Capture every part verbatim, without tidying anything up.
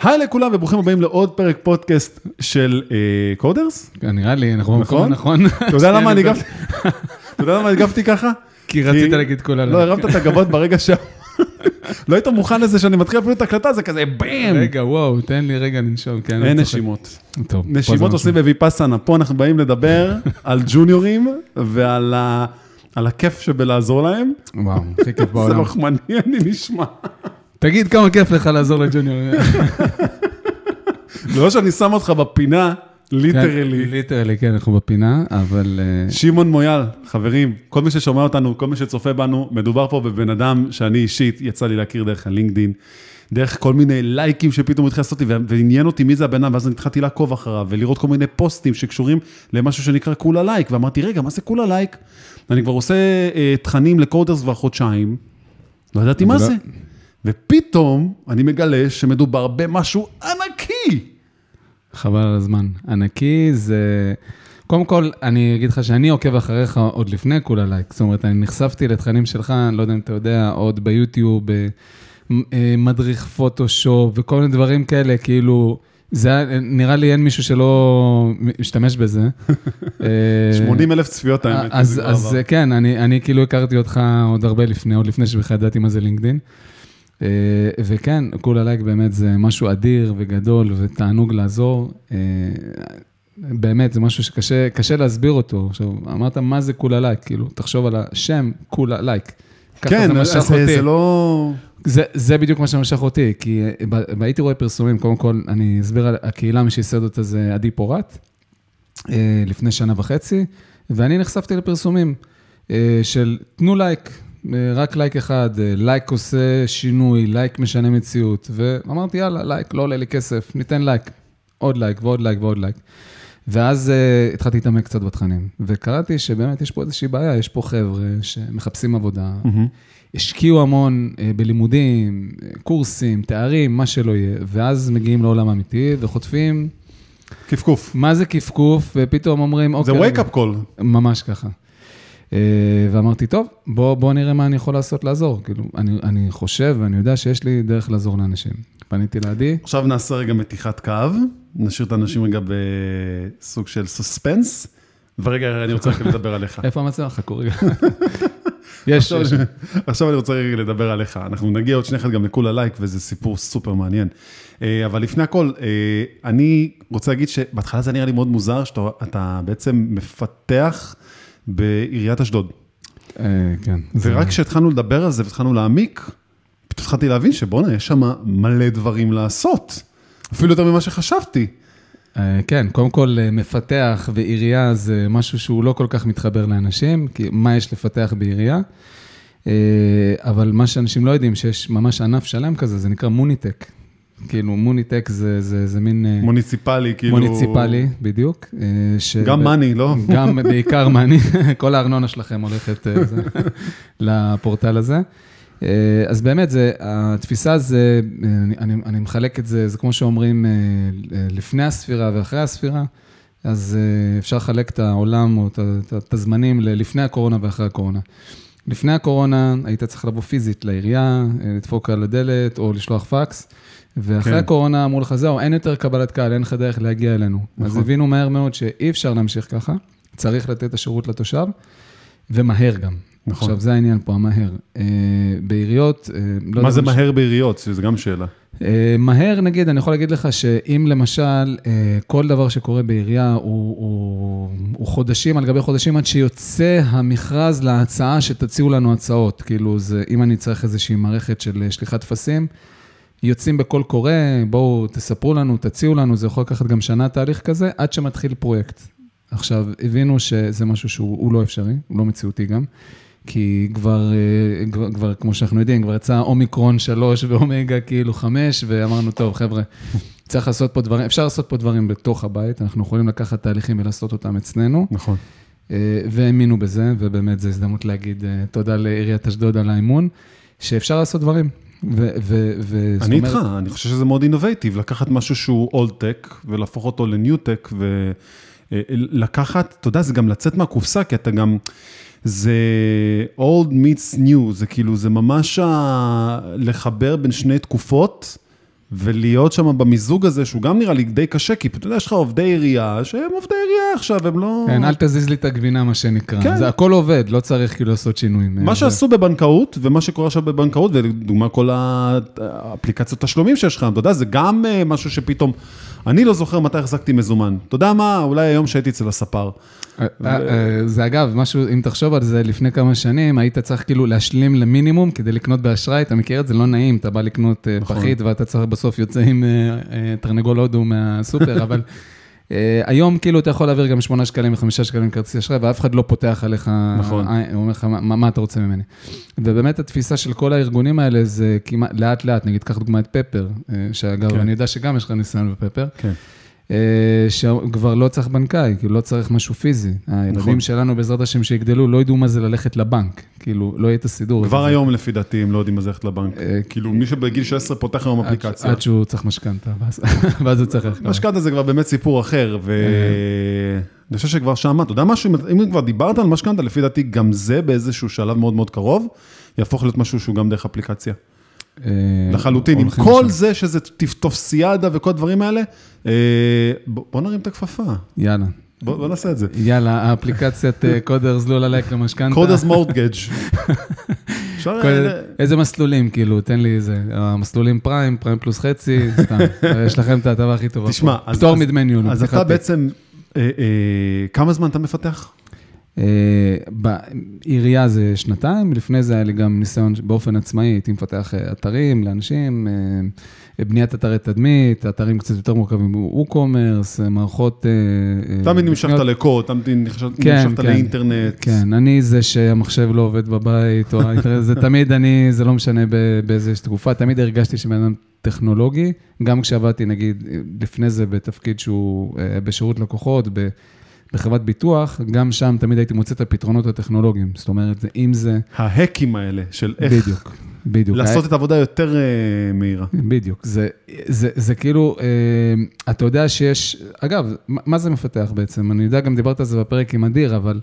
היי לכולם וברוכים הבאים לעוד פרק פודקאסט של קודרס. נראה לי, אנחנו במקום נכון. אתה יודע למה אני הגבתי? אתה יודע למה הגבתי ככה? כי רצית להגיד כולה. לא, הרמת את הגבות ברגע ש... לא היית מוכן לזה שאני מתחיל אפילו את הקלטה, זה כזה באים. רגע, וואו, תן לי רגע לנשום. אין נשימות. טוב. נשימות עושים בויפאסנה. פה אנחנו באים לדבר על ג'וניורים ועל הכיף שבלעזור להם. וואו, הכי כיף בעולם. זה מחמני, אני נשמע. תגיד כמה כיף לך לעזור לג'וניורים. לא שאני שם אותך בפינה, ליטרלי. ליטרלי, כן, אנחנו בפינה, אבל... שמעון מויאל, חברים, כל מי ששומע אותנו, כל מי שצופה בנו, מדובר פה בבן אדם שאני אישית יצא לי להכיר דרך הלינקדין, דרך כל מיני לייקים שפתאום התחיל לעשות לי, ועניין אותי מי זה הבן אדם, ואז אני התחלתי לעקוב אחריו, ולראות כל מיני פוסטים שקשורים למשהו שנקרא כולה לייק, ואמרתי, רגע, מה זה כולה לייק? אני כבר עושה אה, תכנים לקודרס כבר חודשיים, לא ידעתי מה זה. ופתאום אני מגלה שמדובר במשהו ענקי. חבל על הזמן. ענקי זה... קודם כל, אני אגיד לך שאני עוקב אחריך עוד לפני כולה לייק. זאת אומרת, אני נחשפתי לתכנים שלך, אני לא יודע אם אתה יודע, עוד ביוטיוב, מדריך פוטושופ וכל מיני דברים כאלה, כאילו... זה נראה לי אין מישהו שלא משתמש בזה. שמונים אלף צפיות האמת. אז, אז כן, אני, אני כאילו הכרתי אותך עוד הרבה לפני, עוד לפני שבכלל ידעתי מה זה לינקדין. וכן, כולה לייק באמת זה משהו אדיר וגדול ותענוג לעזור. באמת, זה משהו שקשה, קשה להסביר אותו. עכשיו, אמרת מה זה כולה לייק? כאילו, תחשוב על השם, כולה לייק. כן, זה, זה לא... זה, זה בדיוק מה שמשך אותי, כי הייתי רואה פרסומים, קודם כל, אני אסביר על הקהילה, מי שיסד אותה זה עדי פורט, לפני שנה וחצי, ואני נחשפתי לפרסומים של תנו לייק, רק לייק אחד, לייק עושה שינוי, לייק משנה מציאות, ואמרתי, יאללה, לייק, לא עולה לי כסף, ניתן לייק, עוד לייק ועוד לייק ועוד לייק. ואז uh, התחלתי להתעמק קצת בתכנים, וקראתי שבאמת יש פה איזושהי בעיה, יש פה חבר'ה שמחפשים עבודה, mm-hmm. השקיעו המון uh, בלימודים, קורסים, תארים, מה שלא יהיה, ואז מגיעים לעולם אמיתי וחוטפים... כפקוף. מה זה כפקוף? ופתאום אומרים... זה אוקיי, wake up call. ממש ככה. Uh, ואמרתי, טוב, בוא, בוא נראה מה אני יכול לעשות לעזור. כאילו, אני, אני חושב ואני יודע שיש לי דרך לעזור לאנשים. פניתי לעדי. עכשיו נעשה רגע מתיחת קו, נשאיר את האנשים רגע בסוג של סוספנס, ורגע אני רוצה לדבר עליך. איפה המצב? חכו רגע. יש, יש. עכשיו אני רוצה רגע לדבר עליך. אנחנו נגיע עוד שני אחד גם לכולה לייק, וזה סיפור סופר מעניין. אבל לפני הכל, אני רוצה להגיד שבהתחלה זה נראה לי מאוד מוזר, שאתה בעצם מפתח בעיריית אשדוד. כן. ורק כשהתחלנו לדבר על זה והתחלנו להעמיק, פתאום התחלתי להבין שבונה, יש שם מלא דברים לעשות. אפילו יותר ממה שחשבתי. כן, קודם כל מפתח בעירייה זה משהו שהוא לא כל כך מתחבר לאנשים, כי מה יש לפתח בעירייה? אבל מה שאנשים לא יודעים, שיש ממש ענף שלם כזה, זה נקרא מוניטק. כאילו מוניטק זה, זה, זה מין... מוניציפלי, כאילו... מוניציפלי, בדיוק. ש... גם מני, לא? גם בעיקר מני. כל הארנונה שלכם הולכת לפורטל הזה. אז באמת, זה, התפיסה זה, אני, אני מחלק את זה, זה כמו שאומרים, לפני הספירה ואחרי הספירה, אז אפשר לחלק את העולם או את הזמנים לפני הקורונה ואחרי הקורונה. לפני הקורונה היית צריך לבוא פיזית לעירייה, לדפוק על הדלת או לשלוח פקס, ואחרי כן. הקורונה אמרו לך, זהו, אין יותר קבלת קהל, אין לך דרך להגיע אלינו. נכון. אז הבינו מהר מאוד שאי אפשר להמשיך ככה, צריך לתת את השירות לתושב, ומהר גם. נכון. עכשיו, זה העניין פה, המהר. בעיריות... לא מה זה מהר בעיריות? זה גם שאלה. מהר, נגיד, אני יכול להגיד לך שאם למשל, כל דבר שקורה בעירייה, הוא, הוא, הוא חודשים על גבי חודשים, עד שיוצא המכרז להצעה שתציעו לנו הצעות. כאילו, זה, אם אני צריך איזושהי מערכת של שליחת תפסים, יוצאים בכל קורא, בואו תספרו לנו, תציעו לנו, זה יכול לקחת גם שנה תהליך כזה, עד שמתחיל פרויקט. עכשיו, הבינו שזה משהו שהוא לא אפשרי, הוא לא מציאותי גם, כי כבר, כבר, כבר, כמו שאנחנו יודעים, כבר יצא אומיקרון שלוש ואומגה כאילו חמש, ואמרנו, טוב, חבר'ה, צריך לעשות פה דברים, אפשר לעשות פה דברים בתוך הבית, אנחנו יכולים לקחת תהליכים ולעשות אותם אצלנו. נכון. והאמינו בזה, ובאמת זו הזדמנות להגיד תודה לעיריית אשדוד על האימון, שאפשר לעשות דברים. ו- ו- ו- אני איתך, אני חושב שזה מאוד אינובייטיב, לקחת משהו שהוא אולד טק, ולהפוך אותו לניו טק, ולקחת, אתה יודע, זה גם לצאת מהקופסה, כי אתה גם, זה old meets new, זה כאילו, זה ממש לחבר בין שני תקופות, ולהיות שם במיזוג הזה, שהוא גם נראה לי די קשה, כי אתה יודע, יש לך עובדי עירייה, שהם עובדי עירייה עכשיו, הם לא... כן, אל תזיז לי את הגבינה, מה שנקרא. כן. זה הכל עובד, לא צריך כאילו לעשות שינויים. מה שעשו בבנקאות, ומה שקורה עכשיו בבנקאות, ולדוגמה כל האפליקציות תשלומים שיש לך, אתה יודע, זה גם משהו שפתאום, אני לא זוכר מתי החזקתי מזומן. אתה יודע מה? אולי היום שהייתי אצל הספר. זה אגב, משהו, אם תחשוב על זה לפני כמה שנים, היית צריך כאילו להשלים למינימום כדי לקנות באשראי, אתה מכיר את זה, לא נעים, אתה בא לקנות פחית ואתה צריך בסוף יוצא עם תרנגול הודו מהסופר, אבל היום כאילו אתה יכול להעביר גם שמונה שקלים וחמישה שקלים כרטיס אשראי, ואף אחד לא פותח עליך, הוא אומר לך, מה אתה רוצה ממני? ובאמת התפיסה של כל הארגונים האלה זה כמעט לאט לאט, נגיד, קח דוגמא את פפר, שאגב, אני יודע שגם יש לך ניסיון בפפר, כן. שכבר לא צריך בנקאי, כאילו לא צריך משהו פיזי. הילדים שלנו בעזרת השם שיגדלו, לא ידעו מה זה ללכת לבנק, כאילו לא יהיה את הסידור. כבר היום לפי דעתי הם לא יודעים מה זה ללכת לבנק. כאילו מי שבגיל שש עשרה פותח היום אפליקציה. עד שהוא צריך משכנתה, ואז הוא צריך ללכת. משכנתה זה כבר באמת סיפור אחר, ואני חושב שכבר שם, אתה יודע משהו, אם כבר דיברת על משכנתה, לפי דעתי גם זה באיזשהו שלב מאוד מאוד קרוב, יהפוך להיות משהו שהוא גם דרך אפליקציה. לחלוטין, עם כל זה שזה טופסיאדה וכל הדברים האלה, בוא נרים את הכפפה. יאללה. בוא נעשה את זה. יאללה, האפליקציית קודרס לא ללייק למשכנתה. קודרס מורטגאג'. איזה מסלולים, כאילו, תן לי איזה, המסלולים פריים, פריים פלוס חצי, סתם, יש לכם את ההטבה הכי טובה. תשמע, פטור מדמי ניהול. אז אתה בעצם, כמה זמן אתה מפתח? בעירייה זה שנתיים, לפני זה היה לי גם ניסיון באופן עצמאי, הייתי מפתח אתרים לאנשים, בניית אתרי תדמית, אתרים קצת יותר מורכבים, ווקומרס, מערכות... תמיד נמשכת לקוד, תמיד נמשכת לאינטרנט. כן, אני זה שהמחשב לא עובד בבית, זה תמיד אני, זה לא משנה באיזושהי תקופה, תמיד הרגשתי שבן אדם טכנולוגי, גם כשעבדתי נגיד לפני זה בתפקיד שהוא בשירות לקוחות, ב... בחברת ביטוח, גם שם תמיד הייתי מוצא את הפתרונות הטכנולוגיים. זאת אומרת, אם זה... ההקים האלה של איך... בדיוק, בדיוק. לעשות את העבודה יותר מהירה. בדיוק. זה, זה, זה כאילו, אתה יודע שיש... אגב, מה זה מפתח בעצם? אני יודע, גם דיברת על זה בפרק עם אדיר, אבל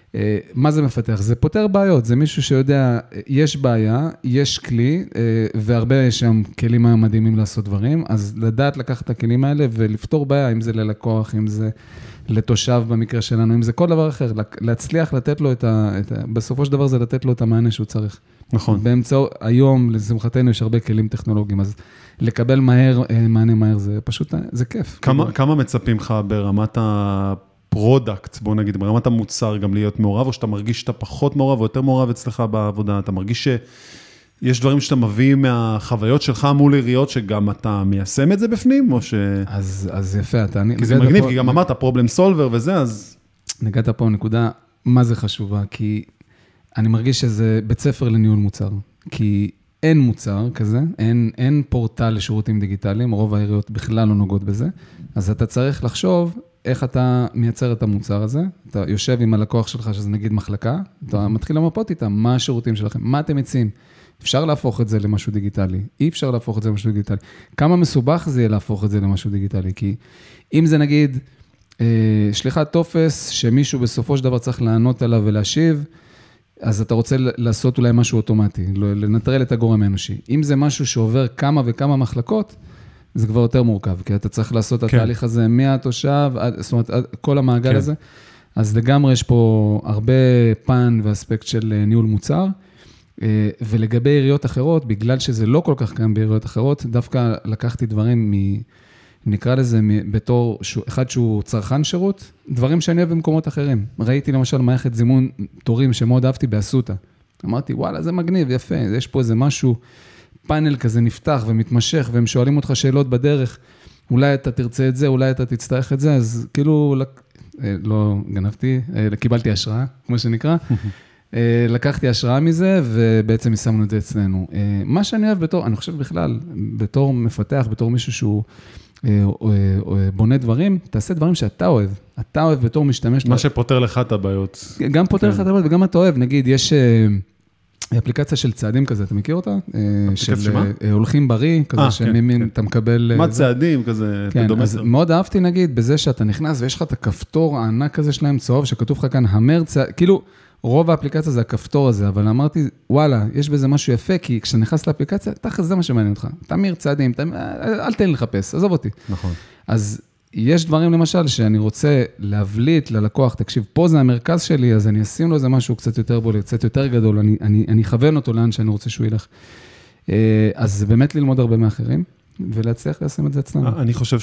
מה זה מפתח? זה פותר בעיות. זה מישהו שיודע, יש בעיה, יש כלי, והרבה יש שם כלים מדהימים לעשות דברים, אז לדעת לקחת את הכלים האלה ולפתור בעיה, אם זה ללקוח, אם זה... לתושב במקרה שלנו, אם זה כל דבר אחר, להצליח לתת לו את ה... בסופו של דבר זה לתת לו את המענה שהוא צריך. נכון. באמצעות, היום, לשמחתנו, יש הרבה כלים טכנולוגיים, אז לקבל מהר, מענה מהר, זה פשוט, זה כיף. כמה, כמה מצפים לך ברמת הפרודקט, בוא נגיד, ברמת המוצר, גם להיות מעורב, או שאתה מרגיש שאתה פחות מעורב, או יותר מעורב אצלך בעבודה, אתה מרגיש ש... יש דברים שאתה מביא מהחוויות שלך מול עיריות, שגם אתה מיישם את זה בפנים, או ש... אז, אז יפה, אתה... כי זה מגניב, פה... כי גם אמרת, פרובלם סולבר וזה, אז... נגעת פה נקודה, מה זה חשובה? כי אני מרגיש שזה בית ספר לניהול מוצר. כי אין מוצר כזה, אין, אין פורטל לשירותים דיגיטליים, רוב העיריות בכלל לא נוגעות בזה, אז אתה צריך לחשוב איך אתה מייצר את המוצר הזה, אתה יושב עם הלקוח שלך, שזה נגיד מחלקה, אתה מתחיל למפות איתם, מה השירותים שלכם, מה אתם מציעים? אפשר להפוך את זה למשהו דיגיטלי, אי אפשר להפוך את זה למשהו דיגיטלי. כמה מסובך זה יהיה להפוך את זה למשהו דיגיטלי? כי אם זה נגיד, שליחת טופס, שמישהו בסופו של דבר צריך לענות עליו ולהשיב, אז אתה רוצה לעשות אולי משהו אוטומטי, לנטרל את הגורם האנושי. אם זה משהו שעובר כמה וכמה מחלקות, זה כבר יותר מורכב, כי אתה צריך לעשות את התהליך הזה מהתושב, זאת אומרת, כל המעגל הזה. אז לגמרי יש פה הרבה פן ואספקט של ניהול מוצר, ולגבי עיריות אחרות, בגלל שזה לא כל כך קיים בעיריות אחרות, דווקא לקחתי דברים, מ, נקרא לזה, בתור אחד שהוא צרכן שירות, דברים שאני אוהב במקומות אחרים. ראיתי למשל מערכת זימון תורים שמאוד אהבתי באסותא. אמרתי, וואלה, זה מגניב, יפה, יש פה איזה משהו, פאנל כזה נפתח ומתמשך, והם שואלים אותך שאלות בדרך, אולי אתה תרצה את זה, אולי אתה תצטרך את זה, אז כאילו, לא גנבתי, קיבלתי השראה, כמו שנקרא, לקחתי השראה מזה, ובעצם שמנו את זה אצלנו. מה שאני אוהב בתור, אני חושב בכלל, בתור מפתח, בתור מישהו שהוא בונה דברים, תעשה דברים שאתה אוהב. אתה אוהב בתור משתמש. מה שפותר לך את הבעיות. גם פותר לך את הבעיות, וגם אתה אוהב. נגיד, יש אפליקציה של צעדים כזה, אתה מכיר אותה? אפליקציה שמה? הולכים בריא, כזה שאתה מקבל... מה צעדים, כזה פדומטר. אז מאוד אהבתי, נגיד, בזה שאתה נכנס, ויש לך את הכפתור הענק כזה שלהם צהוב, שכתוב לך כאן, המר צעד, כאילו... רוב האפליקציה זה הכפתור הזה, אבל אמרתי, וואלה, יש בזה משהו יפה, כי כשאתה נכנס לאפליקציה, תכף זה מה שמעניין אותך. תמיר צעדים, תמיר, אל תן לי לחפש, עזוב אותי. נכון. אז יש דברים למשל שאני רוצה להבליט ללקוח, תקשיב, פה זה המרכז שלי, אז אני אשים לו איזה משהו קצת יותר בולט, קצת יותר גדול, אני, אני, אני אכוון אותו לאן שאני רוצה שהוא ילך. אז זה באמת ללמוד הרבה מאחרים, ולהצליח לשים את זה אצלנו. אני חושב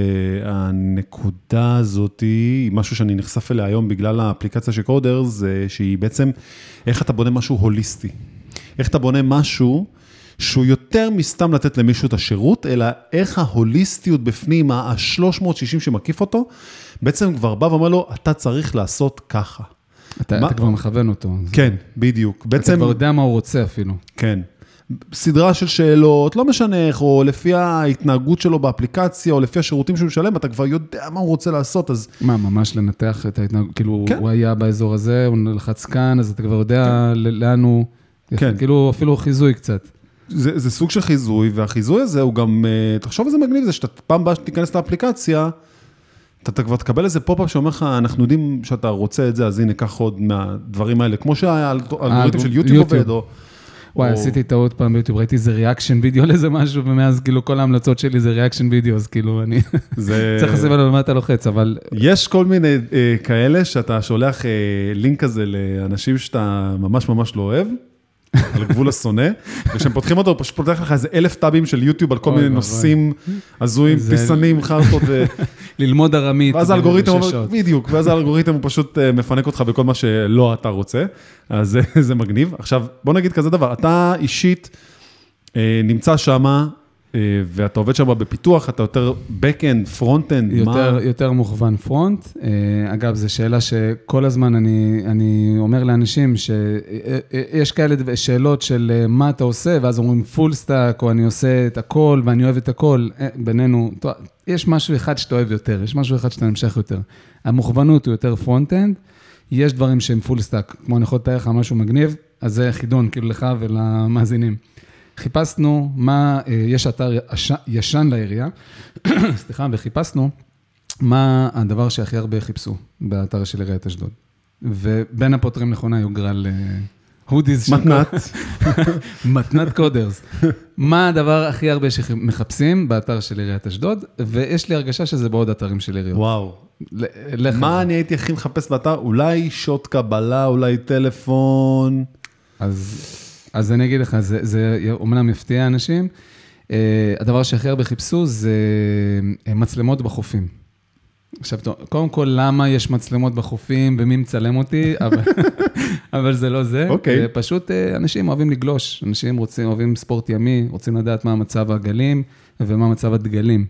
שהנקודה הזאת היא משהו שאני נחשף אליה היום בגלל האפליקציה של קודר, זה שהיא בעצם, איך אתה בונה משהו הוליסטי. איך אתה בונה משהו שהוא יותר מסתם לתת למישהו את השירות, אלא איך ההוליסטיות בפנים, ה-שלוש מאות שישים שמקיף אותו, בעצם כבר בא ואומר לו, אתה צריך לעשות ככה. אתה, אתה כבר מכוון אותו. כן, בדיוק. בעצם, אתה כבר יודע מה הוא רוצה אפילו. כן. סדרה של שאלות, לא משנה איך, או לפי ההתנהגות שלו באפליקציה, או לפי השירותים שהוא משלם, אתה כבר יודע מה הוא רוצה לעשות, אז... מה, ממש לנתח את ההתנהגות, כאילו, כן. הוא היה באזור הזה, הוא לחץ כאן, אז אתה כבר יודע כן. לאן הוא... כן. כאילו, אפילו חיזוי קצת. זה, זה סוג של חיזוי, והחיזוי הזה הוא גם... תחשוב איזה מגניב זה, שאתה פעם באה שתיכנס לאפליקציה, אתה, אתה כבר תקבל איזה פופ-אפ שאומר לך, אנחנו יודעים שאתה רוצה את זה, אז הנה, קח עוד מהדברים האלה, כמו שהאלגוריתם של יוטיוב עובד, או... וואי, עשיתי טעות פעם ביוטיוב, ראיתי איזה ריאקשן וידאו לזה משהו, ומאז כאילו כל ההמלצות שלי זה ריאקשן וידאו, אז כאילו אני צריך לשים עליו למה אתה לוחץ, אבל... יש כל מיני כאלה שאתה שולח לינק כזה לאנשים שאתה ממש ממש לא אוהב, על גבול השונא, וכשהם פותחים אותו, הוא פשוט פותח לך איזה אלף טאבים של יוטיוב על כל מיני נושאים הזויים, פיסנים, חרטות ו... ללמוד ארמית. ואז האלגוריתם, בדיוק, ואז האלגוריתם הוא פשוט מפנק אותך בכל מה שלא אתה רוצה, אז זה מגניב. עכשיו, בוא נגיד כזה דבר, אתה אישית נמצא שמה, ואתה עובד שם בפיתוח, אתה יותר back-end, front-end, יותר, מה? יותר מוכוון פרונט. אגב, זו שאלה שכל הזמן אני, אני אומר לאנשים שיש כאלה שאלות של מה אתה עושה, ואז אומרים full stack, או אני עושה את הכל, ואני אוהב את הכל. בינינו, יש משהו אחד שאתה אוהב יותר, יש משהו אחד שאתה נמשך יותר. המוכוונות הוא יותר front-end, יש דברים שהם full stack, כמו אני יכול לתאר לך משהו מגניב, אז זה חידון, כאילו לך ולמאזינים. חיפשנו מה, יש אתר ישן לעירייה, סליחה, וחיפשנו מה הדבר שהכי הרבה חיפשו באתר של עיריית אשדוד. ובין הפותרים נכונה יוגרל הודיז. מתנת. מתנת קודרס. מה הדבר הכי הרבה שמחפשים באתר של עיריית אשדוד, ויש לי הרגשה שזה בעוד אתרים של עיריות. וואו. מה אני הייתי הכי מחפש באתר? אולי שוט קבלה, אולי טלפון. אז... אז אני אגיד לך, זה, זה אומנם יפתיע אנשים, הדבר שהכי הרבה חיפשו זה מצלמות בחופים. עכשיו, קודם כל, למה יש מצלמות בחופים ומי מצלם אותי, אבל, אבל זה לא זה. אוקיי. פשוט אנשים אוהבים לגלוש, אנשים רוצים, אוהבים ספורט ימי, רוצים לדעת מה המצב הגלים ומה מצב הדגלים.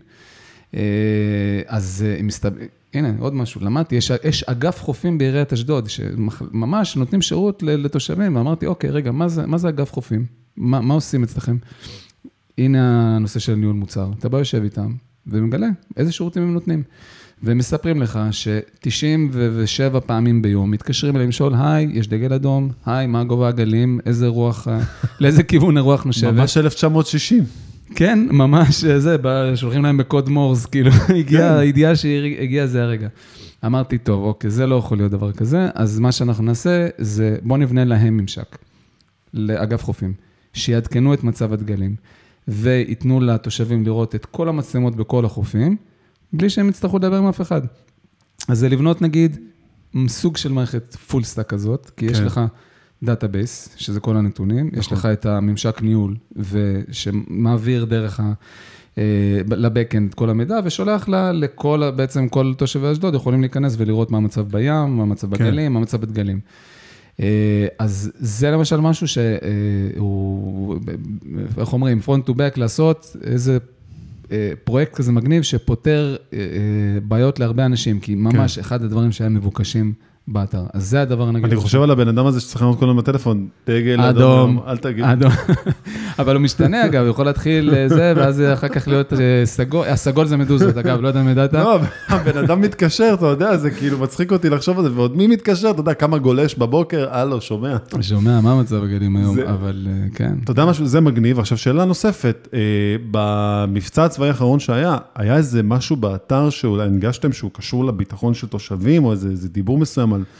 אז מסתבר... הנה, עוד משהו, למדתי, יש, יש אגף חופים בעיריית אשדוד, שממש נותנים שירות לתושבים, ואמרתי, אוקיי, רגע, מה זה, מה זה אגף חופים? מה, מה עושים אצלכם? הנה הנושא של ניהול מוצר, אתה בא יושב איתם, ומגלה איזה שירותים הם נותנים. והם מספרים לך ש-תשעים ושבע פעמים ביום, מתקשרים אליהם לשאול, היי, יש דגל אדום, היי, מה גובה הגלים, איזה רוח, לאיזה כיוון הרוח נושבת? ממש אלף תשע מאות שישים. כן, ממש, זה, שולחים להם בקוד מורס, כאילו, הגיע, הידיעה שהגיע זה הרגע. אמרתי, טוב, אוקיי, זה לא יכול להיות דבר כזה, אז מה שאנחנו נעשה, זה, בוא נבנה להם ממשק, לאגף חופים, שיעדכנו את מצב הדגלים, ויתנו לתושבים לראות את כל המצלמות בכל החופים, בלי שהם יצטרכו לדבר עם אף אחד. אז זה לבנות, נגיד, סוג של מערכת פול סטאק כזאת, כי יש לך דאטאבייס, שזה כל הנתונים, יש לך את הממשק ניהול, ושמעביר דרך ה... לבקאנד כל המידע, ושולח לה לכל, בעצם כל תושבי אשדוד יכולים להיכנס ולראות מה המצב בים, מה המצב בגלים, מה המצב בדגלים. אז זה למשל משהו שהוא, איך אומרים, front to back, לעשות איזה פרויקט כזה מגניב, שפותר בעיות להרבה אנשים, כי ממש אחד הדברים שהם מבוקשים באתר. אז זה הדבר הנגיד. אני חושב על הבן אדם הזה שצריך לראות כל הזמן בטלפון, דגל, אדום, אל תגיד. אדום. אבל הוא משתנה, אגב, הוא יכול להתחיל זה, ואז אחר כך להיות סגול. הסגול זה מדוזות, אגב, לא יודע אם ידעת. לא, הבן אדם מתקשר, אתה יודע, זה כאילו מצחיק אותי לחשוב על זה, ועוד מי מתקשר, אתה יודע, כמה גולש בבוקר, הלו, שומע. שומע, מה המצב הגלים היום, אבל כן. אתה יודע משהו, זה מגניב. עכשיו, שאלה נוספת, במבצע הצבאי האחרון שהיה, היה איזה משהו באתר שאולי הנגשתם שהוא קשור לביטחון של תושבים, או איזה דיבור מסוים על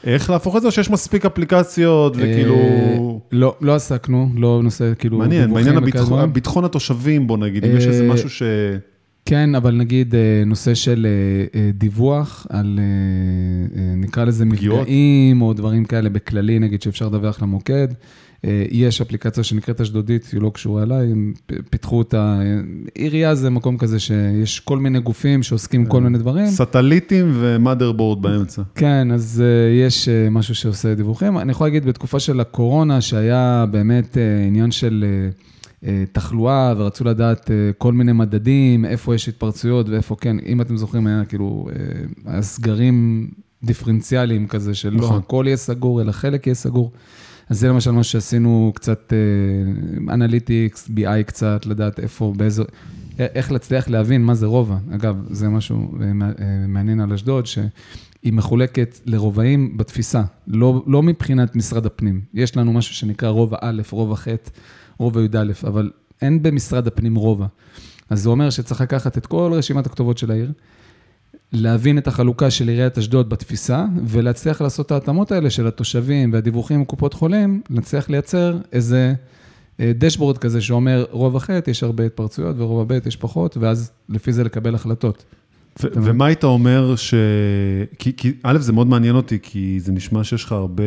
איך להפוך את זה, או שיש מספיק אפליקציות וכאילו... לא, לא עסקנו, לא נושא כאילו... מעניין, בעניין הביטחון התושבים, בוא נגיד, אם יש איזה משהו ש... כן, אבל נגיד נושא של דיווח על, נקרא לזה מפגעים, או דברים כאלה בכללי, נגיד שאפשר לדווח למוקד. יש אפליקציה שנקראת אשדודית, היא לא קשורה אליי, הם פיתחו אותה, עירייה זה מקום כזה שיש כל מיני גופים שעוסקים כל מיני דברים. סטליטים ומאדרבורד באמצע. כן, אז יש משהו שעושה דיווחים. אני יכול להגיד, בתקופה של הקורונה, שהיה באמת עניין של תחלואה, ורצו לדעת כל מיני מדדים, איפה יש התפרצויות ואיפה כן, אם אתם זוכרים, היה כאילו, הסגרים דיפרנציאליים כזה, שלא הכל יהיה סגור, אלא חלק יהיה סגור. אז זה למשל מה שעשינו קצת אנליטיקס, בי איי קצת, לדעת איפה, באיזה, איך להצליח להבין מה זה רובע. אגב, זה משהו מעניין על אשדוד, שהיא מחולקת לרובעים בתפיסה, לא, לא מבחינת משרד הפנים. יש לנו משהו שנקרא רובע א', רובע ח', רובע י' א', אבל אין במשרד הפנים רובע. אז זה אומר שצריך לקחת את כל רשימת הכתובות של העיר, להבין את החלוקה של עיריית אשדוד בתפיסה, ולהצליח לעשות את ההתאמות האלה של התושבים והדיווחים מקופות חולים, להצליח לייצר איזה דשבורד כזה שאומר, רוב החטא יש הרבה התפרצויות, ורוב הבית יש פחות, ואז לפי זה לקבל החלטות. ו- ומה היית אומר ש... כי, כי א', זה מאוד מעניין אותי, כי זה נשמע שיש לך הרבה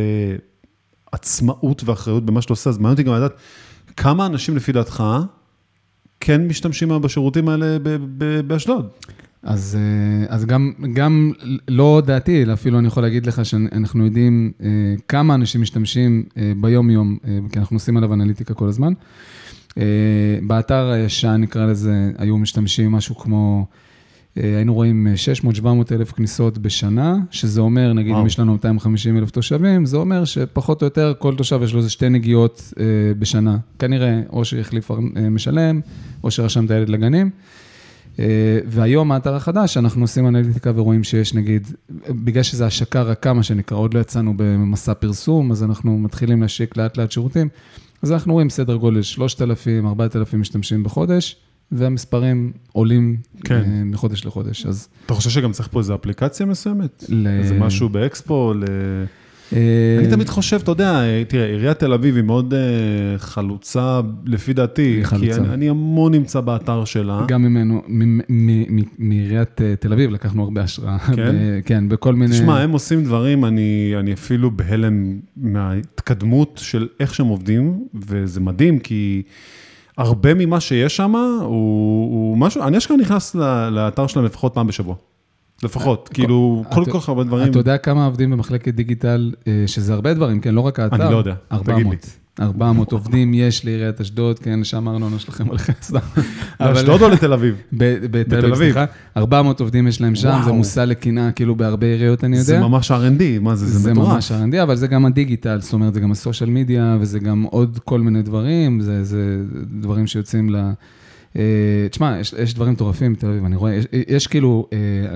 עצמאות ואחריות במה שאתה עושה, אז מעניין אותי גם לדעת, כמה אנשים לפי דעתך כן משתמשים בשירותים האלה ב- ב- באשדוד? אז, אז גם, גם לא דעתי, אפילו אני יכול להגיד לך שאנחנו יודעים כמה אנשים משתמשים ביום יום, כי אנחנו עושים עליו אנליטיקה כל הזמן. באתר הישן נקרא לזה, היו משתמשים משהו כמו, היינו רואים שש מאות שבע מאות אלף כניסות בשנה, שזה אומר, נגיד וואו. אם יש לנו מאתיים וחמישים אלף תושבים, זה אומר שפחות או יותר כל תושב יש לו איזה שתי נגיעות בשנה. כנראה או שהחליף משלם, או שרשם את הילד לגנים. והיום האתר החדש, אנחנו עושים אנליטיקה ורואים שיש נגיד, בגלל שזה השקה רכה, מה שנקרא, עוד לא יצאנו במסע פרסום, אז אנחנו מתחילים להשיק לאט לאט שירותים, אז אנחנו רואים סדר גודל שלושת אלפים, ארבעת אלפים משתמשים בחודש, והמספרים עולים כן. מחודש לחודש. אז... אתה חושב שגם צריך פה איזו אפליקציה מסוימת? ל... איזה משהו באקספו? ל... אני תמיד חושב, אתה יודע, תראה, עיריית תל אביב היא מאוד חלוצה, לפי דעתי, כי אני המון נמצא באתר שלה. גם ממנו, מעיריית תל אביב, לקחנו הרבה השראה. כן? כן, בכל מיני... תשמע, הם עושים דברים, אני אפילו בהלם מההתקדמות של איך שהם עובדים, וזה מדהים, כי הרבה ממה שיש שם, הוא משהו, אני אשכרה נכנס לאתר שלהם לפחות פעם בשבוע. לפחות, כאילו, כל כך הרבה דברים. אתה יודע כמה עובדים במחלקת דיגיטל, שזה הרבה דברים, כן, לא רק האתר. אני לא יודע, תגיד לי. ארבע מאות עובדים יש לעיריית אשדוד, כן, שם ארנונה שלכם הולכת סתם. לאשדוד או לתל אביב? בתל אביב, סליחה. ארבע מאות עובדים יש להם שם, זה מושא לקנאה, כאילו בהרבה עיריות, אני יודע. זה ממש אר אנד די, מה זה, זה מטורף. זה ממש אר אנד די, אבל זה גם הדיגיטל, זאת אומרת, זה גם הסושיאל מדיה, וזה גם עוד כל מיני דברים, זה דברים שיוצאים ל... תשמע, יש, יש דברים טורפים, תל אביב, אני רואה, יש, יש כאילו,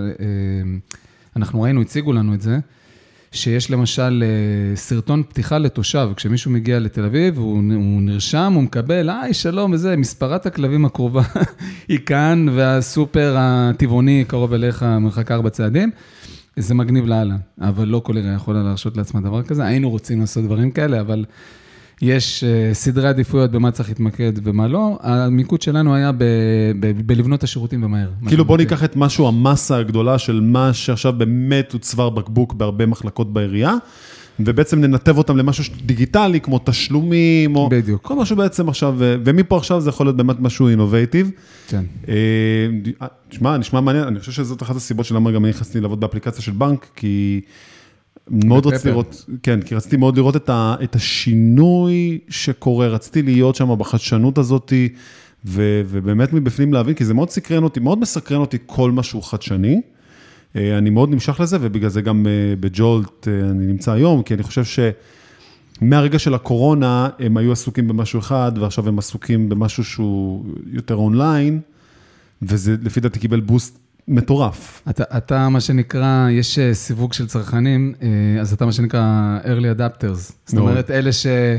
אנחנו ראינו, הציגו לנו את זה, שיש למשל סרטון פתיחה לתושב, כשמישהו מגיע לתל אביב, הוא, הוא נרשם, הוא מקבל, היי, שלום, וזה, מספרת הכלבים הקרובה היא כאן, והסופר הטבעוני קרוב אליך, מרחק ארבע צעדים, זה מגניב להלאה, אבל לא כל עירייה יכולה להרשות לעצמה דבר כזה, היינו רוצים לעשות דברים כאלה, אבל... יש סדרי עדיפויות במה צריך להתמקד ומה לא, המיקוד שלנו היה ב- ב- בלבנות השירותים במהר. כאילו בוא ניקח את משהו, המסה הגדולה של מה שעכשיו באמת הוא צוואר בקבוק בהרבה מחלקות בעירייה, ובעצם ננתב אותם למשהו דיגיטלי, כמו תשלומים, או בדיוק. כל משהו בעצם עכשיו, ומפה עכשיו זה יכול להיות באמת משהו אינובייטיב. כן. תשמע, נשמע מעניין, אני חושב שזאת אחת הסיבות שלמה גם אני נכנסתי לעבוד באפליקציה של בנק, כי... מאוד רציתי לראות, כן, כי רציתי מאוד לראות את, ה, את השינוי שקורה, רציתי להיות שם בחדשנות הזאת, ו, ובאמת מבפנים להבין, כי זה מאוד סקרן אותי, מאוד מסקרן אותי כל משהו חדשני, אני מאוד נמשך לזה, ובגלל זה גם בג'ולט אני נמצא היום, כי אני חושב שמהרגע של הקורונה, הם היו עסוקים במשהו אחד, ועכשיו הם עסוקים במשהו שהוא יותר אונליין, וזה לפי דעתי קיבל בוסט מטורף. אתה, אתה מה שנקרא, יש סיווג של צרכנים, אז אתה מה שנקרא early adapters. זאת אומרת, אלה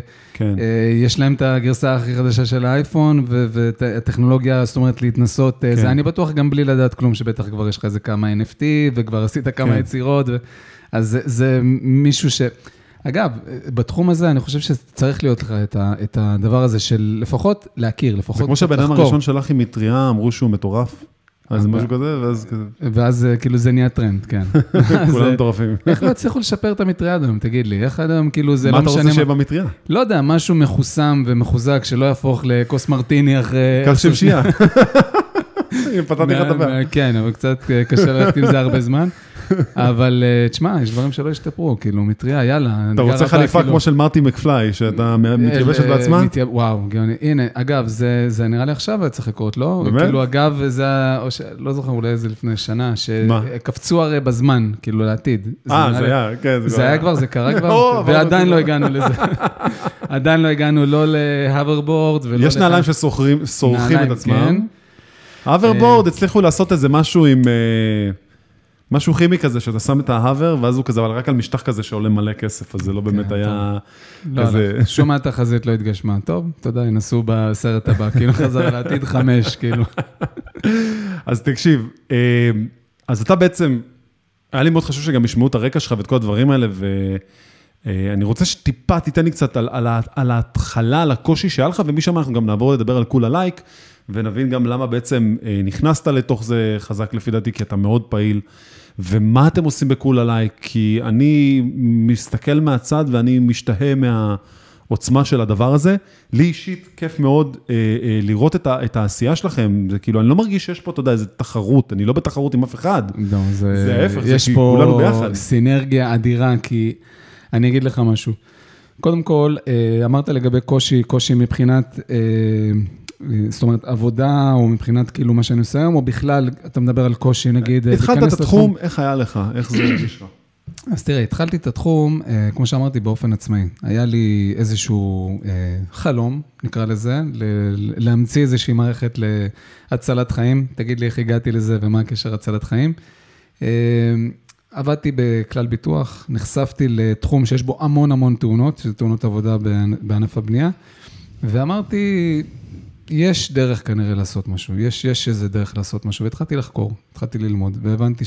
שיש להם את הגרסה הכי חדשה של האייפון, והטכנולוגיה, זאת אומרת, להתנסות, זה אני בטוח גם בלי לדעת כלום, שבטח כבר יש לך איזה כמה אן אף טי, וכבר עשית כמה יצירות, אז זה מישהו ש... אגב, בתחום הזה אני חושב שצריך להיות לך את הדבר הזה של לפחות להכיר, לפחות לחקור. זה כמו שהבן אדם הראשון שלך עם מטריה, אמרו שהוא מטורף. אז משהו כזה, ואז כזה. ואז כאילו זה נהיה טרנד, כן. כולם מטורפים. איך לא הצליחו לשפר את המטריה אדם, תגיד לי? איך אדם כאילו זה לא משנה... מה אתה רוצה שיהיה במטריה? לא יודע, משהו מחוסם ומחוזק, שלא יהפוך לכוס מרטיני אחרי... כך שמשייה. פתעתי לך דבר. כן, אבל קצת קשה ללכת עם זה הרבה זמן. אבל תשמע, יש דברים שלא ישתפרו, כאילו, מטריה, יאללה. אתה רוצה חליפה כמו של מרטי מקפליי, שאתה מתייבשת בעצמה? וואו, גאוני. הנה, אגב, זה נראה לי עכשיו צריך לקרות, לא? באמת? כאילו, אגב, זה, לא זוכר, אולי זה לפני שנה, שקפצו הרי בזמן, כאילו, לעתיד. אה, זה היה, כן. זה היה כבר, זה קרה כבר, ועדיין לא הגענו לזה. עדיין לא הגענו לא להוברבורד ולא... יש נעליים שסורחים את עצמם. הוברבורד הצליחו לעשות איזה משהו עם... משהו כימי כזה, שאתה שם את ההאבר, ואז הוא כזה, אבל רק על משטח כזה שעולה מלא כסף, אז זה לא באמת היה כזה... לא, שום התחזית לא התגשמה. טוב, תודה, ינסו בסרט הבא, כאילו חזר לעתיד חמש, כאילו. אז תקשיב, אז אתה בעצם, היה לי מאוד חשוב שגם ישמעו את הרקע שלך ואת כל הדברים האלה, ואני רוצה שטיפה תיתן לי קצת על ההתחלה, על הקושי שהיה לך, ומשם אנחנו גם נעבור לדבר על כולה לייק, ונבין גם למה בעצם נכנסת לתוך זה חזק לפי דעתי, כי אתה מאוד פעיל, ומה אתם עושים בכולה לייק, כי אני מסתכל מהצד ואני משתהה מהעוצמה של הדבר הזה, לי אישית כיף מאוד אה, אה, לראות את, ה, את העשייה שלכם, זה כאילו, אני לא מרגיש שיש פה, אתה יודע, איזו תחרות, אני לא בתחרות עם אף אחד, לא, זה, זה ההפך, זה יש כי כולנו ביחד. יש פה סינרגיה אדירה, כי אני אגיד לך משהו, קודם כל, אמרת לגבי קושי, קושי מבחינת... זאת אומרת, עבודה, או מבחינת כאילו מה שאני עושה היום, או בכלל, אתה מדבר על קושי, נגיד, התחלת את התחום, איך היה לך? איך זה הרגיש לך? אז תראה, התחלתי את התחום, כמו שאמרתי, באופן עצמאי. היה לי איזשהו חלום, נקרא לזה, להמציא איזושהי מערכת להצלת חיים. תגיד לי איך הגעתי לזה ומה הקשר הצלת חיים. עבדתי בכלל ביטוח, נחשפתי לתחום שיש בו המון המון תאונות, שזה תאונות עבודה בענף הבנייה, ואמרתי, יש דרך כנראה לעשות משהו, יש, יש איזה דרך לעשות משהו, והתחלתי לחקור, התחלתי ללמוד, והבנתי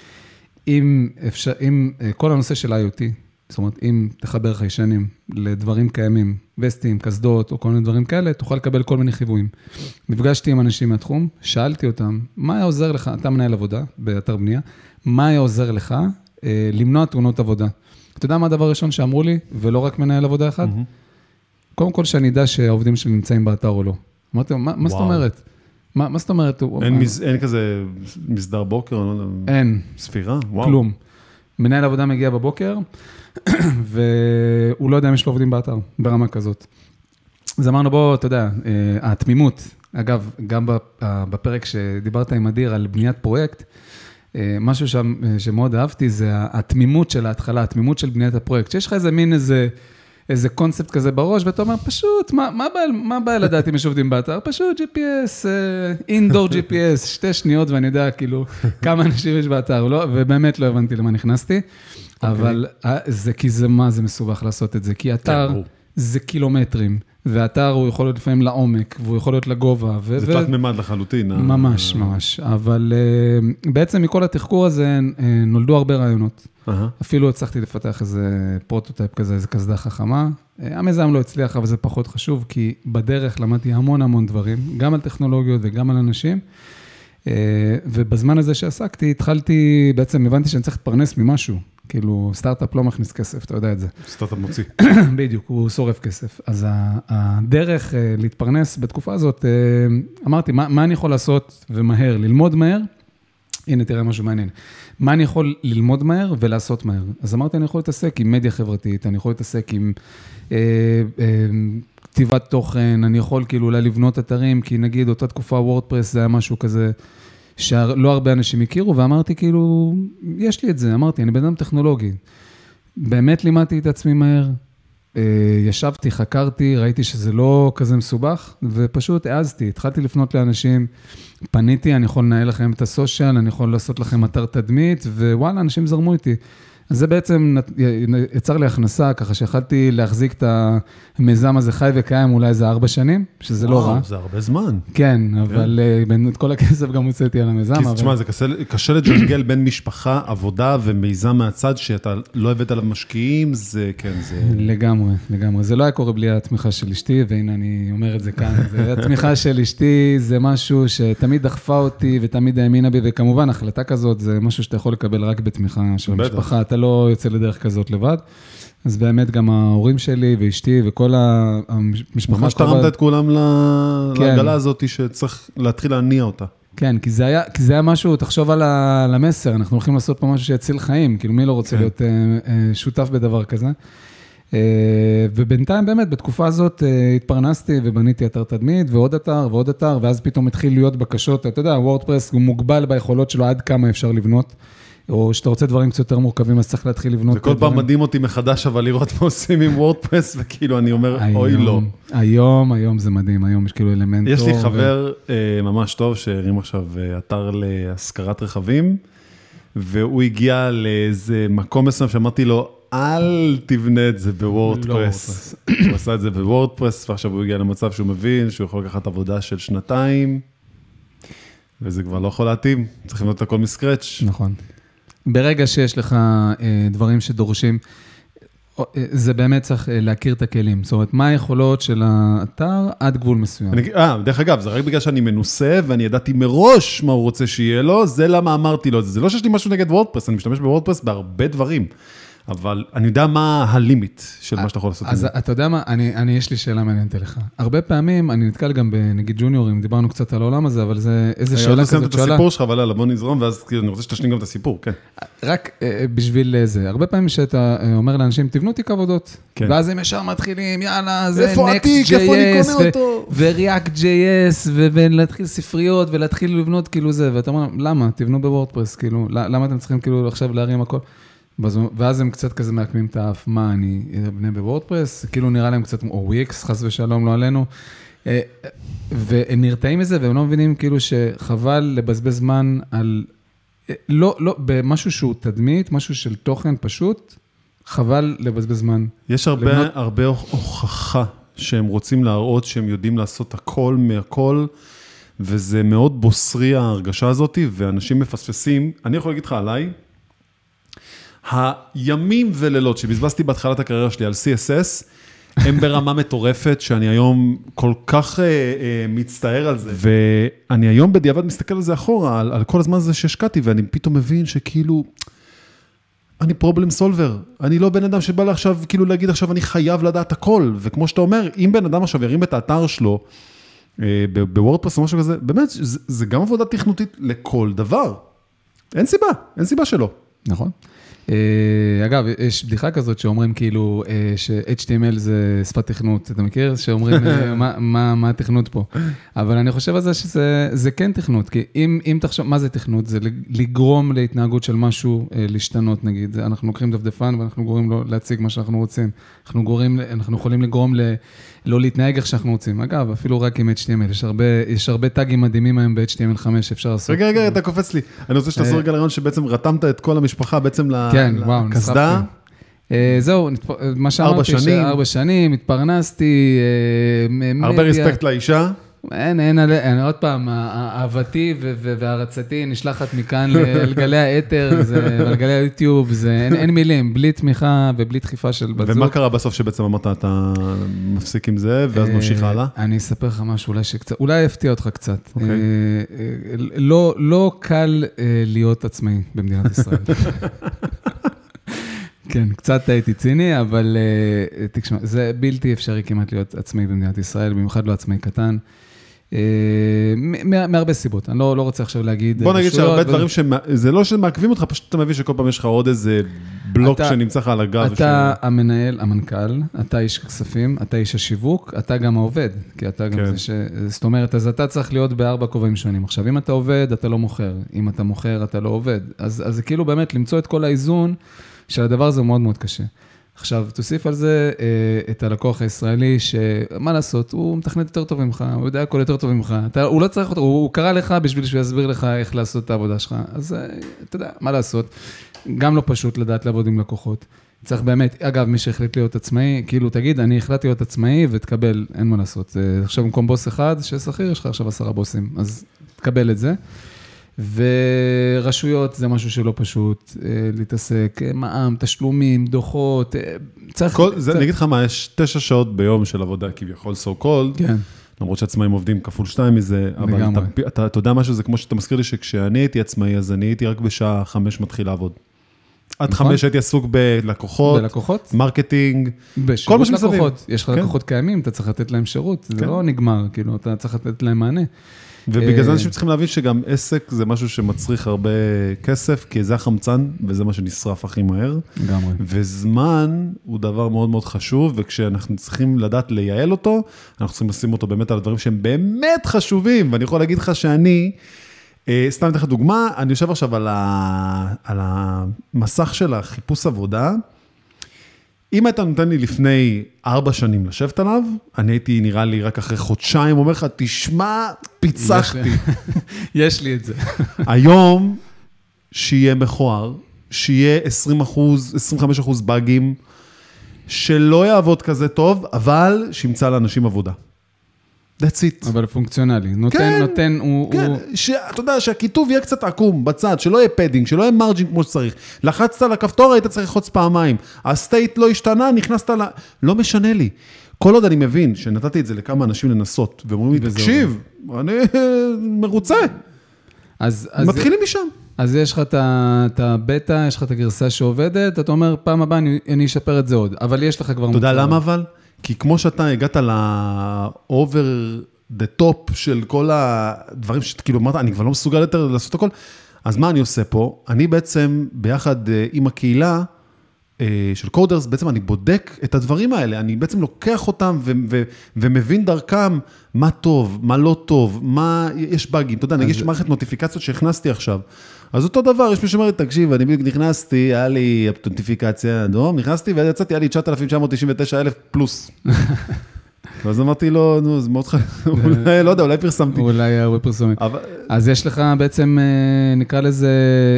שאם אפשר, אם כל הנושא של איי או טי, זאת אומרת, אם תחבר חיישנים לדברים קיימים, וסטים, קסדות, או כל מיני דברים כאלה, תוכל לקבל כל מיני חיוויים. נפגשתי עם אנשים מהתחום, שאלתי אותם, מה היה עוזר לך, אתה מנהל עבודה באתר בנייה, מה היה עוזר לך אה, למנוע תאונות עבודה? אתה יודע מה הדבר הראשון שאמרו לי, ולא רק מנהל עבודה אחד? Mm-hmm. קודם כל שאני יודע שהעובדים שלי נמצאים באתר או לא. אמרתי, מה, מה זאת אומרת? מה, מה זאת אומרת? אין, מז, אין כזה מסדר בוקר? לא יודע, אין. ספירה? וואו. כלום. מנהל עבודה מגיע בבוקר, והוא לא יודע אם יש לו עובדים באתר, ברמה כזאת. אז אמרנו, בוא, אתה יודע, התמימות, אגב, גם בפרק שדיברת עם אדיר על בניית פרויקט, משהו שם שמאוד אהבתי, זה התמימות של ההתחלה, התמימות של בניית הפרויקט, שיש לך איזה מין איזה, איזה קונספט כזה בראש, ואתה אומר, פשוט, מה, מה בא, מה בא לדעת אם יש עובדים באתר? פשוט ג'י פי אס, אינדור ג'י פי אס, שתי שניות, ואני יודע כאילו כמה אנשים יש באתר, לא, ובאמת לא הבנתי למה נכנסתי, אבל זה כי זה מה זה מסובך לעשות את זה, כי אתר זה קילומטרים, ואתר הוא יכול להיות לפעמים לעומק, והוא יכול להיות לגובה. זה תלת ממד לחלוטין. ממש, ממש. אבל בעצם מכל התחקור הזה נולדו הרבה רעיונות. אפילו הצלחתי לפתח איזה פרוטוטייפ כזה, איזה קסדה חכמה. המיזם לא הצליח, אבל זה פחות חשוב, כי בדרך למדתי המון המון דברים, גם על טכנולוגיות וגם על אנשים. ובזמן הזה שעסקתי, התחלתי, בעצם הבנתי שאני צריך להתפרנס ממשהו. כאילו, סטארט-אפ לא מכניס כסף, אתה יודע את זה. סטארט-אפ מוציא. בדיוק, הוא שורף כסף. אז הדרך להתפרנס בתקופה הזאת, אמרתי, מה, מה אני יכול לעשות ומהר? ללמוד מהר? הנה, תראה משהו מעניין. מה אני יכול ללמוד מהר ולעשות מהר? אז אמרתי, אני יכול להתעסק עם מדיה חברתית, אני יכול להתעסק עם אה, אה, כתיבת תוכן, אני יכול כאילו אולי לבנות אתרים, כי נגיד, אותה תקופה וורדפרס זה היה משהו כזה, שלא הרבה אנשים הכירו, ואמרתי כאילו, יש לי את זה, אמרתי, אני בן אדם טכנולוגי. באמת לימדתי את עצמי מהר, ישבתי, חקרתי, ראיתי שזה לא כזה מסובך, ופשוט העזתי, התחלתי לפנות לאנשים, פניתי, אני יכול לנהל לכם את הסושיאל, אני יכול לעשות לכם אתר תדמית, ווואלה, אנשים זרמו איתי. אז זה בעצם יצר לי הכנסה, ככה שיכלתי להחזיק את המיזם הזה חי וקיים אולי איזה ארבע שנים, שזה לא רע. זה הרבה זמן. כן, אבל את כל הכסף גם הוצאתי על המיזם. כי תשמע, זה קשה לג'נגל בין משפחה, עבודה ומיזם מהצד, שאתה לא הבאת עליו משקיעים, זה כן, זה... לגמרי, לגמרי. זה לא היה קורה בלי התמיכה של אשתי, והנה אני אומר את זה כאן. התמיכה של אשתי זה משהו שתמיד דחפה אותי ותמיד האמינה בי, וכמובן, החלטה כזאת זה משהו שאתה יכול לקבל רק בתמיכה של המשפחה. אתה לא יוצא לדרך כזאת לבד. אז באמת גם ההורים שלי ואשתי וכל המשפחה... ממש תרמת את כולם לגלה הזאת שצריך להתחיל להניע אותה. כן, כי זה היה, כי זה היה משהו, תחשוב על המסר, אנחנו הולכים לעשות פה משהו שיציל חיים, כאילו מי לא רוצה להיות שותף בדבר כזה. ובינתיים באמת, בתקופה הזאת התפרנסתי ובניתי אתר תדמית ועוד אתר ועוד אתר, ואז פתאום התחיל להיות בקשות, אתה יודע, וורדפרס הוא מוגבל ביכולות שלו עד כמה אפשר לבנות. או שאתה רוצה דברים קצת יותר מורכבים, אז צריך להתחיל לבנות... זה כל פעם מדהים אותי מחדש, אבל לראות מה עושים עם וורדפרס, וכאילו אני אומר, אוי לא. היום, היום זה מדהים, היום יש כאילו אלמנט טוב. יש לי חבר ממש טוב, שהרים עכשיו אתר להשכרת רכבים, והוא הגיע לאיזה מקום מסוים, שאמרתי לו, אל תבנה את זה בוורדפרס. הוא עשה את זה בוורדפרס, ועכשיו הוא הגיע למצב שהוא מבין, שהוא יכול לקחת עבודה של שנתיים, וזה כבר לא יכול להתאים, צריך לבנות את הכל מסקרץ'. נכון. ברגע שיש לך דברים שדורשים, זה באמת צריך להכיר את הכלים. זאת אומרת, מה היכולות של האתר עד גבול מסוים? אה, דרך אגב, זה רק בגלל שאני מנוסה, ואני ידעתי מראש מה הוא רוצה שיהיה לו, זה למה אמרתי לו את זה. זה לא שיש לי משהו נגד וורדפרס, אני משתמש בוורדפרס בהרבה דברים. אבל אני יודע מה הלימיט של מה שאתה יכול לעשות. אז אתה יודע מה, אני, אני, יש לי שאלה מעניינת אליך. הרבה פעמים, אני נתקל גם בנגיד ג'וניורים, דיברנו קצת על העולם הזה, אבל זה איזה שאלה כזאת שאלה. אני רוצה את הסיפור שלך, אבל לא, בוא נזרום, ואז אני רוצה שתשלים גם את הסיפור, כן. רק בשביל זה, הרבה פעמים שאתה אומר לאנשים, תבנו תיק עבודות, ואז הם ישר מתחילים, יאללה, זה Next.js ו-React.js, ולהתחיל ספריות, ולהתחיל לבנות כאילו זה, ואתה אומר, למה? תבנו בוורדפרס, כאילו, למה אתם צריכים כאילו עכשיו להרים הכל? ואז הם קצת כזה מעקמים את האף, מה, אני אבנה בוורדפרס, כאילו נראה להם קצת, או וויקס, חס ושלום, לא עלינו, והם נרתעים מזה, והם לא מבינים כאילו שחבל לבזבז זמן על, לא, לא, במשהו שהוא תדמית, משהו של תוכן פשוט, חבל לבזבז זמן. יש הרבה, לבנות... הרבה הוכחה שהם רוצים להראות שהם יודעים לעשות הכל מהכל, וזה מאוד בוסרי ההרגשה הזאת, ואנשים מפספסים, אני יכול להגיד לך עליי, הימים ולילות שבזבזתי בהתחלת הקריירה שלי על סי אס אס, הם ברמה מטורפת, שאני היום כל כך uh, uh, מצטער על זה. ואני היום בדיעבד מסתכל על זה אחורה, על, על כל הזמן הזה שהשקעתי, ואני פתאום מבין שכאילו, אני פרובלם סולבר. אני לא בן אדם שבא לה עכשיו, כאילו להגיד עכשיו, אני חייב לדעת הכל. וכמו שאתה אומר, אם בן אדם עכשיו ירים את האתר שלו, uh, בוורדפרס או משהו כזה, באמת, זה, זה גם עבודה תכנותית לכל דבר. אין סיבה, אין סיבה שלא. נכון. אגב, יש בדיחה כזאת שאומרים כאילו ש-אייץ' טי אם אל זה שפת תכנות, אתה מכיר? שאומרים מה התכנות פה. אבל אני חושב על זה שזה כן תכנות, כי אם תחשוב, מה זה תכנות? זה לגרום להתנהגות של משהו להשתנות, נגיד. אנחנו לוקחים דפדפן ואנחנו גורמים לו להציג מה שאנחנו רוצים. אנחנו יכולים לגרום לא להתנהג איך שאנחנו רוצים. אגב, אפילו רק עם אייץ' טי אם אל. יש הרבה טאגים מדהימים היום ב-אייץ' טי אם אל חמש שאפשר לעשות. רגע, רגע, אתה קופץ לי. אני רוצה שתעשו רגע לרעיון שבעצם רתמת את כל המשפחה בעצם כן, וואו, נסחפתי. זהו, מה שאמרתי, שארבע שנים, התפרנסתי, הרבה רספקט לאישה. אין, אין, אין, עוד פעם, אהבתי והרצתי נשלחת מכאן לגלי האתר, ולגלי היוטיוב, אין מילים, בלי תמיכה ובלי דחיפה של בת זוג. ומה קרה בסוף שבעצם אמרת, אתה מפסיק עם זה, ואז ממשיך הלאה? אני אספר לך משהו, אולי שקצת, אולי יפתיע אותך קצת. לא קל להיות עצמאי במדינת ישראל. כן, קצת הייתי ציני, אבל תקשמע, זה בלתי אפשרי כמעט להיות עצמאי במדינת ישראל, במיוחד לא עצמאי קטן. מהרבה סיבות, אני לא רוצה עכשיו להגיד... בוא נגיד שהרבה דברים, זה לא שמעכבים אותך, פשוט אתה מבין שכל פעם יש לך עוד איזה בלוק שנמצא לך על הגב. אתה המנהל, המנכ"ל, אתה איש כספים, אתה איש השיווק, אתה גם העובד, כי אתה גם זה ש... זאת אומרת, אז אתה צריך להיות בארבע כובעים שונים. עכשיו, אם אתה עובד, אתה לא מוכר. אם אתה מוכר, אתה לא עובד. אז זה כאילו באמת למצוא את כל האיזון של הדבר הזה מאוד מאוד קשה. עכשיו, תוסיף על זה את הלקוח הישראלי, שמה לעשות, הוא מתכנת יותר טוב ממך, הוא יודע הכל יותר טוב ממך, אתה, הוא לא צריך אותו, הוא קרא לך בשביל שהוא יסביר לך איך לעשות את העבודה שלך, אז אתה יודע, מה לעשות, גם לא פשוט לדעת לעבוד עם לקוחות, צריך באמת, אגב, מי שהחליט להיות עצמאי, כאילו תגיד, אני החלטתי להיות עצמאי ותקבל, אין מה לעשות, עכשיו במקום בוס אחד, ששכיר, יש לך עכשיו עשרה בוסים, אז תקבל את זה. ורשויות זה משהו שלא פשוט, להתעסק, מע"מ, תשלומים, דוחות, צריך... כל, זה, אני אגיד לך מה, יש תשע שעות ביום של עבודה כביכול so called, כן. למרות שעצמאים עובדים כפול שתיים מזה, אבל אתה, אתה, אתה יודע משהו, זה כמו שאתה מזכיר לי שכשאני הייתי עצמאי, אז אני הייתי רק בשעה חמש מתחיל לעבוד. עד חמש הייתי עסוק בלקוחות, בלקוחות? מרקטינג, כל מה שמסביב. יש לך לקוחות קיימים, אתה צריך לתת להם שירות, זה לא נגמר, כאילו, אתה צריך לתת להם מענה. ובגלל זה אנשים צריכים להבין שגם עסק זה משהו שמצריך הרבה כסף, כי זה החמצן, וזה מה שנשרף הכי מהר. לגמרי. וזמן הוא דבר מאוד מאוד חשוב, וכשאנחנו צריכים לדעת לייעל אותו, אנחנו צריכים לשים אותו באמת על הדברים שהם באמת חשובים, ואני יכול להגיד לך שאני, סתם אתן לך דוגמה, אני יושב עכשיו על, ה, על המסך של החיפוש עבודה, אם היית נותן לי לפני ארבע שנים לשבת עליו, אני הייתי נראה לי רק אחרי חודשיים, אומר לך, תשמע, פיצחתי. יש לי את זה. היום, שיהיה מכוער, שיהיה עשרים אחוז, עשרים וחמישה אחוז באגים, שלא יעבוד כזה טוב, אבל שימצא לאנשים עבודה. That's it. אבל פונקציונלי. נותן, כן, נותן, הוא... כן, הוא... ש... אתה יודע, שהכיתוב יהיה קצת עקום בצד, שלא יהיה פדינג, שלא יהיה מרג'ינג כמו שצריך. לחצת על הכפתור, היית צריך לחוץ פעמיים. הסטייט לא השתנה, נכנסת ל... לא משנה לי. כל עוד אני מבין שנתתי את זה לכמה אנשים לנסות, ואומרים לי, תקשיב, אני מרוצה. אז, אז... מתחילים משם. אז יש לך את הבטא, יש לך את הגרסה שעובדת, אתה אומר, פעם הבאה אני, אני אשפר את זה עוד, אבל יש לך כבר... אתה יודע למה אבל? כי כמו שאתה הגעת ל-over the top של כל הדברים שכאילו אמרת, אני כבר לא מסוגל יותר לעשות הכל, אז מה אני עושה פה? אני בעצם ביחד עם הקהילה של קודרס, בעצם אני בודק את הדברים האלה, אני בעצם לוקח אותם ו- ו- ומבין דרכם מה טוב, מה לא טוב, מה יש באגים, אתה יודע, נגיד שמערכת נוטיפיקציות שהכנסתי עכשיו, אז אותו דבר, יש מי שאומר, תקשיב, אני בדיוק נכנסתי, היה לי נוטיפיקציה אדום, נכנסתי ויצאתי, היה לי תשעת אלפים תשע מאות תשעים ותשע אלף פלוס. ואז אמרתי לו, נו, זה מאוד חשוב, אולי, לא יודע, אולי פרסמתי. אולי הרבה פרסומים. אז יש לך בעצם, נקרא לזה...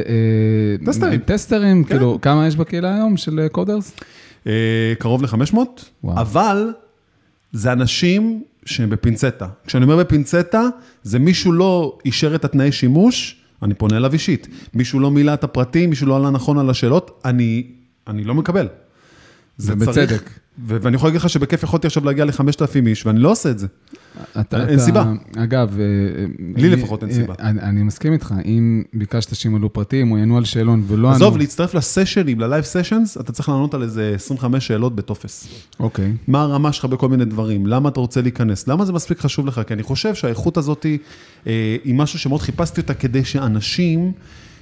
טסטרים. טסטרים, כאילו, כמה יש בקהילה היום של קודרס? קרוב ל-חמש מאות, אבל זה אנשים שהם בפינצטה. כשאני אומר בפינצטה, זה מישהו לא אישר את התנאי שימוש, אני פונה אליו אישית. מישהו לא מילא את הפרטים, מישהו לא עלה נכון על השאלות, אני, אני לא מקבל. זה בצדק. ואני יכול להגיד לך שבכיף יכולתי עכשיו להגיע ל-חמשת אלפים איש, ואני לא עושה את זה. אין סיבה. אגב, לי לפחות אין סיבה. אני מסכים איתך, אם ביקשת שימלאו פרטים, או יענו על שאלון ולא ענו... עזוב, להצטרף לסשנים, ללייב סשנס, אתה צריך לענות על איזה עשרים וחמש שאלות בטופס. אוקיי. מה הרמה שלך בכל מיני דברים? למה אתה רוצה להיכנס? למה זה מספיק חשוב לך? כי אני חושב שהאיכות הזאת היא משהו שמאוד חיפשתי אותה, כדי שאנשים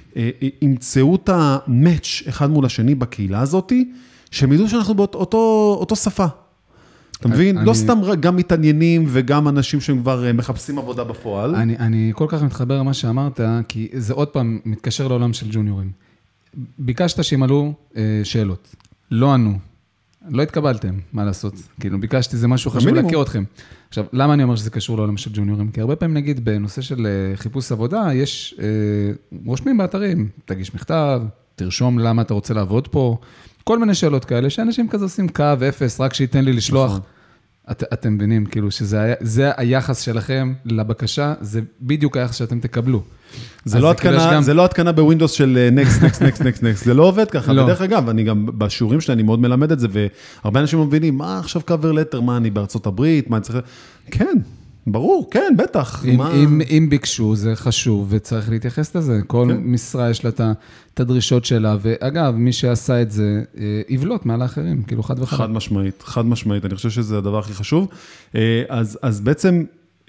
ימצאו את המאץ' אחד מול השני בקהילה הזאת, שהם ידעו שאנחנו באותו שפה. אתה מבין? לא סתם גם מתעניינים וגם אנשים שהם כבר מחפשים עבודה בפועל. אני כל כך מתחבר למה שאמרת, כי זה עוד פעם מתקשר לעולם של ג'וניורים. ביקשת שימלאו שאלות, לא ענו, לא התקבלתם, מה לעשות? כאילו, ביקשתי, זה משהו חשוב להכיר אתכם. עכשיו, למה אני אומר שזה קשור לעולם של ג'וניורים? כי הרבה פעמים נגיד בנושא של חיפוש עבודה, יש רושמים באתרים, תגיש מכתב, תרשום למה אתה רוצה לעבוד פה, כל מיני שאלות כאלה, שאנשים כזה עושים קו אפס, רק שייתן לי לשלוח. את, אתם מבינים, כאילו, שזה זה היחס שלכם לבקשה, זה בדיוק היחס שאתם תקבלו. זה לא התקנה, גם... זה לא התקנה בווינדוס של next, next, next, next, next. זה לא עובד ככה. לא. בדרך אגב, אני גם בשיעורים שלי, אני מאוד מלמד את זה, והרבה אנשים מבינים, מה עכשיו cover letter, מה אני בארצות הברית, מה אני צריך... כן. ברור, כן, בטח. אם, מה... אם, אם ביקשו, זה חשוב, וצריך להתייחס לזה. כל כן. משרה יש לה את הדרישות שלה, ואגב, מי שעשה את זה, יבלוט מעל האחרים, כאילו חד וחד. חד משמעית, חד משמעית, אני חושב שזה הדבר הכי חשוב. אז, אז בעצם,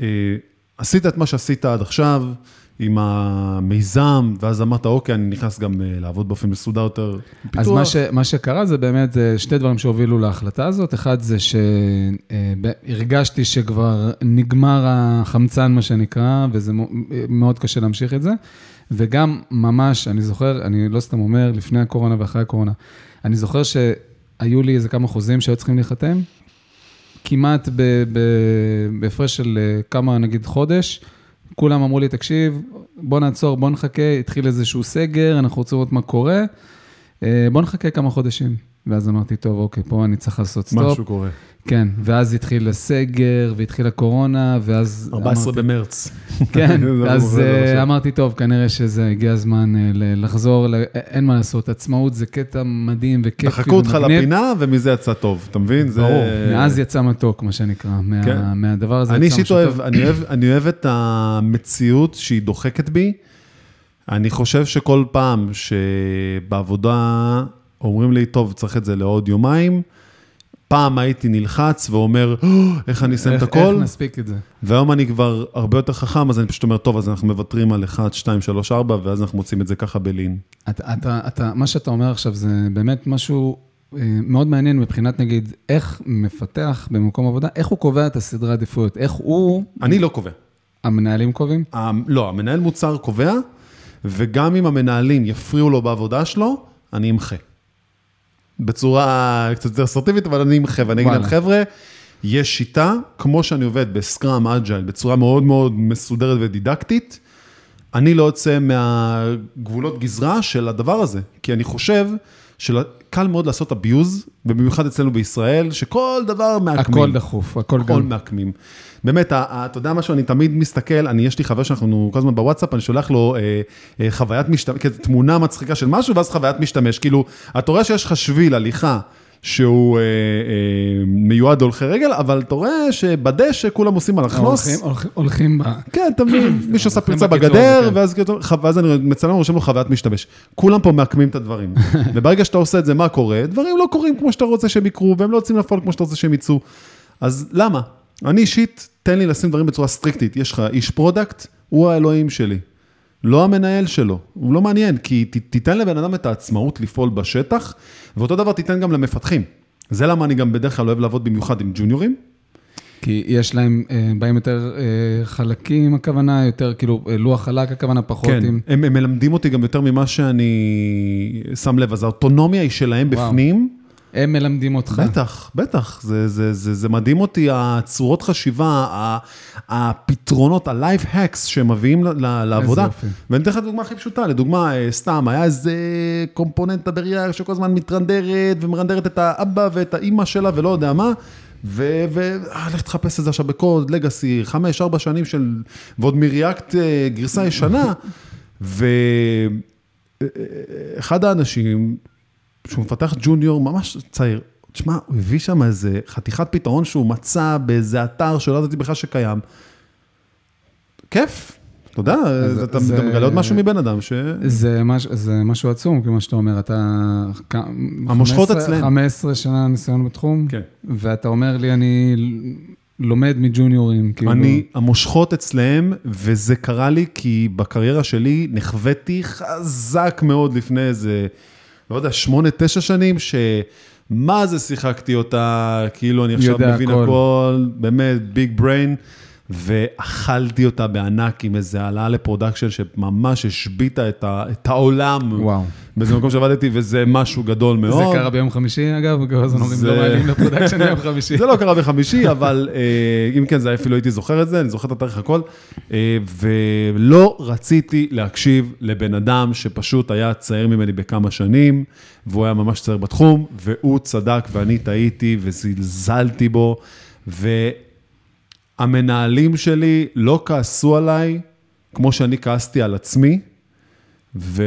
עשית את מה שעשית עד עכשיו, עם המיזם, ואז אמרת, אוקיי, אני נכנס גם לעבוד באופן מסודר יותר פיתוח. אז מה, ש, מה שקרה זה באמת שתי דברים שהובילו להחלטה הזאת. אחד זה שהרגשתי שכבר נגמר החמצן, מה שנקרא, וזה מאוד קשה להמשיך את זה. וגם ממש, אני זוכר, אני לא סתם אומר, לפני הקורונה ואחרי הקורונה, אני זוכר היו לי איזה כמה חוזים שהיו צריכים להיחתם, כמעט בהפרש של כמה, נגיד, חודש, כולם אמרו לי, תקשיב, בוא נעצור, בוא נחכה, התחיל איזשהו סגר, אנחנו רוצים לראות מה קורה, בוא נחכה כמה חודשים. ואז אמרתי, טוב, אוקיי, פה אני צריך לעשות סטופ. משהו קורה. כן, ואז התחיל הסגר, והתחיל הקורונה, ואז... ארבעה עשר במרץ. כן, אז אמרתי, טוב, כנראה שזה הגיע הזמן לחזור, אין מה לעשות, עצמאות זה קטע מדהים וכיפי. דחקו אותך לפינה, ומזה יצא טוב, אתה מבין? ברור, מאז יצא מתוק, מה שנקרא, מהדבר הזה אני אישית אוהב, אני אוהב את המציאות שהיא דוחקת בי, אני חושב שכל פעם שבעבודה אומרים לי, טוב, צריך את זה לעוד יומיים, פעם הייתי נלחץ ואומר, איך אני אסיים את הכל? איך נספיק את זה? והיום אני כבר הרבה יותר חכם, אז אני פשוט אומר, טוב, אז אנחנו מוותרים על אחת, שתיים, שלוש, ארבע, ואז אנחנו מוצאים את זה ככה בלין. אתה, אתה, אתה, מה שאתה אומר עכשיו זה באמת משהו מאוד מעניין מבחינת, נגיד, איך מפתח במקום עבודה, איך הוא קובע את הסדרי העדיפויות, איך הוא... אני לא קובע. המנהלים קובעים? לא, המנהל מוצר קובע, וגם אם המנהלים יפריעו לו בעבודה שלו, אני אמחה. בצורה קצת יותר אסרטיבית, אבל אני אמחה, ואני אגיד על חבר'ה, יש שיטה, כמו שאני עובד בסקראם אג'ייל, בצורה מאוד מאוד מסודרת ודידקטית, אני לא יוצא מהגבולות גזרה של הדבר הזה, כי אני חושב שקל מאוד לעשות אביוז, ובמיוחד אצלנו בישראל, שכל דבר מעקמים. הכל דחוף, הכל גם. הכל מעקמים. באמת, אתה יודע משהו, אני תמיד מסתכל, אני, יש לי חבר שאנחנו כל הזמן בוואטסאפ, אני שולח לו אה, אה, חוויית משתמש, תמונה מצחיקה של משהו, ואז חוויית משתמש. כאילו, אתה רואה שיש לך שביל, הליכה, שהוא אה, אה, מיועד הולכי רגל, אבל אתה רואה שבדשא כולם עושים על הכנוס. הולכים, הולכים, הולכים ב... כן, תמיד, מישהו עושה פרצה בגדר, ואז, ואז אני מצלם, רושם לו חוויית משתמש. כולם פה מעקמים את הדברים. וברגע שאתה עושה את זה, מה קורה? דברים לא קורים כמו שאתה רוצה שהם יקרו, והם לא יוצאים לפעול כמו שאתה רוצה שהם יצאו. אז למה? אני אישית, תן לי לשים דברים בצורה סטריקטית. יש לך איש פרודקט, הוא האלוהים שלי. לא המנהל שלו. הוא לא מעניין, כי ת, תיתן לבן אדם את העצמאות לפעול בשטח, ואותו דבר תיתן גם למפתחים. זה למה אני גם בדרך כלל אוהב לעבוד במיוחד עם ג'וניורים. כי יש להם, בהם יותר חלקים, הכוונה, יותר כאילו לוח חלק, הכוונה פחות. כן, עם... הם, הם מלמדים אותי גם יותר ממה שאני שם לב. אז האוטונומיה היא שלהם וואו. בפנים, הם מלמדים אותך. בטח, בטח. זה, זה, זה, זה מדהים אותי, הצורות חשיבה, הפתרונות, ה-life hacks שהם מביאים לעבודה. ואני אתן לך דוגמה הכי פשוטה, לדוגמה, סתם, היה איזה קומפוננטה בריאה שכל הזמן מתרנדרת, ומרנדרת את האבא ואת האמא שלה, ולא יודע מה, ולך תחפש את זה עכשיו בקוד, לגאסי, חמש, ארבע שנים של, ועוד מריאקט גרסה ישנה, ואחד האנשים, שהוא מפתח ג'וניור ממש צעיר, תשמע, הוא הביא שם איזה חתיכת פתרון שהוא מצא באיזה אתר שלא ידעתי בכלל שקיים. כיף, אתה יודע, אתה מגלה עוד משהו מבן אדם ש... זה משהו עצום, כמו שאתה אומר, אתה... המושכות אצלם. חמש עשרה שנה ניסיון בתחום, כן. ואתה אומר לי, אני לומד מג'וניורים. אני, המושכות אצלם, וזה קרה לי כי בקריירה שלי נחוויתי חזק מאוד לפני איזה... לא יודע, שמונה, תשע שנים, שמה זה שיחקתי אותה, כאילו אני עכשיו מבין הכל, הכל באמת, ביג בריין, ואכלתי אותה בענק עם איזה העלאה לפרודקשן, שממש השביטה את, ה, את העולם. וואו. באיזה מקום שעבדתי, וזה משהו גדול מאוד. זה קרה ביום חמישי, אגב, אז אנחנו אומרים, לא מעלים לפרודקשן ביום חמישי. זה לא קרה בחמישי, אבל אם כן, זה אפילו הייתי זוכר את זה, אני זוכר את התאריך הכל, ולא רציתי להקשיב לבן אדם שפשוט היה צעיר ממני בכמה שנים, והוא היה ממש צעיר בתחום, והוא צדק ואני טעיתי וזלזלתי בו, והמנהלים שלי לא כעסו עליי, כמו שאני כעסתי על עצמי, ו...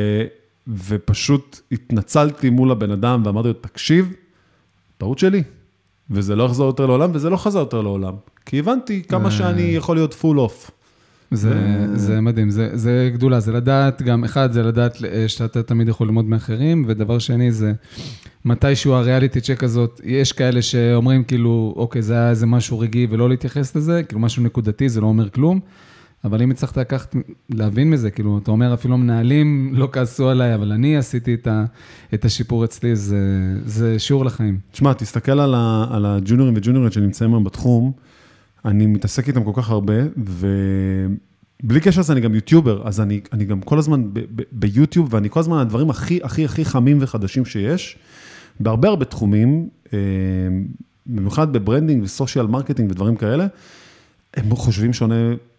ופשוט התנצלתי מול הבן אדם, ואמרתי לו, תקשיב, טעות שלי, וזה לא יחזור יותר לעולם, וזה לא חזר יותר לעולם, כי הבנתי כמה שאני יכול להיות פול אוף. זה, זה מדהים, זה, זה גדולה, זה לדעת, גם אחד, זה לדעת שאתה תמיד יכול ללמוד מאחרים, ודבר שני זה, מתישהו הריאליטי צ'ק הזאת, יש כאלה שאומרים כאילו, אוקיי, זה היה איזה משהו רגעי, ולא להתייחס לזה, כאילו משהו נקודתי, זה לא אומר כלום, אבל אם הצלחת לקחת, להבין מזה, כאילו, אתה אומר, אפילו מנהלים לא כעסו עליי, אבל אני עשיתי את, ה, את השיפור אצלי, זה, זה שיעור לחיים. תשמע, תסתכל על, ה, על הג'וניורים וג'וניוריות שנמצאים היום בתחום, אני מתעסק איתם כל כך הרבה, ובלי קשר לזה אני גם יוטיובר, אז אני, אני גם כל הזמן ב, ב, ביוטיוב, ואני כל הזמן הדברים הכי, הכי, הכי חמים וחדשים שיש, בהרבה הרבה תחומים, במיוחד בברנדינג וסושיאל מרקטינג ודברים כאלה, הם חושבים שונה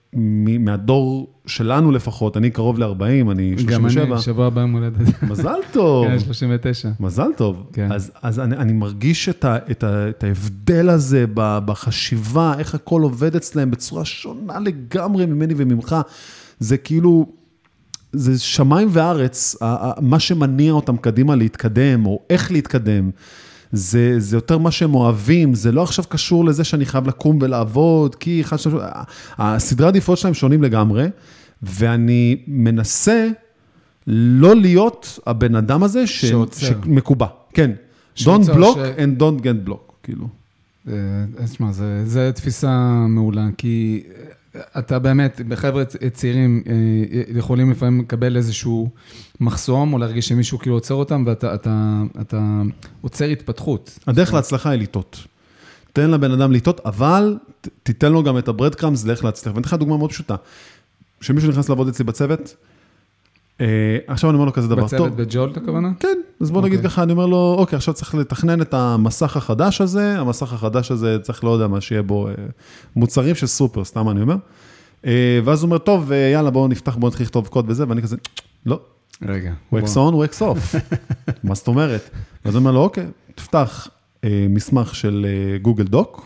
מהדור שלנו לפחות, אני קרוב ל-ארבעים, אני שלושים ושבע. גם אני, שבוע הבא מולדת. מזל טוב. כן, שלושים ותשע. מזל טוב. כן. אז, אז אני, אני מרגיש את, ה, את, ה, את ההבדל הזה בחשיבה, איך הכל עובד אצלהם בצורה שונה לגמרי ממני וממך. זה כאילו, זה שמיים וארץ, מה שמניע אותם קדימה להתקדם, או איך להתקדם. זה, זה יותר מה שהם אוהבים, זה לא עכשיו קשור לזה שאני חייב לקום ולעבוד, כי אחד שני, הסדרי העדיפות שלהם שונים לגמרי, ואני מנסה לא להיות הבן אדם הזה ש... שמקובע. כן. Don't block ש... and don't get block, כאילו. אז שמה, זה, זה תפיסה מעולה, כי אתה באמת, בחבר'ה צעירים יכולים לפעמים לקבל איזשהו מחסום, או להרגיש שמישהו כאילו עוצר אותם, ואתה אתה, אתה עוצר התפתחות. הדרך להצלחה היא ליטות. תן לבן אדם ליטות, אבל תיתן לו גם את הברד קראמס, דרך להצלח. ואני אתן לך דוגמה מאוד פשוטה. כשמישהו נכנס לעבוד אצלי בצוות, עכשיו אני אומר לו כזה דבר טוב. בצוות בג'ולט הכוונה? כן, אז בוא נגיד ככה, אני אומר לו, אוקיי, עכשיו צריך לתכנן את המסך החדש הזה, המסך החדש הזה צריך לא יודע מה שיהיה בו, מוצרים של סופר, סתם אני אומר. ואז הוא אומר, טוב, יאללה, בואו נפתח, בואו נתחיל לכתוב קוד וזה, ואני כזה, לא. רגע. wax on, wax off. מה זאת אומרת? ואז הוא אומר לו, אוקיי, תפתח מסמך של גוגל דוק,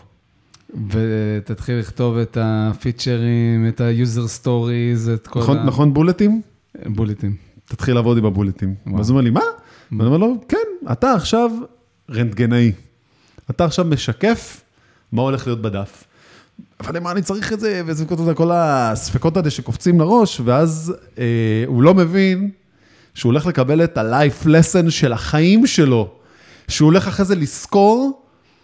ותתחיל לכתוב את הפיצ'רים, את ה-user stories, את כל נכון, ה... נכון בולטים? בולטים. תתחיל לעבוד עם הבולטים. ואז הוא אומר לי, מה? ואני אומר לו, כן, אתה עכשיו רנטגנאי. אתה עכשיו משקף מה הולך להיות בדף. אבל למה אני צריך את זה? וזה כל הספקות האלה שקופצים לראש, ואז אה, הוא לא מבין שהוא הולך לקבל את ה-life lesson של החיים שלו, שהוא הולך אחרי זה לזכור,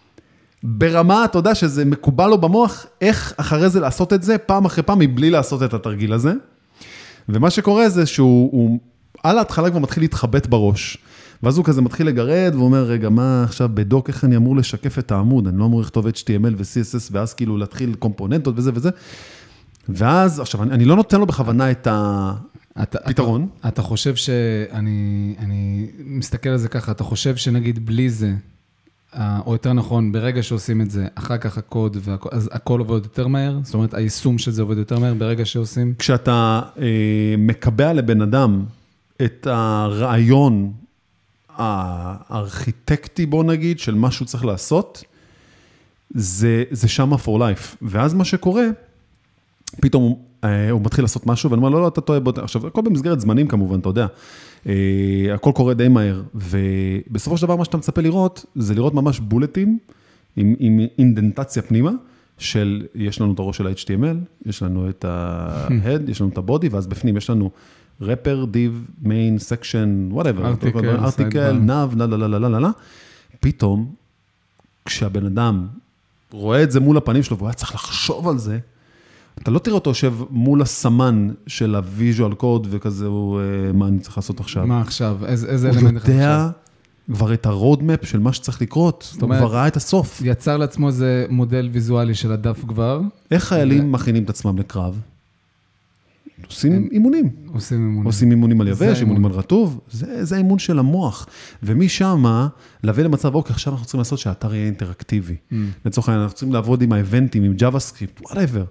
ברמה, אתה יודע שזה מקובל לו במוח, איך אחרי זה לעשות את זה, פעם אחרי פעם, מבלי לעשות את התרגיל הזה. ומה שקורה זה שהוא, הוא, על ההתחלה כבר מתחיל להתחבט בראש, ואז הוא כזה מתחיל לגרד, והוא אומר, רגע, מה עכשיו בדוק, איך אני אמור לשקף את העמוד? אני לא אמור לכתוב אייץ' טי אם אל ו-סי אס אס, ואז כאילו להתחיל קומפוננטות וזה וזה. ואז, עכשיו, אני, אני לא נותן לו בכוונה את הפתרון. אתה, אתה חושב שאני, אני מסתכל על זה ככה, אתה חושב שנגיד בלי זה, או יותר נכון, ברגע שעושים את זה, אחר כך הקוד, אז הכל עובד יותר מהר? זאת אומרת, היישום של זה עובד יותר מהר ברגע שעושים? כשאתה אה, מקבע לבן אדם את הרעיון הארכיטקטי, בוא נגיד, של מה שהוא צריך לעשות, זה, זה שמה for life. ואז מה שקורה, פתאום הוא, אה, הוא מתחיל לעשות משהו, ואני אומר, לא, לא, אתה טועה בו. עכשיו, הכל במסגרת זמנים כמובן, אתה יודע. הכל קורה די מהר, ובסופו של דבר מה שאתה מצפה לראות, זה לראות ממש בולטים, עם, עם אינדנטציה פנימה, של, יש לנו את הראש של ה-אייץ' טי אם אל, יש לנו את ה-head, יש לנו את ה-body, ואז בפנים יש לנו rapper, div, main, section, whatever, article, nav, לה, לה, לה, לה, לה, לה. פתאום, כשהבן אדם רואה את זה מול הפנים שלו, והוא היה צריך לחשוב על זה, אתה לא תראה אותו יושב מול הסמן של הוויז'ואל קוד, וכזה הוא, מה אני צריך לעשות עכשיו? מה עכשיו? איזה אלמנט עכשיו? הוא יודע כבר את הרודמפ של מה שצריך לקרות, הוא כבר ראה את הסוף. יצר לעצמו איזה מודל ויזואלי של הדף כבר. איך חיילים מכינים את עצמם לקרב? עושים אימונים. עושים אימונים. עושים אימונים על יבש, אימונים על רטוב, זה האימון של המוח. ומשם, להביא למצב, אוקיי, עכשיו אנחנו צריכים לעשות שהאתר יהיה אינטראקטיבי. לצורך העניין, אנחנו צריכים לעבוד עם האבנטים, עם JavaScript, whatever.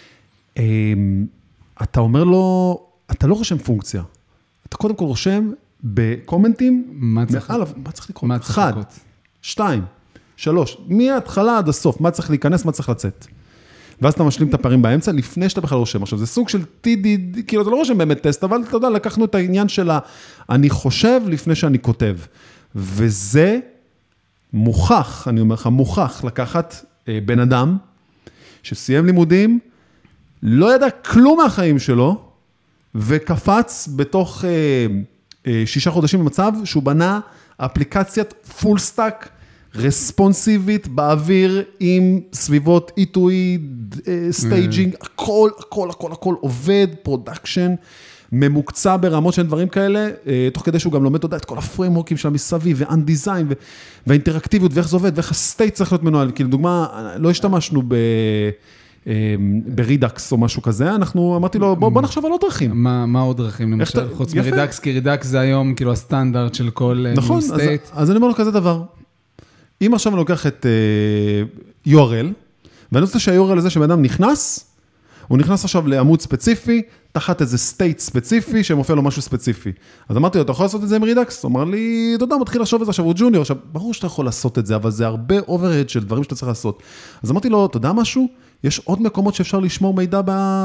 אתה אומר לו, אתה לא רושם פונקציה, אתה קודם כל רושם בקומנטים, מה צריך, מה צריך לקרות? אחד, שתיים, שלוש, מההתחלה עד הסוף, מה צריך להיכנס, מה צריך לצאת. ואז אתה משלים את הפערים באמצע, לפני שאתה בכלל רושם. עכשיו, זה סוג של טי די די, כאילו אתה לא רושם באמת טסט, אבל אתה יודע, לקחנו את העניין של אני חושב לפני שאני כותב. וזה מוכח, אני אומר לך, מוכח לקחת בן אדם, שסיים לימודים, לא ידע כלום מהחיים שלו, וקפץ בתוך אה, אה, שישה חודשים במצב, שהוא בנה אפליקציית פול סטאק, רספונסיבית באוויר, עם סביבות איתוי, אה, סטייג'ינג, mm. הכל, הכל, הכל, הכל עובד, פרודקשן, ממוקצע ברמות של דברים כאלה, אה, תוך כדי שהוא גם לומד, תודה, את כל הפריימורקים של המסביב, ואנדיזיין, והאינטראקטיביות, ואיך זה עובד, ואיך הסטייט צריך להיות מנוהל, כי לדוגמה, לא השתמשנו ב... ברידקס או משהו כזה, אנחנו אמרתי לו, בוא נחשוב על עוד דרכים. מה עוד דרכים, למשל, חוץ מרידקס, כי רידקס זה היום כאילו הסטנדרט של כל נכון, אז אני אומר לו כזה דבר. אם עכשיו אני לוקח את יו אר אל, ואני רוצה שה-יו אר אל הזה שבן אדם נכנס, הוא נכנס עכשיו לעמוד ספציפי, תחת איזה סטייט ספציפי, שמופיע לו משהו ספציפי. אז אמרתי לו, אתה יכול לעשות את זה עם רידקס? הוא אמר לי, אתה יודע, מתחיל לחשוב את זה עכשיו, הוא ג'וניור, עכשיו, ברור שאתה יכול לעשות את זה, אבל זה הרבה אוברהד של דברים שאתה צריך לעשות. אז אמרתי לו, אתה יודע משהו? יש עוד מקומות שאפשר לשמור מידע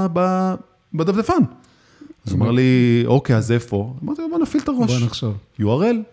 בדפדפן. אז הוא אמר לי, אוקיי, אז איפה? אמרתי לו, בוא נפיל את הראש. בוא נחשוב. יו אר אל.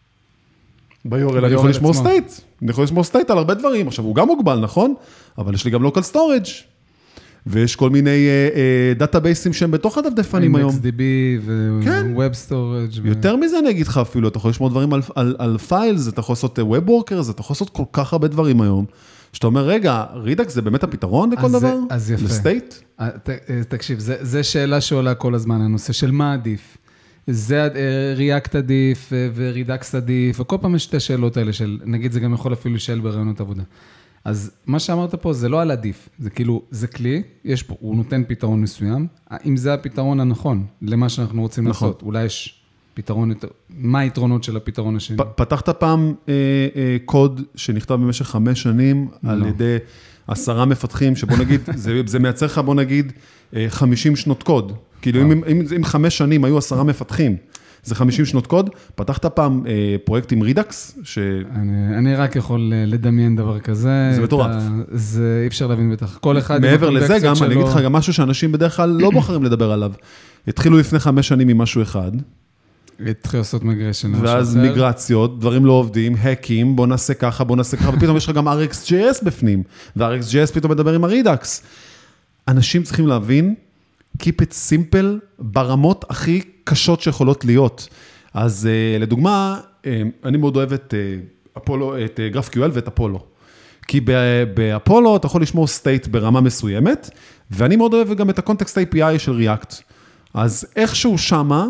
ב-יו אר אל אני יכול לשמור סטייט. אני יכול לשמור סטייט על הרבה דברים. עכשיו, הוא גם מוגבל, נכון? אבל יש לי גם local storage. ויש כל מיני דאטאבייסים שהם בתוך הדפדפנים היום. אקס די בי ו-Web Storage. יותר מזה אני אגיד לך אפילו, אתה יכול לשמור דברים על פיילס, אתה יכול לעשות Web Workers, אתה יכול לעשות כל כך הרבה דברים היום, שאתה אומר, רגע, רידקס זה באמת הפתרון לכל דבר? אז יפה. לסטייט? תקשיב, זה שאלה שעולה כל הזמן, הנושא של מה עדיף. זה React עדיף ורידקס עדיף, וכל פעם יש שתי שאלות האלה של, נגיד זה גם יכול אפילו להישאל ברעיונות עבודה. אז מה שאמרת פה זה לא על עדיף, זה כאילו, זה כלי, יש פה, הוא נותן פתרון מסוים, אם זה הפתרון הנכון למה שאנחנו רוצים נכון. לעשות, אולי יש פתרון, מה היתרונות של הפתרון השני? פתחת פעם אה, אה, קוד שנכתב במשך חמש שנים, לא. על ידי עשרה מפתחים, שבוא נגיד, זה, זה מייצר לך, בוא נגיד, אה, חמישים שנות קוד, כאילו אם, אם, אם חמש שנים היו עשרה מפתחים, זה חמישים שנות קוד, פתחת פעם אה, פרויקט עם רידקס, ש... אני, אני רק יכול לדמיין דבר כזה. זה מטורף. זה אי אפשר להבין בטח. כל אחד... מעבר לזה גם, שלו... אני אגיד לך גם משהו שאנשים בדרך כלל לא בוחרים לדבר עליו. התחילו לפני חמש שנים עם משהו אחד. התחילו לעשות מגרשן. ואז מיגרציות, דברים לא עובדים, האקים, בוא נעשה ככה, בוא נעשה ככה, ופתאום יש לך גם אר אקס ג'יי אס בפנים, וה-אר אקס ג'יי אס פתאום מדבר עם הרידקס. אנשים צריכים להבין, keep it simple, ברמות הכי קשות שיכולות להיות. אז לדוגמה, אני מאוד אוהב את אפולו, את GraphQL ואת אפולו. כי באפולו אתה יכול לשמור state ברמה מסוימת, ואני מאוד אוהב גם את ה-Context איי פי איי של React. אז איכשהו שמה,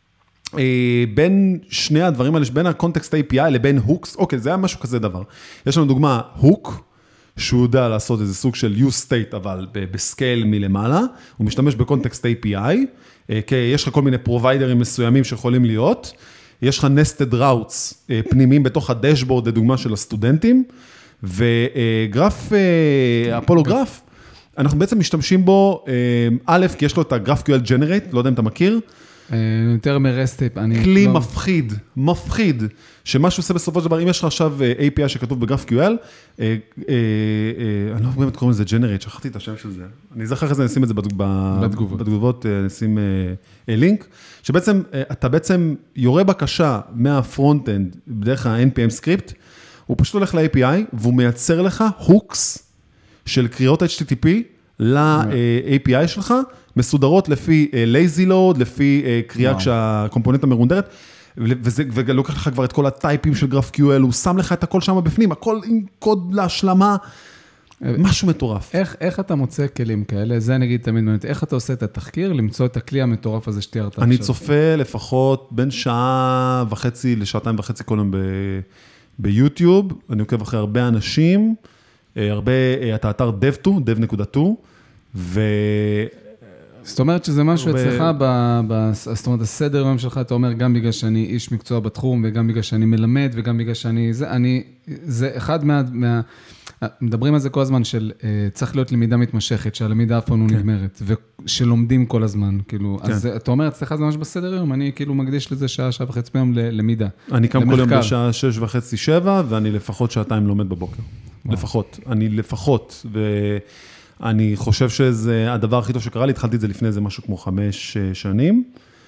בין שני הדברים האלה, בין ה-Context איי פי איי לבין hooks, אוקיי, זה היה משהו כזה דבר. יש לנו דוגמה, hook, שהוא יודע לעשות איזה סוג של use state, אבל בסקייל מלמעלה, הוא משתמש ב-Context איי פי איי, כי יש לך כל מיני פרוביידרים מסוימים שיכולים להיות, יש לך nested routes פנימיים בתוך הדשבורד, לדוגמה של הסטודנטים, וגרף, אפולו גרף, אנחנו בעצם משתמשים בו, א', כי יש לו את ה-GraphQL Generate, לא יודע אם אתה מכיר, יותר מרסטיפ. כלי מפחיד, מפחיד, שמה שהוא עושה בסופו של דבר, אם יש לך עכשיו איי פי איי שכתוב ב-GraphQL, אני לא באמת קוראים לזה Generate, שכחתי את השם של זה. אני זוכר אחרי זה, נשים את זה בתגובות, נשים לינק, שבעצם, אתה בעצם יורה בקשה מהפרונט-אנד, בדרך ה-אן פי אם סקריפט, הוא פשוט הולך ל-איי פי איי, והוא מייצר לך הוקס של קריאות אייץ' טי טי פי ל-איי פי איי שלך, מסודרות לפי lazy load, לפי קריאה כשהקומפוננט המרונדרת, ולוקח לך כבר את כל הטייפים של GraphQL, הוא שם לך את הכל שם בפנים, הכל עם קוד להשלמה, משהו מטורף. איך, איך אתה מוצא כלים כאלה? זה נגיד תמיד מעניין, איך אתה עושה את התחקיר, למצוא את הכלי המטורף הזה שתיארת עכשיו? אני צופה לפחות בין שעה וחצי לשעתיים וחצי כל יום ביוטיוב, אני עוקב אחרי הרבה אנשים, הרבה, את האתר דב טו, דב נקודה טו, ו... זאת אומרת שזה משהו אצלך, זאת אומרת, הסדר היום שלך, אתה אומר, גם בגלל שאני איש מקצוע בתחום, וגם בגלל שאני מלמד, וגם בגלל שאני, זה, אני, זה אחד מה, מה, מדברים על זה כל הזמן, של צריך להיות למידה מתמשכת, שהלמידה אף פעם לא נגמרת, ושלומדים כל הזמן, כאילו, אז אתה אומר, אצלך זה ממש בסדר היום, אני כאילו מקדיש לזה שעה, שעה וחצי ביום ללמידה. אני קם כל יום בשעה שש וחצי, שבע, ואני לפחות שעתיים לומד בבוקר. לפחות, אני לפחות, ו... אני חושב שזה הדבר הכי טוב שקרה לי, התחלתי את זה לפני איזה משהו כמו חמש שנים,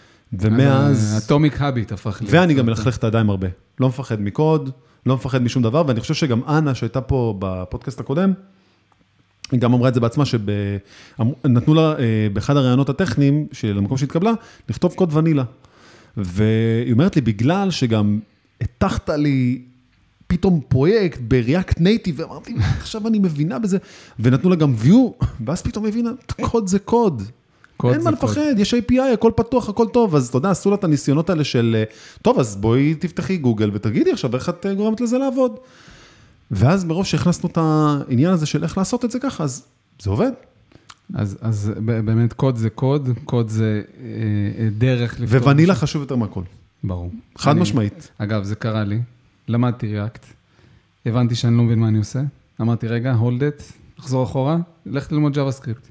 ומאז... אטומיק הביט הפך לי. ואני גם מלכלך את הידיים הרבה. לא מפחד מקוד, לא מפחד משום דבר, ואני חושב שגם אנה, שהייתה פה בפודקאסט הקודם, היא גם אמרה את זה בעצמה, שנתנו לה באחד הרעיונות הטכניים, של המקום שהתקבלה, לכתוב קוד ונילה. והיא אומרת לי, בגלל שגם התחת לי... פתאום פרויקט ב-React Native, ואמרתי, עכשיו אני מבינה בזה, ונתנו לה גם view, ואז פתאום הבינה, קוד זה קוד. אין מה לפחד, יש איי פי איי, הכל פתוח, הכל טוב, אז אתה יודע, עשו לה את הניסיונות האלה של, טוב, אז בואי תפתחי גוגל, ותגידי עכשיו איך את גורמת לזה לעבוד. ואז מרוב שהכנסנו את העניין הזה של איך לעשות את זה ככה, אז זה עובד. אז, אז באמת קוד זה קוד, קוד זה אה, דרך לפתור. וונילה חשוב יותר מהכל. ברור. חד אני, משמעית. אגב, זה קרה לי, למדתי ריאקט, הבנתי שאני לא מבין מה אני עושה, אמרתי, רגע, hold it, לחזור אחורה, לך ללמוד JavaScript.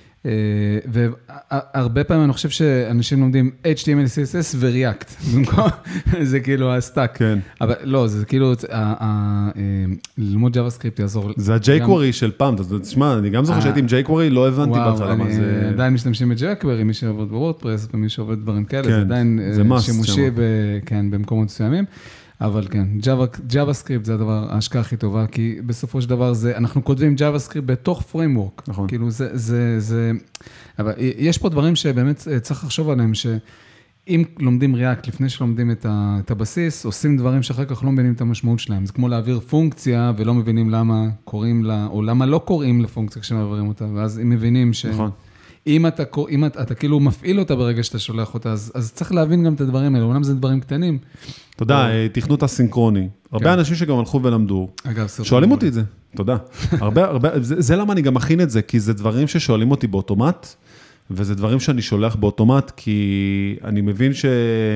והרבה פעמים אני חושב שאנשים לומדים אייץ' טי אם אל, סי אס אס וריאקט, זה כאילו הסטאק. כן. אבל לא, זה כאילו, ללמוד JavaScript יעזור. זה ה-jQuery של פעם, תשמע, אני גם זוכר שהייתי עם jQuery, לא הבנתי בהתחלה מה זה. וואו, עדיין משתמשים ב-jQuery, מי שעובד בוורדפרס ומי שעובד דברים כאלה, זה עדיין שימושי במקומות מסוימים. אבל כן, JavaScript זה הדבר, ההשקעה הכי טובה, כי בסופו של דבר זה, אנחנו כותבים JavaScript בתוך framework. נכון. כאילו זה, זה, זה, אבל יש פה דברים שבאמת צריך לחשוב עליהם, שאם לומדים React לפני שלומדים את, ה, את הבסיס, עושים דברים שאחר כך לא מבינים את המשמעות שלהם. זה כמו להעביר פונקציה, ולא מבינים למה קוראים לה, או למה לא קוראים לפונקציה כשמעבירים אותה, ואז אם מבינים ש... נכון. אם אתה, אם אתה, אתה כאילו מפעיל אותה ברגע שאתה שולח אותה, אז, אז צריך להבין גם את הדברים האלה, אומנם זה דברים קטנים. תודה, תכנות הסינכרוני. הרבה אנשים שגם הלכו ולמדו, שואלים אותי את זה, תודה. הרבה, הרבה, זה, זה למה אני גם מכין את זה, כי זה דברים ששואלים אותי באוטומט, וזה דברים שאני שולח באוטומט, כי אני מבין ש...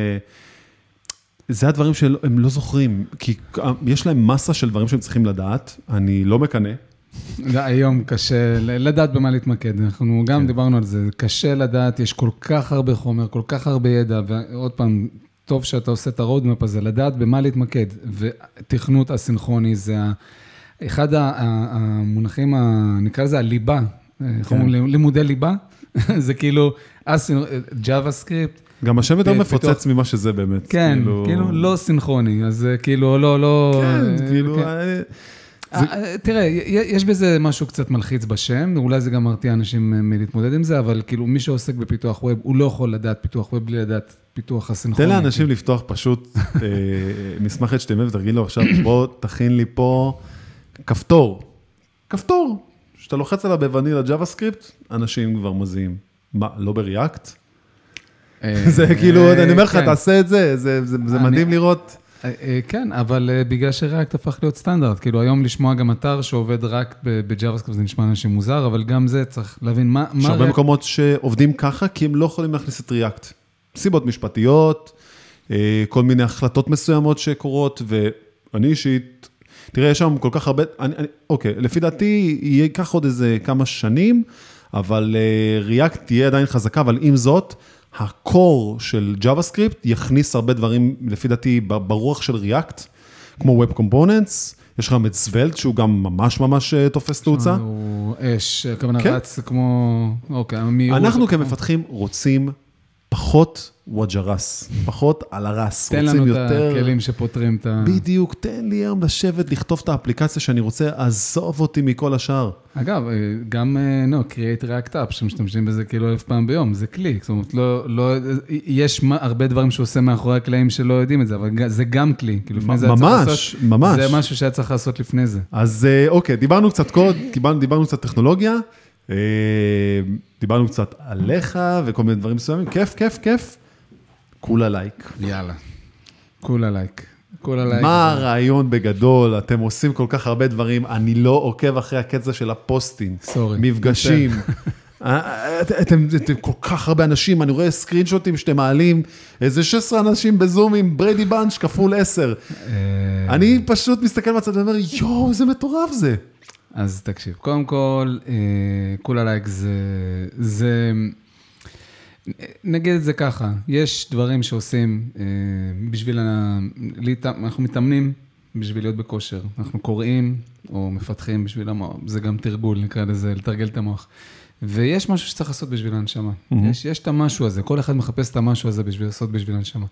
זה הדברים שהם לא זוכרים, כי יש להם מסה של דברים שהם צריכים לדעת, אני לא מקנה. היום קשה לדעת במה להתמקד, אנחנו גם דיברנו על זה, קשה לדעת, יש כל כך הרבה חומר, כל כך הרבה ידע, ועוד פעם, טוב שאתה עושה את הרודמפ הזה, לדעת במה להתמקד, ותכנות הסינכרוני זה אחד המונחים, נקרא לזה הליבה, לימודי ליבה, זה כאילו JavaScript, גם השם יותר מפוצץ ממה שזה באמת. כן, כאילו לא סינכרוני, אז כאילו לא, לא... כן, כאילו... תראה, יש בזה משהו קצת מלחיץ בשם, אולי זה גם מרתיע אנשים מלהתמודד עם זה, אבל כאילו מי שעוסק בפיתוח ווב, הוא לא יכול לדעת פיתוח ווב בלי לדעת פיתוח הסינכרוני. תן לאנשים לפתוח פשוט מסמך אייץ' טי אם אל ותרגיל לו עכשיו, בוא תכין לי פה כפתור, כפתור, שאתה לוחץ עליו בוונילה JavaScript, אנשים כבר מזיעים. מה, לא בריאקט? זה כאילו, אני אומר לך, תעשה את זה, זה מדהים לראות. כן, אבל בגלל שריאקט הפך להיות סטנדרט, כאילו היום לשמוע גם אתר שעובד רק ב-JavaScript, זה נשמע אנשים מוזר, אבל גם זה צריך להבין מה... יש הרבה מקומות שעובדים ככה, כי הם לא יכולים להכניס את ריאקט. סיבות משפטיות, כל מיני החלטות מסוימות שקורות, ואני אישית, תראה, יש שם כל כך הרבה, אוקיי, לפי דעתי ייקח עוד איזה כמה שנים, אבל ריאקט תהיה עדיין חזקה, אבל עם זאת, הקור של JavaScript יכניס הרבה דברים, לפי דעתי, ברוח של React, כמו Web Components, יש לך את Svelte, שהוא גם ממש ממש תופס תאוצה. הוא אש, כמובן רץ כמו... אוקיי, אנחנו כמפתחים רוצים פחות וג'רס, פחות על הרס. תן לנו את הכלים שפותרים את ה... בדיוק, תן לי היום לשבת, לכתוב את האפליקציה שאני רוצה, עזוב אותי מכל השאר. אגב, גם, no, Create React App, שמשתמשים בזה כאילו אלף פעם ביום, זה כלי, זאת אומרת, לא, לא, יש הרבה דברים שהוא עושה מאחורי הקלעים שלא יודעים את זה, אבל זה גם כלי, כאילו לפני זה היה צריך לעשות. ממש, ממש. זה משהו שהיה צריך לעשות לפני זה. אז אוקיי, דיברנו קצת קוד, דיברנו קצת טכנולוגיה, דיברנו קצת עליך וכל מיני דברים מסוימים, כיף, כיף, כיף. כולה לייק. יאללה. כולה לייק. כולה לייק. מה הרעיון בגדול? אתם עושים כל כך הרבה דברים, אני לא עוקב אחרי הקצה של הפוסטים. סורי. מפגשים. אתם כל כך הרבה אנשים, אני רואה סקרינשוטים שאתם מעלים, איזה שש עשרה אנשים בזום עם בריידי בנץ' כפול עשר. אני פשוט מסתכל בצד ואומר, יואו, איזה מטורף זה. אז תקשיב, קודם כל, כולה לייק זה... נגיד את זה ככה, יש דברים שעושים בשביל, אנחנו מתאמנים בשביל להיות בכושר, אנחנו קוראים או מפתחים בשביל המוח, זה גם תרגול, נקרא לזה, לתרגל את המוח, ויש משהו שצריך לעשות בשביל הנשמה, mm-hmm. יש, יש את המשהו הזה, כל אחד מחפש את המשהו הזה בשביל לעשות בשביל הנשמה,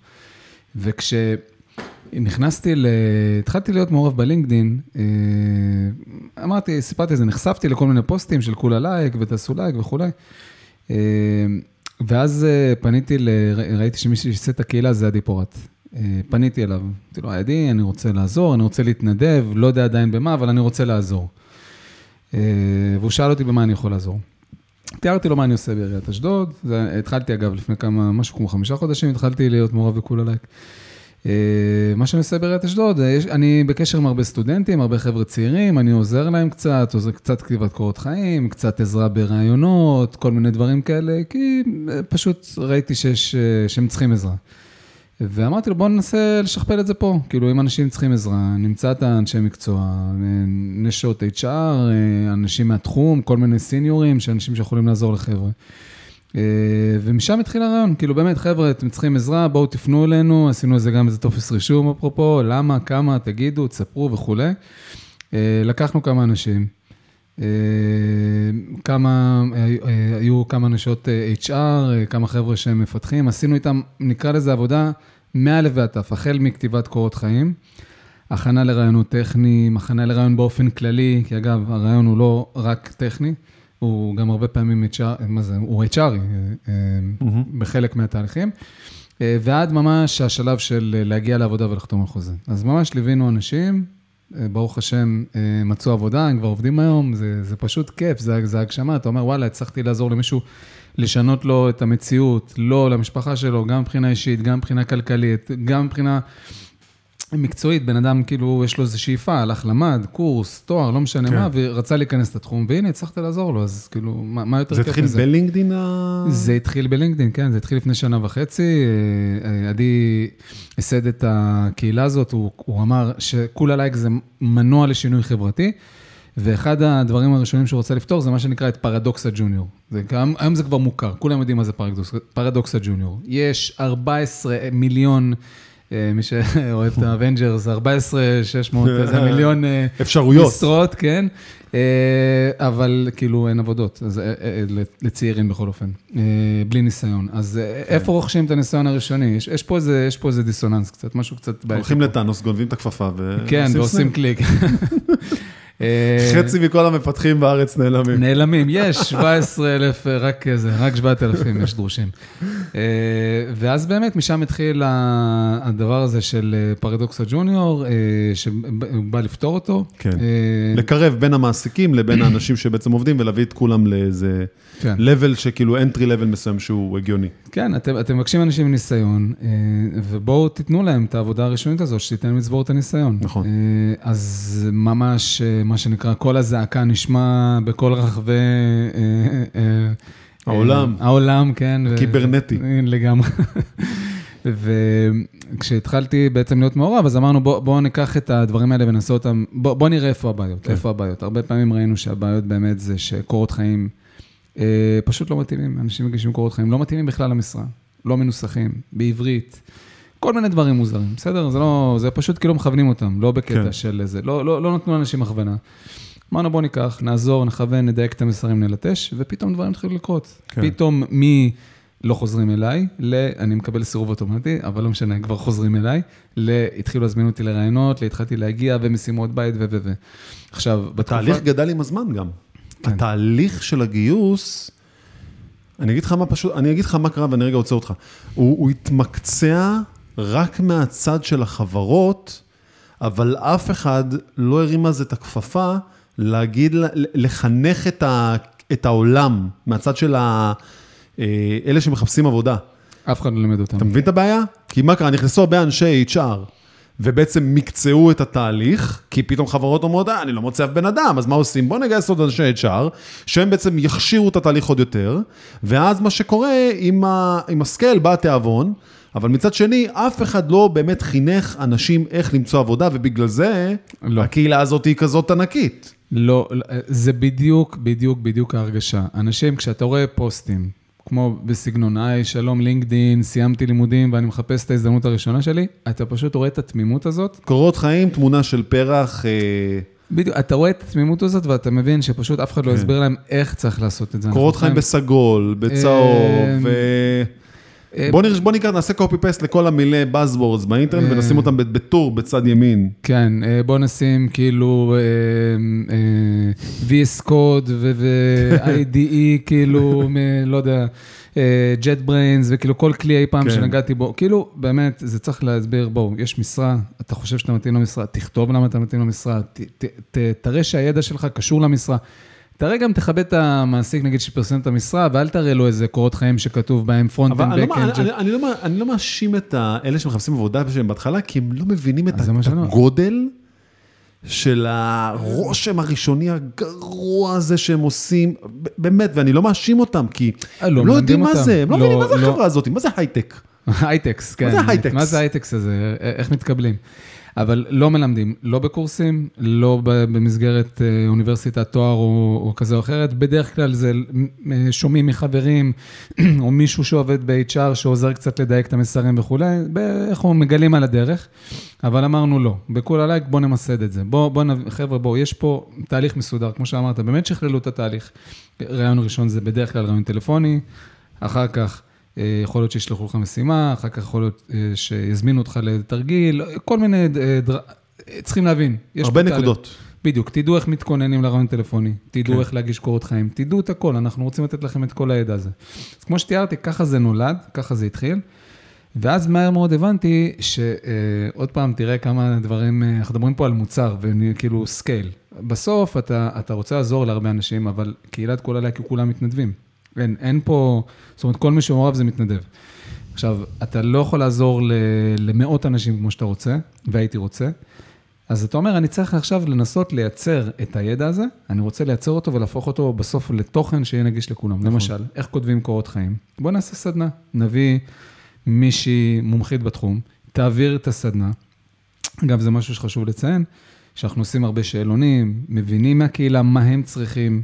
וכשנכנסתי, התחלתי להיות מעורב בלינקדין, אמרתי, סיפרתי את זה, נחשפתי לכל מיני פוסטים של כולה לייק ותעשו לייק וכולי, ואז פניתי, ראיתי שמישהו שעשה את הקהילה, זה עדי פורט. פניתי אליו, אמרתי לו, עדי, אני רוצה לעזור, אני רוצה להתנדב, לא יודע עדיין במה, אבל אני רוצה לעזור. והוא שאל אותי במה אני יכול לעזור. תיארתי לו מה אני עושה בעיריית אשדוד, התחלתי אגב לפני כמה, משהו כמו חמישה חודשים, התחלתי להיות מעורב וכולה לייק. מה שאני עושה בעיריית אשדוד, אני בקשר עם הרבה סטודנטים, הרבה חבר'ה צעירים, אני עוזר להם קצת, עוזר קצת כתיבת קורות חיים, קצת עזרה ברעיונות, כל מיני דברים כאלה, כי פשוט ראיתי שיש, שהם צריכים עזרה. ואמרתי לו, בוא ננסה לשכפל את זה פה, כאילו אם אנשים צריכים עזרה, נמצא את האנשי מקצוע, נשות אייץ' אר, אנשים מהתחום, כל מיני סיניורים, שאנשים שיכולים לעזור לחבר'ה. ומשם התחיל הרעיון, כאילו באמת, חבר'ה, אתם צריכים עזרה, בואו תפנו אלינו, עשינו איזה גם איזה טופס רישום, אפרופו, למה, כמה, תגידו, תספרו וכו'. לקחנו כמה אנשים, כמה, היו כמה נשות אייץ' אר, כמה חבר'ה שהם מפתחים, עשינו איתם, נקרא לזה עבודה, מאלף ועד תף, החל מכתיבת קורות חיים, הכנה לרעיונות טכניים, הכנה לרעיון באופן כללי, כי אגב, הרעיון הוא לא רק טכני, הוא גם הרבה פעמים אייץ' אר, מה זה, הוא אייץ' אר בחלק מהתהליכים, ועד ממש השלב של להגיע לעבודה ולחתום על חוזה. אז ממש ליווינו אנשים, ברוך השם, מצאו עבודה, הם כבר עובדים היום, זה, זה פשוט כיף, זה, זה הגשמה, אתה אומר, וואלה, הצלחתי לעזור למישהו, לשנות לו את המציאות, לא למשפחה שלו, גם מבחינה אישית, גם מבחינה כלכלית, גם מבחינה מקצועית, בן אדם כאילו יש לו איזו שאיפה, הלך למד, קורס, תואר, לא משנה כן. מה, ורצה להיכנס לתחום, והנה, הצלחתי לעזור לו, אז כאילו, מה, מה יותר כיף מזה? זה התחיל בלינקדין? זה התחיל בלינקדין, כן, זה התחיל לפני שנה וחצי, עדי הסד את הקהילה הזאת, הוא, הוא אמר שכולה לייק זה מנוע לשינוי חברתי, ואחד הדברים הראשונים שהוא רוצה לפתור, זה מה שנקרא את פרדוקס הג'וניור. זה, היום זה כבר מוכר, כולם יודעים מה זה פרדוקס, פרדוקס הג'וניור. יש ארבעה עשר מיליון, מי שאוהב את האבנג'רס, ארבע עשרה אלף שש מאות, זה מיליון אפשרויות. משרות, כן, אבל כאילו אין עבודות, אז לצעירים בכל אופן, בלי ניסיון. אז איפה רוכשים את הניסיון הראשוני? יש פה איזה, יש פה איזה דיסוננס קצת, משהו קצת בעייתי. הולכים לטאנוס, גונבים את הכפפה ועושים כן, ועושים קליק. חצי מכל המפתחים בארץ נעלמים. נעלמים, יש שבעה עשר אלף, רק זה, רק שבעת אלפים יש דרושים. ואז באמת משם התחיל הדבר הזה של פרדוקס הג'וניור, שבא לפתור אותו. כן, לקרב בין המעסיקים לבין האנשים שבעצם עובדים, ולהביא את כולם לאיזה level שכאילו entry level מסוים שהוא הגיוני. כן, אתם מבקשים אנשים עם ניסיון, ובואו תיתנו להם את העבודה הראשונית הזאת, שתיתן לצבור את הניסיון. נכון. אז ממש מה שנקרא, כל הזעקה נשמע בכל רחבי העולם. העולם, כן. קיברנטי. לגמרי. וכשהתחלתי בעצם להיות מעורב, אז אמרנו, בואו ניקח את הדברים האלה ונעשה אותם, בואו נראה איפה הבעיות, איפה הבעיות. הרבה פעמים ראינו שהבעיות באמת זה שקורות חיים פשוט לא מתאימים. אנשים מגישים קורות חיים, לא מתאימים בכלל למשרה, לא מנוסחים, בעברית. כל מיני דברים מוזרים, בסדר? זה לא, זה פשוט כאילו מכוונים אותם, לא בקטע כן. של זה, לא, לא, לא נתנו אנשים הכוונה. אמרנו בוא ניקח, נעזור, נכוון, נדייק את המסרים, נלטש, ופתאום דברים התחילו לקרות. כן. פתאום מי לא חוזרים אליי, ל... אני מקבל סירוב אוטומטי, אבל לא משנה, כבר חוזרים אליי, ל... התחילו להזמין אותי לרעיונות, להתחלתי להגיע ומשימות בית ו... ו... ו... עכשיו, בתקופה... התהליך גדל עם הזמן גם. כן. התהליך של הגיוס, אני אגיד לך מה פשוט, אני אגיד לך מה קרה ואני רגע רוצה אותך. הוא, הוא התמקצע רק מהצד של החברות, אבל אף אחד לא הרים אז את הכפפה, להגיד, לחנך את, ה, את העולם, מהצד של ה, אלה שמחפשים עבודה. אף אחד לא לימד אותם. אתה מבין את הבעיה? כי מה קרה? נכנסו הרבה אנשי אייץ' אר, ובעצם מקצעו את התהליך, כי פתאום חברות אומרות, אה, אני לא מוצא אף בן אדם, אז מה עושים? בוא נגייס עוד אנשי אייץ' אר, שהם בעצם יכשירו את התהליך עוד יותר, ואז מה שקורה, עם, ה, עם הסקייל בא התיאבון, אבל מצד שני, אף אחד לא באמת חינך אנשים איך למצוא עבודה, ובגלל זה, לא. הקהילה הזאת היא כזאת ענקית. לא, זה בדיוק, בדיוק, בדיוק ההרגשה. אנשים, כשאתה רואה פוסטים, כמו בסגנון, היי, שלום, לינקדין, סיימתי לימודים, ואני מחפש את ההזדמנות הראשונה שלי, אתה פשוט רואה את התמימות הזאת. קורות חיים, תמונה של פרח. בדיוק, אתה רואה את התמימות הזאת, ואתה מבין שפשוט אף אחד לא יסביר להם איך צריך לעשות את זה. קורות חיים בסגול, בצהוב, בוא נראה, בוא נקרא, נעשה קופי פסט לכל המילי Buzzwords באינטרנט, ונשים אותם בטור בצד ימין. כן, בוא נשים כאילו וי אס Code ו-איי די אי, כאילו, לא יודע, JetBrains, וכאילו כל כלי אי פעם שנגעתי בו, כאילו, באמת, זה צריך להסביר, בואו, יש משרה, אתה חושב שאתה מתאים למשרה, תכתוב למה אתה מתאים למשרה, תראה שהידע שלך קשור למשרה, תראה גם תכבד את המעסיק, נגיד, שפרסם את המשרה, ואל תראה לו איזה קורות חיים שכתוב בהם פרונט אנד בק אנד. אבל אני, אני, אני לא מאשים את אלה שמחפשים עבודה שהם בהתחלה, כי הם לא מבינים את הגודל של הרושם הראשוני הגרוע הזה שהם עושים, באמת, ואני לא מאשים אותם, כי הם לא יודעים מה זה, הם לא מבינים מה זה החברה הזאת, מה זה הייטק? הייטקס, כן. מה זה הייטקס? מה זה הייטקס הזה? איך מתקבלים? אבל לא מלמדים, לא בקורסים, לא במסגרת אוניברסיטת תואר או, או כזה או אחרת, בדרך כלל זה שומעים מחברים, או מישהו שעובד ב-אייץ' אר, שעוזר קצת לדייק את המסרים וכולי, אנחנו מגלים על הדרך, אבל אמרנו לא, בכול עלייק בוא נמסד את זה, בוא, בוא, חבר'ה, בוא, יש פה תהליך מסודר, כמו שאמרת, באמת שכללו את התהליך, רעיון ראשון זה בדרך כלל רעיון טלפוני, אחר כך, יכול להיות שישלחו לך משימה, אחר כך יכול להיות שיזמינו אותך לתרגיל, כל מיני, צריכים להבין. הרבה נקודות. בדיוק, תדעו איך מתכוננים לרעיון טלפוני, תדעו איך להגיש קורות חיים, תדעו את הכל, אנחנו רוצים לתת לכם את כל הידע הזה. אז כמו שתיארתי, ככה זה נולד, ככה זה התחיל, ואז מהר מאוד הבנתי שעוד פעם תראה כמה דברים, אנחנו מדברים פה על מוצר, וכאילו סקייל. בסוף אתה, אתה רוצה לעזור להרבה אנשים, אבל קהילת כל עליה, כי כולם מתנדבים. אין, אין פה, זאת אומרת, כל מי שמעורב זה מתנדב. עכשיו, אתה לא יכול לעזור למאות אנשים כמו שאתה רוצה, והייתי רוצה, אז אתה אומר, אני צריך עכשיו לנסות לייצר את הידע הזה, אני רוצה לייצר אותו ולהפוך אותו בסוף לתוכן שיהיה נגיש לכולם. נכון. למשל, איך כותבים קורות חיים? בוא נעשה סדנה, נביא מישהי מומחית בתחום, תעביר את הסדנה. אגב, זה משהו שחשוב לציין, שאנחנו עושים הרבה שאלונים, מבינים מהקהילה מה הם צריכים,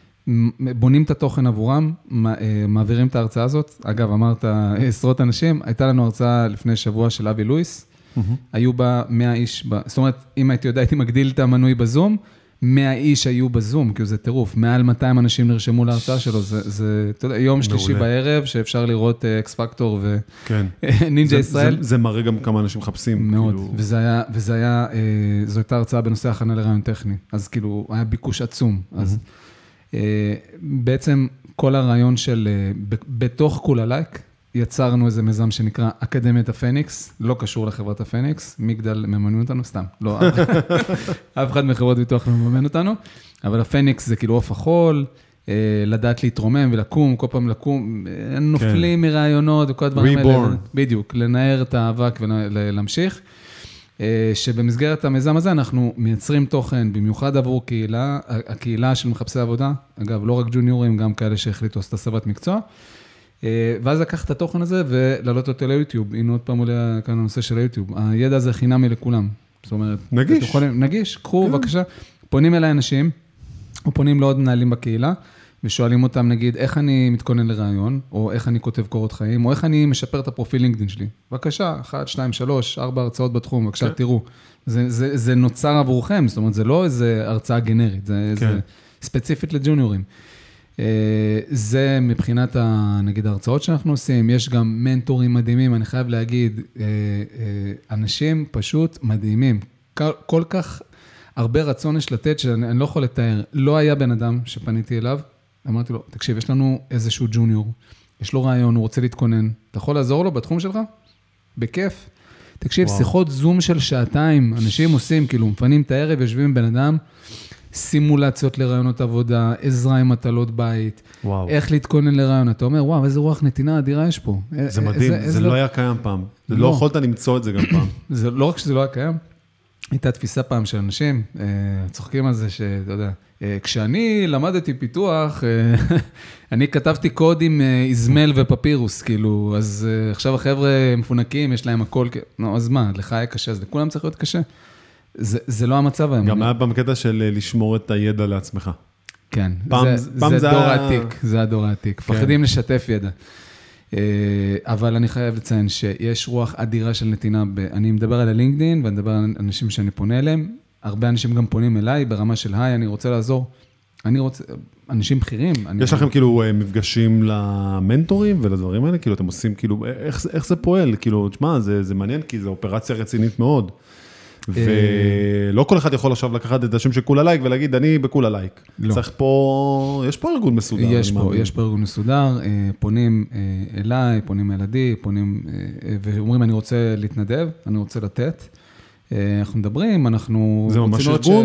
בונים את התוכן עבורם, מעבירים את ההרצאה הזאת. אגב, אמרת עשרות אנשים, הייתה לנו הרצאה לפני שבוע של אבי לואיס, היו בה מאה איש, זאת אומרת, אם הייתי יודע, הייתי מגדיל את המנוי בזום, מאה איש היו בזום, כי זה טירוף, מעל מאתיים אנשים נרשמו להרצאה שלו, זה, אתה יודע, יום שלישי בערב, שאפשר לראות אקס פקטור ונינג'ה ישראל. זה מראה גם כמה אנשים מחפשים. מאוד, וזה היה, וזה היה, זו הייתה הרצאה בנושא הכנה לרעיון טכני, אז כאילו, היה ביקוש עצום, אז בעצם כל הרעיון של, בתוך כול עלייק, יצרנו איזה מיזם שנקרא אקדמיית הפניקס, לא קשור לחברת הפניקס, מגדל מממנים אותנו, סתם, לא, אף אחד מחברות ביטוח לא מממן אותנו, אבל הפניקס זה כאילו עוף החול, לדעת להתרומם ולקום, כל פעם לקום, נופלים מרעיונות וכל הדברים האלה, בדיוק, לנער את האבק ולהמשיך, שבמסגרת המיזם הזה אנחנו מייצרים תוכן, במיוחד עבור קהילה, הקהילה של מחפשי עבודה, אגב, לא רק ג'וניורים, גם כאלה שהחליטו לעשות הסבת מקצוע, ואז לקח את התוכן הזה ולעלות אותו ליוטיוב, הנה עוד פעם עולה כאן הנושא של היוטיוב, הידע הזה חינמי לכולם, זאת אומרת, נגיש, יכולים, נגיש, קחו בבקשה, פונים אליי אנשים, או פונים לעוד מנהלים בקהילה, ושואלים אותם, נגיד, איך אני מתכונן לרעיון, או איך אני כותב קורות חיים, או איך אני משפר את הפרופיל לינקדין שלי. בבקשה, אחת, שתיים, שלוש, ארבע הרצאות בתחום, בבקשה, תראו. זה, זה, זה נוצר עבורכם, זאת אומרת, זה לא איזה הרצאה גנרית, זה, זה ספציפית לג'וניורים. זה מבחינת, נגיד, ההרצאות שאנחנו עושים, יש גם מנטורים מדהימים, אני חייב להגיד, אנשים פשוט מדהימים, כל כך הרבה רצון יש לתת, שאני לא יכול לתאר, לא היה בן אדם שפניתי אליו, אמרתי לו, תקשיב, יש לנו איזשהו ג'וניור, יש לו רעיון, הוא רוצה להתכונן, אתה יכול לעזור לו בתחום שלך? בכיף. תקשיב, וואו. שיחות זום של שעתיים, אנשים עושים, כאילו, מפנים את הערב, יושבים עם בן אדם, סימולציות לרעיונות עבודה, עזרה עם מטלות בית, וואו. איך להתכונן לרעיון, אתה אומר, וואו, איזה רוח נתינה אדירה יש פה. זה מדהים, זה, זה לא היה קיים פעם, זה לא, לא יכולת למצוא את זה גם פעם. זה לא רק שזה לא היה קיים, הייתה תפיסה פעם של אנשים, צוחקים על זה שאתה יודע, כשאני למדתי פיתוח, אני כתבתי קוד עם איזמל ופפירוס, כאילו, אז עכשיו החבר'ה מפונקים, יש להם הכל, נו, אז מה, לך היה קשה, אז לכולם צריך להיות קשה. זה, זה לא המצב היום. גם היה פעם קטע של לשמור את הידע לעצמך. כן, פעם, זה, פעם זה, זה הדור העתיק, זה הדור העתיק, כן. פחדים לשתף ידע. אבל אני חייב לציין שיש רוח אדירה של נתינה, אני מדבר על הלינקדין, ואני מדבר על אנשים שאני פונה אליהם, הרבה אנשים גם פונים אליי ברמה של, היי, אני רוצה לעזור, אני רוצה, אנשים בכירים. יש לכם כאילו מפגשים למנטורים ולדברים האלה, כאילו אתם עושים, כאילו, איך, איך זה פועל? כאילו, תשמע, זה, זה מעניין, כי זו אופרציה רצינית מאוד. ולא כל אחד יכול עכשיו לקחת את השם של כול עלייק ולהגיד, אני בכול עלייק. צריך פה, יש פה ארגון מסודר. יש פה, יש פה ארגון מסודר, פונים אליי, פונים אל עדי, פונים, ואומרים, אני רוצה להתנדב, אני רוצה לתת. אנחנו מדברים, אנחנו... זה ממש ארגון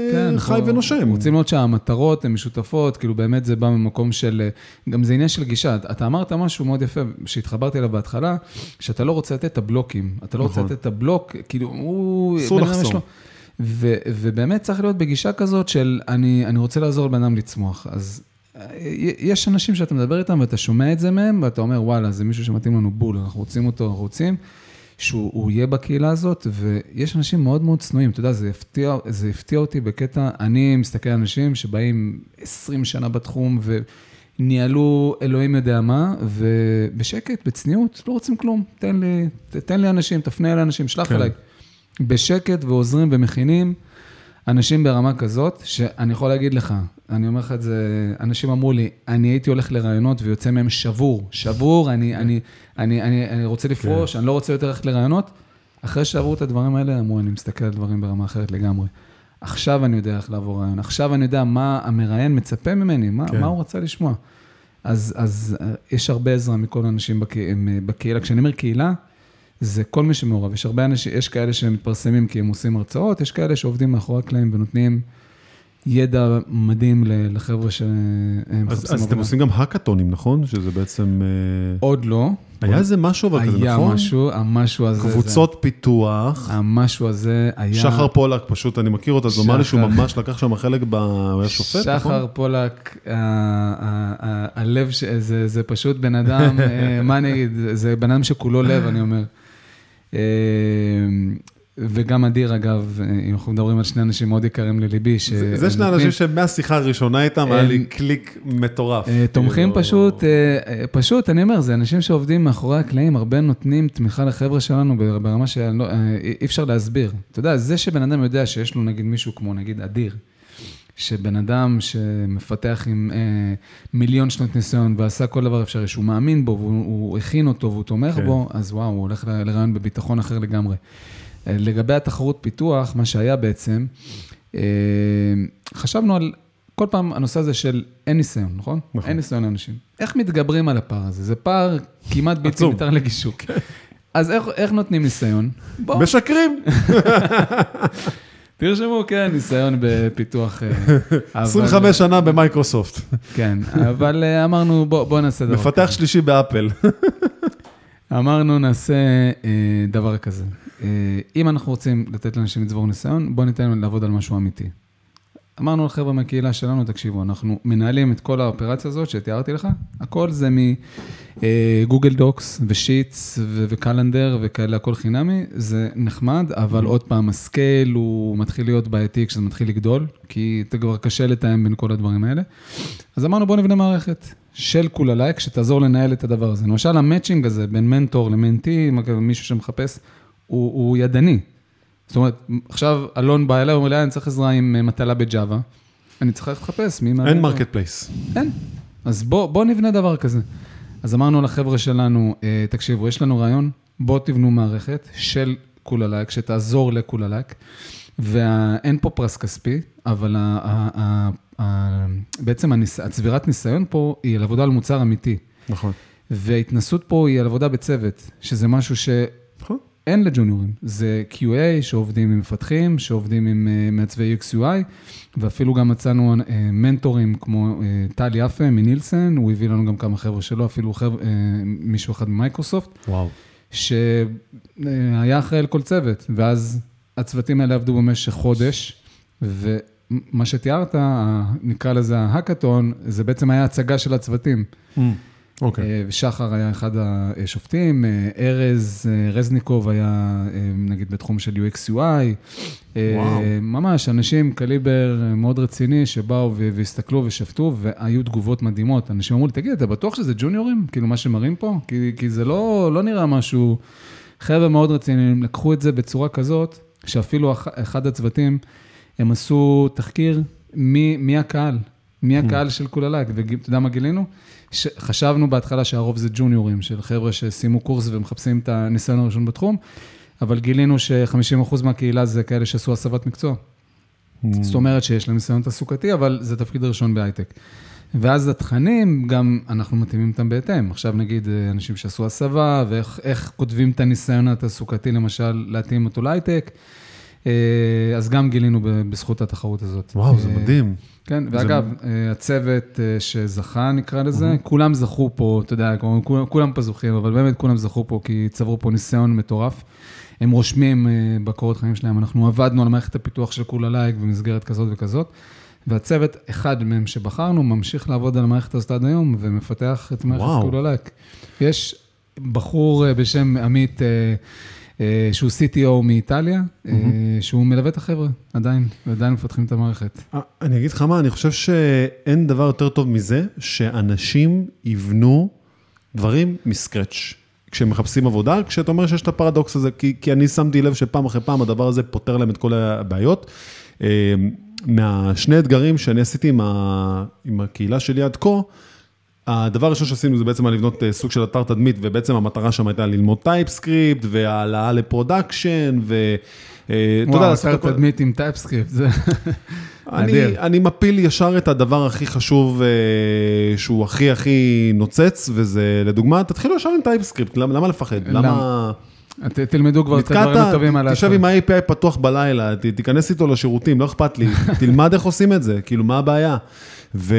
חי ונושם. רוצים לראות שהמטרות הן משותפות, כאילו באמת זה בא ממקום של, גם זה עניין של גישה. אתה אמרת משהו מאוד יפה, שהתחברתי אליו בהתחלה, שאתה לא רוצה לתת את הבלוקים. אתה לא רוצה לתת את הבלוק, כאילו, הוא... אסור לחסום. ובאמת צריך להיות בגישה כזאת של, אני רוצה לעזור לבן אדם לצמוח. אז יש אנשים שאתה מדבר איתם, ואתה שומע את זה מהם, ואתה אומר, וואלה, זה מישהו שמתאים לנו בול, אנחנו רוצים אותו, אנחנו רוצים, שהוא יהיה בקהילה הזאת, ויש אנשים מאוד מאוד צנועים, אתה יודע, זה הפתיע, זה הפתיע אותי בקטע, אני מסתכל על אנשים שבאים עשרים שנה בתחום, וניהלו אלוהים יודע מה, ובשקט, בצניעות, לא רוצים כלום, תן לי, תן לי אנשים, תפנה אל אנשים, שלח כן. אליי. בשקט ועוזרים ומכינים, אנשים ברמה כזאת, שאני יכול להגיד לך, אני אומר לך את זה, אנשים אמרו לי, אני הייתי הולך לרעיונות ויוצא מהם שבור, שבור, אני, אני, אני, אני, אני רוצה לפרוש, אני לא רוצה יותר ללכת לרעיונות. אחרי שעברו את הדברים האלה, אמרו, אני מסתכל על דברים ברמה אחרת לגמרי. עכשיו אני יודע איך לעבור רעיון, עכשיו אני יודע מה המראיין מצפה ממני, מה, מה הוא רצה לשמוע. אז, אז יש הרבה עזרה מכל האנשים בקהילה. כשאני אומר קהילה, זה כל מי שמעורב. יש הרבה אנשים, יש כאלה שמתפרסמים כי הם עושים הרצאות, יש כאלה שעובדים מאחורי הקלעים ונותנים ידע מדהים לחבר'ה שהם מחפשים עבודה. אז אתם עושים גם האקתונים, נכון? שזה בעצם... עוד לא. היה איזה משהו אבל כזה, נכון? היה משהו, המשהו הזה... קבוצות פיתוח. המשהו הזה היה... שחר פולק, פשוט, אני מכיר אותה, זאת אומרת לי שהוא ממש לקח שם חלק ב... הוא היה שופט, נכון? שחר פולק, הלב, זה פשוט בן אדם, מה אני אגיד? זה בן אדם שכולו לב, אני אומר. וגם אדיר, אגב, אם אנחנו מדברים על שני אנשים מאוד יקרים לליבי, זה שני אנשים שמהשיחה הראשונה איתם, היה לי קליק מטורף. תומכים פשוט, פשוט, אני אומר, זה אנשים שעובדים מאחורי הקלעים, הרבה נותנים תמיכה לחבר'ה שלנו, ברמה שאי אפשר להסביר. אתה יודע, זה שבן אדם יודע שיש לו, נגיד, מישהו כמו, נגיד, אדיר, שבן אדם שמפתח עם מיליון שנות ניסיון, ועשה כל דבר אפשרי, שהוא מאמין בו, והוא הכין אותו, והוא תומך בו, אז וואו, הוא הולך לרעיון בביטחון אחר לגמרי. לגבי התחרות פיתוח, מה שהיה בעצם, חשבנו על כל פעם הנושא הזה של אין ניסיון, נכון? נכון. אין ניסיון לאנשים. איך מתגברים על הפער הזה? זה פער כמעט בלתי ניתן לגישור. אז איך, איך נותנים ניסיון? בוא. משקרים. תרשמו, כן, ניסיון בפיתוח. עשרים וחמש שנה במייקרוסופט. כן, אבל אמרנו, בוא, בוא נעשה דבר. מפתח שלישי באפל. אמרנו, נעשה דבר כזה. אם אנחנו רוצים לתת לאנשים לצבור ניסיון, בוא ניתן להם לעבוד על משהו אמיתי. אמרנו לחבר'ה מהקהילה שלנו, תקשיבו, אנחנו מנהלים את כל האופרציה הזאת שתיארתי לך, הכל זה מגוגל דוקס ושיטס וקלנדר וכאלה, הכל חינמי, זה נחמד, אבל עוד פעם, הסקייל הוא מתחיל להיות בעייתי כשזה מתחיל לגדול, כי זה כבר קשה לתאם בין כל הדברים האלה. אז אמרנו, בוא נבנה מערכת של כולה לייק, שתעזור לנהל את הדבר הזה. למשל, המאצ'ינג הזה בין מנטור למנטי, מישהו שמחפש, הוא, הוא ידני. זאת אומרת, עכשיו אלון בא אליי, הוא אומר לי, אני צריך עזרה עם מטלה בג'אווה, אני צריך לחפש. אין מרקט פלייס. אין. אז בוא, בוא נבנה דבר כזה. אז אמרנו לחבר'ה שלנו, תקשיבו, יש לנו רעיון, בוא תבנו מערכת של כולה לייק, שתעזור לכולה לייק, ואין פה פרס כספי, אבל ה, ה, ה, ה, בעצם הניס, הצבירת ניסיון פה היא על עבודה על מוצר אמיתי. נכון. וההתנסות פה היא על עבודה בצוות, שזה משהו ש... נכון. אין לג'וניורים, זה קיו איי שעובדים עם מפתחים, שעובדים עם מעצבי יו אקס יו איי, ואפילו גם מצאנו מנטורים כמו טל יפה מנילסן, הוא הביא לנו גם כמה חבר'ה שלו, אפילו חבר'ה, מישהו אחד ממייקרוסופט, וואו. שהיה אחראי על כל צוות, ואז הצוותים האלה עבדו במשך חודש, ומה שתיארת, נקרא לזה ההקאטון, זה בעצם היה הצגה של הצוותים. אוקיי. ושחר היה אחד השופטים, ארז רזניקוב היה נגיד בתחום של יו אקס יו איי, ממש אנשים קליבר מאוד רציני שבאו והסתכלו ושפטו והיו תגובות מדהימות. אנשים אמרו לי, תגיד, אתה בטוח שזה ג'וניורים? כאילו מה שמראים פה? כי, כי זה לא, לא נראה משהו, חבר'ה מאוד רציניים, לקחו את זה בצורה כזאת, שאפילו אחד הצוותים, הם עשו תחקיר מי, מי הקהל, מי הקהל של כולה לייק, ואתה יודע מה גילינו? חשבנו בהתחלה שהרוב זה ג'וניורים, של חבר'ה ששימו קורס ומחפשים את הניסיון הראשון בתחום, אבל גילינו ש-חמישים אחוז מהקהילה זה כאלה שעשו הסבת מקצוע. זאת אומרת שיש להם ניסיון תעסוקתי, אבל זה תפקיד ראשון בהייטק. ואז התכנים, גם אנחנו מתאימים אותם בהתאם. עכשיו נגיד אנשים שעשו הסבה, ואיך כותבים את הניסיון התעסוקתי, למשל להתאים אותו להייטק, אז גם גילינו בזכות התחרות הזאת. וואו, זה מדהים. כן, ואגב, הצוות שזכה, נקרא לזה, כולם זכו פה, אתה יודע, כולם פה זוכים, אבל באמת כולם זכו פה, כי צברו פה ניסיון מטורף. הם רושמים בקורות חיים שלהם, אנחנו עבדנו על מערכת הפיתוח של כולה לייק במסגרת כזאת וכזאת, והצוות, אחד מהם שבחרנו, ממשיך לעבוד על המערכת הזאת עד היום, ומפתח את מערכת כולה לייק. יש בחור בשם עמית, שהוא סי טי או מאיטליה, שהוא מלווה את החבר'ה, עדיין, ועדיין מפתחים את המערכת. אני אגיד לך מה, אני חושב שאין דבר יותר טוב מזה, שאנשים יבנו דברים מסקרץ'. כשהם מחפשים עבודה, כשאתה אומר שיש את הפרדוקס הזה, כי, כי אני שמתי לב שפעם אחרי פעם הדבר הזה פותר להם את כל הבעיות. מהשני אתגרים שאני עשיתי עם, ה, עם הקהילה שלי עד כה, הדבר הראשון שעשינו זה בעצם לבנות סוג של אתר תדמית, ובעצם המטרה שם הייתה ללמוד טייפסקריפט, והעלאה לפרודקשן, ו... וואו, אתר תדמית עם טייפסקריפט, זה אני, אני מפיל ישר את הדבר הכי חשוב, שהוא הכי הכי נוצץ, וזה לדוגמה, תתחילו ישר עם טייפסקריפט, למה, למה לפחד? למה... תלמדו כבר את הדברים הטובים על תשב עם ה-איי פי איי פתוח בלילה, תיכנס איתו לשירותים, לא אכפת לי, תלמד איך עושים את זה, כאילו מה הבעיה? ו...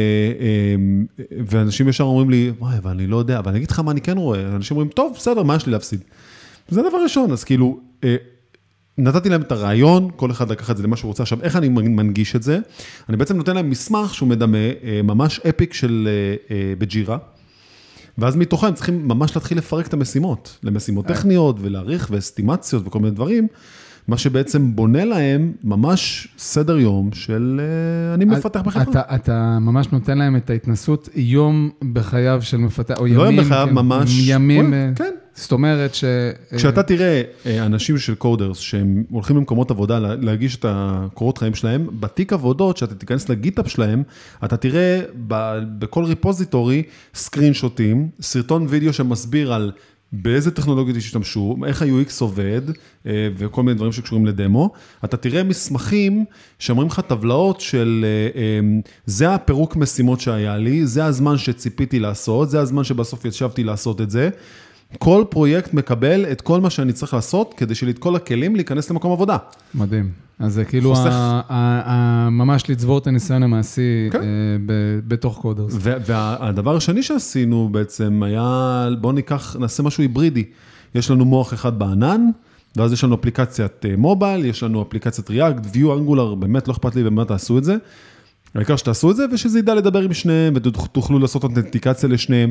ואנשים ישר אומרים לי, וואי, אבל אני לא יודע, אבל אני אגיד לך מה אני כן רואה, אנשים אומרים, טוב, בסדר, מה יש לי להפסיד? זה הדבר ראשון, אז כאילו, נתתי להם את הרעיון, כל אחד לקח את זה למה שהוא רוצה, עכשיו, איך אני מנגיש את זה? אני בעצם נותן להם מסמך שהוא מדמה, ממש אפיק של בג'ירה, ואז מתוכם הם צריכים ממש להתחיל לפרק את המשימות, למשימות טכניות ולהעריך ואסטימציות וכל מיני דברים, מה שבעצם בונה להם ממש סדר יום של אני מפתח בחברה. אתה, אתה ממש נותן להם את ההתנסות יום בחייו של מפתח, או ימים. לא יום בחייו, ממש. ימים, כן. זאת אומרת ש... כשאתה תראה אנשים של קודרס, שהם הולכים למקומות עבודה, להגיש את הקורות חיים שלהם, בתיק עבודות, שאתה תיכנס לגיטאפ שלהם, אתה תראה בכל ריפוזיטורי סקרין שוטים, סרטון וידאו שמסביר על באיזה טכנולוגיות ישתמשו, איך ה-יו אקס עובד, וכל מיני דברים שקשורים לדמו. אתה תראה מסמכים שאומרים לך טבלאות של, זה הפירוק משימות שהיה לי, זה הזמן שציפיתי לעשות, זה הזמן שבסוף ישבתי לעשות את זה. כל פרויקט מקבל את כל מה שאני צריך לעשות, כדי שלי את כל הכלים להיכנס למקום עבודה. מדהים. אז זה כאילו ממש לצבור את הניסיון המעשי בתוך קודרס. והדבר השני שעשינו בעצם היה, בואו ניקח, נעשה משהו היברידי. יש לנו מוח אחד בענן, ואז יש לנו אפליקציית מובייל, יש לנו אפליקציית ריאקט, ויו אנגולר, באמת לא אכפת לי במה תעשו את זה. העיקר שתעשו את זה, ושזה ידע לדבר עם שניהם, ותוכלו לעשות אותנטיקציה לשניהם,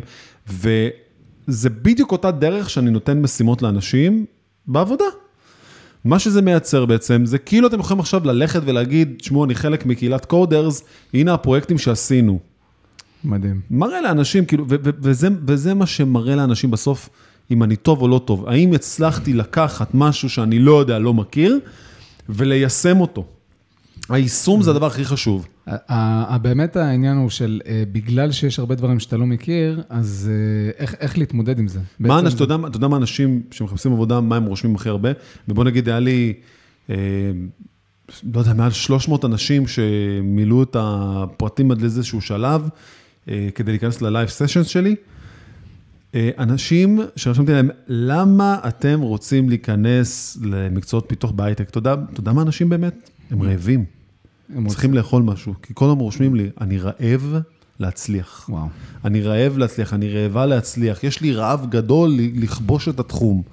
וזה בדיוק אותה דרך שאני נותן משימות לאנשים בעבודה. מה שזה מייצר בעצם, זה כאילו אתם יכולים עכשיו ללכת ולהגיד, שמו, אני חלק מקהילת קודרס, הנה הפרויקטים שעשינו. מדהים. מראה לאנשים, כאילו, ו- ו- וזה, וזה מה שמראה לאנשים בסוף, אם אני טוב או לא טוב. האם הצלחתי לקחת משהו שאני לא יודע, לא מכיר, וליישם אותו. היישום זה הדבר הכי חשוב. באמת העניין הוא של, בגלל שיש הרבה דברים שאתה לא מכיר, אז איך, איך להתמודד עם זה? מה אנשים, אתה יודע, אתה יודע מה אנשים שמחפשים עבודה, מה הם רושמים הכי הרבה? ובוא נגיד, היה לי, אה, לא יודע, מעל שלוש מאות אנשים שמילאו את הפרטים עד לאיזשהו שלב, אה, כדי להיכנס ללייב סשנס שלי. אה, אנשים שרשמתי להם, למה אתם רוצים להיכנס למקצועות פיתוח בהייטק? אתה יודע, אתה יודע מה אנשים באמת? הם רעבים. הם צריכים לאכול משהו, כי כל הזמן רושמים לי, אני רעב להצליח. וואו. אני רעב להצליח, אני רעבה להצליח. יש לי רעב גדול לכבוש את התחום.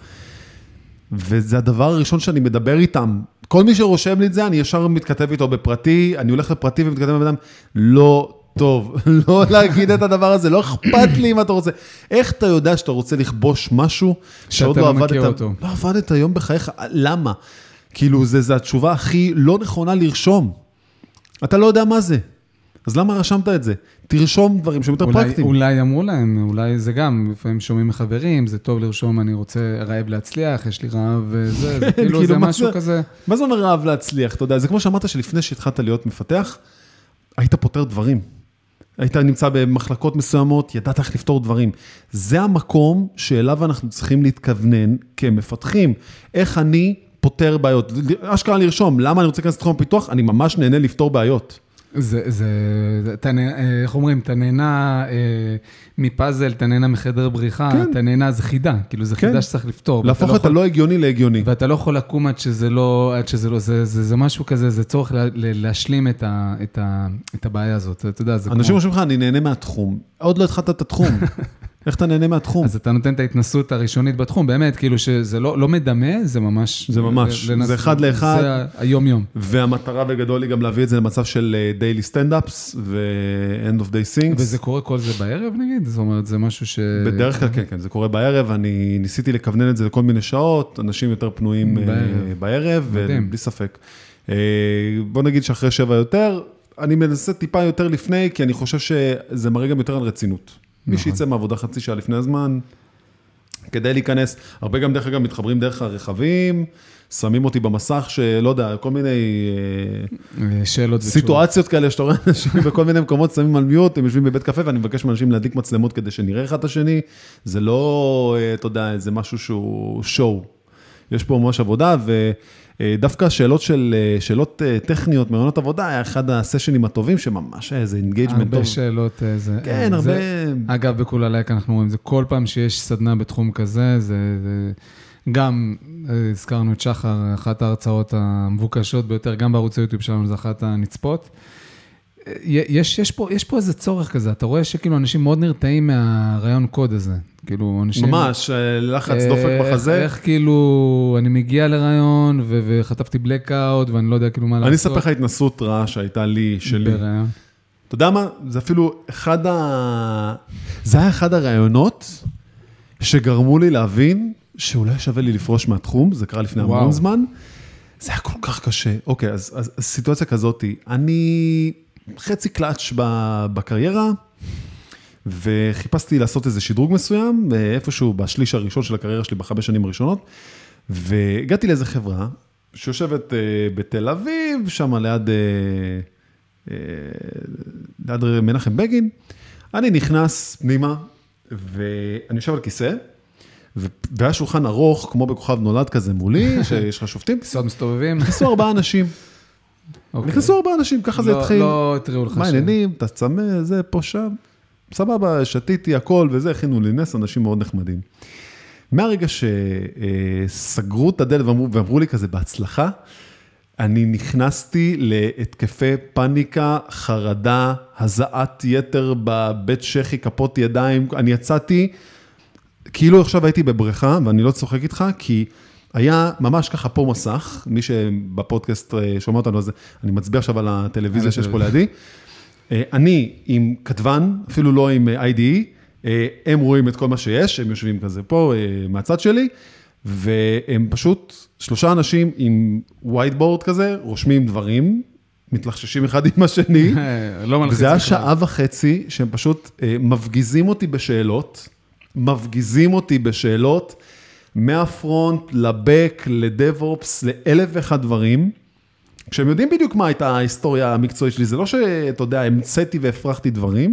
וזה הדבר הראשון שאני מדבר איתם. כל מי שרושם לי את זה, אני ישר מתכתב איתו בפרטי, אני הולך לפרטי ומתכתב עם אדם, לא טוב, לא להגיד את הדבר הזה, לא אכפת לי אם אתה רוצה. איך אתה יודע שאתה רוצה לכבוש משהו, שעוד לא עבדת, לא עבדת היום בחייך, למה? כאילו, זו התשובה הכי לא נכונה לרשום. אתה לא יודע מה זה. אז למה רשמת את זה? תרשום דברים שהם יותר פרקטיים. אולי אמרו להם, אולי זה גם, לפעמים שומעים מחברים, זה טוב לרשום, אני רוצה רעב להצליח, יש לי רעב וזה, זה כאילו זה משהו כזה. מה זה אומר רעב להצליח? אתה יודע, זה כמו שאמרת שלפני שהתחלת להיות מפתח, היית פותר דברים. היית נמצא במחלקות מסוימות, ידעת איך לפתור דברים. זה המקום שאליו אנחנו צריכים להתכוונן כמפתחים. איך אני פותר בעיות. אשכרה לרשום, למה אני רוצה להיכנס לתחום הפיתוח? אני ממש נהנה לפתור בעיות. זה, זה, אתה, איך אומרים, אתה נהנה מפאזל, אתה נהנה מחדר בריחה, כן. אתה נהנה, זה חידה, כאילו זה כן. חידה שצריך לפתור. להפוך את הלא הגיוני להגיוני. ואתה לא יכול לקום עד שזה לא, עד שזה לא, זה, זה, זה משהו כזה, זה צורך לה, להשלים את, ה, את, ה, את הבעיה הזאת, אתה יודע, זה אנשים כמו... חושבים לך, אני נהנה מהתחום, עוד לא התחלת את התחום. איך אתה נהנה מהתחום? אז אתה נותן את ההתנסות הראשונית בתחום, באמת, כאילו שזה לא, לא מדמה, זה ממש... זה ממש, לנס... זה אחד לאחד. זה היום-יום. והמטרה בגדול היא גם להביא את זה למצב של דיילי סטנדאפס ו-end of day things. וזה קורה כל זה בערב, נגיד? זאת אומרת, זה משהו ש... בדרך כלל, כן, כן, זה קורה בערב, אני ניסיתי לכוונן את זה לכל מיני שעות, אנשים יותר פנויים בערב, בערב ובלי ספק. בוא נגיד שאחרי שבע יותר, אני מנסה טיפה יותר לפני, כי אני חושב שזה מראה גם יותר על רצינות. מי שיצא מעבודה חצי שעה לפני הזמן, כדי להיכנס, הרבה גם דרך אגב מתחברים דרך הרכבים, שמים אותי במסך שלא יודע, כל מיני שאלות סיטואציות כאלה, שאתה רואה אנשים בכל מיני מקומות, שמים על מיוט, הם יושבים בבית קפה, ואני מבקש מאנשים להדליק מצלמות כדי שנראה אחד את השני, זה לא, אתה יודע, זה משהו שהוא שואו. יש פה ממש עבודה, ודווקא שאלות של, שאלות טכניות, מעונות עבודה, היה אחד הסשנים הטובים, שממש היה איזה אינגייג'מנט טוב. הרבה שאלות, זה... כן, הרבה... אגב, בכל הלייק אנחנו רואים, זה כל פעם שיש סדנה בתחום כזה, זה... גם, הזכרנו את שחר, אחת ההרצאות המבוקשות ביותר, גם בערוץ היוטיוב שלנו, זה אחת הנצפות. יש, יש פה, יש פה איזה צורך כזה, אתה רואה שכאילו אנשים מאוד נרתעים מהרעיון קוד הזה, כאילו אנשים... ממש, לחץ דופק בחזה. איך כאילו, אני מגיע לרעיון, ו- וחטפתי בלקאוט, ואני לא יודע כאילו מה לעשות. אני אספר לך התנסות רעה שהייתה לי, שלי. ברעיון. אתה יודע מה? זה אפילו אחד ה... זה היה אחד הרעיונות שגרמו לי להבין שאולי שווה לי לפרוש מהתחום, זה קרה לפני המון זמן. זה היה כל כך קשה. אוקיי, אז, אז סיטואציה כזאת, אני חצי קלאץ' בקריירה, וחיפשתי לעשות איזה שדרוג מסוים, איפשהו בשליש הראשון של הקריירה שלי, בחמש שנים הראשונות, והגעתי לאיזה חברה, שיושבת בתל אביב, שם ליד, ליד מנחם בגין, אני נכנס פנימה, ואני יושב על כיסא, והיה שולחן ארוך, כמו בכוכב נולד כזה מולי, שיש לך שופטים. כיסאות מסתובבים. נכנסו ארבעה אנשים. נכנסו ארבעה אנשים, ככה זה התחיל. לא התריעו לך שם. מה העניינים, אתה צמא, זה פה שם. סבבה, שתיתי הכל וזה, הכינו לי נס, אנשים מאוד נחמדים. מהרגע שסגרו את הדלת ואמרו לי כזה בהצלחה, אני נכנסתי להתקפי פאניקה, חרדה, הזעת יתר בבית שכי, כפות ידיים, אני יצאתי, כאילו עכשיו הייתי בבריכה, ואני לא צוחק איתך, כי היה ממש ככה פה מסך, מי שבפודקאסט שומע אותנו על זה, אני מצביע עכשיו על הטלוויזיה שיש פה לידי, אני עם כתבן, אפילו לא עם איי די אי, הם רואים את כל מה שיש, הם יושבים כזה פה מהצד שלי, והם פשוט שלושה אנשים עם ווייטבורד כזה, רושמים דברים, מתלחששים אחד עם השני, וזה היה שעה וחצי שהם פשוט מפגיזים אותי בשאלות, מפגיזים אותי בשאלות, מהפרונט לבק, לדב-אופס, לאלף ואחד דברים, כשהם יודעים בדיוק מה הייתה ההיסטוריה המקצועית שלי, זה לא שאתה יודע, המצאתי והפרחתי דברים,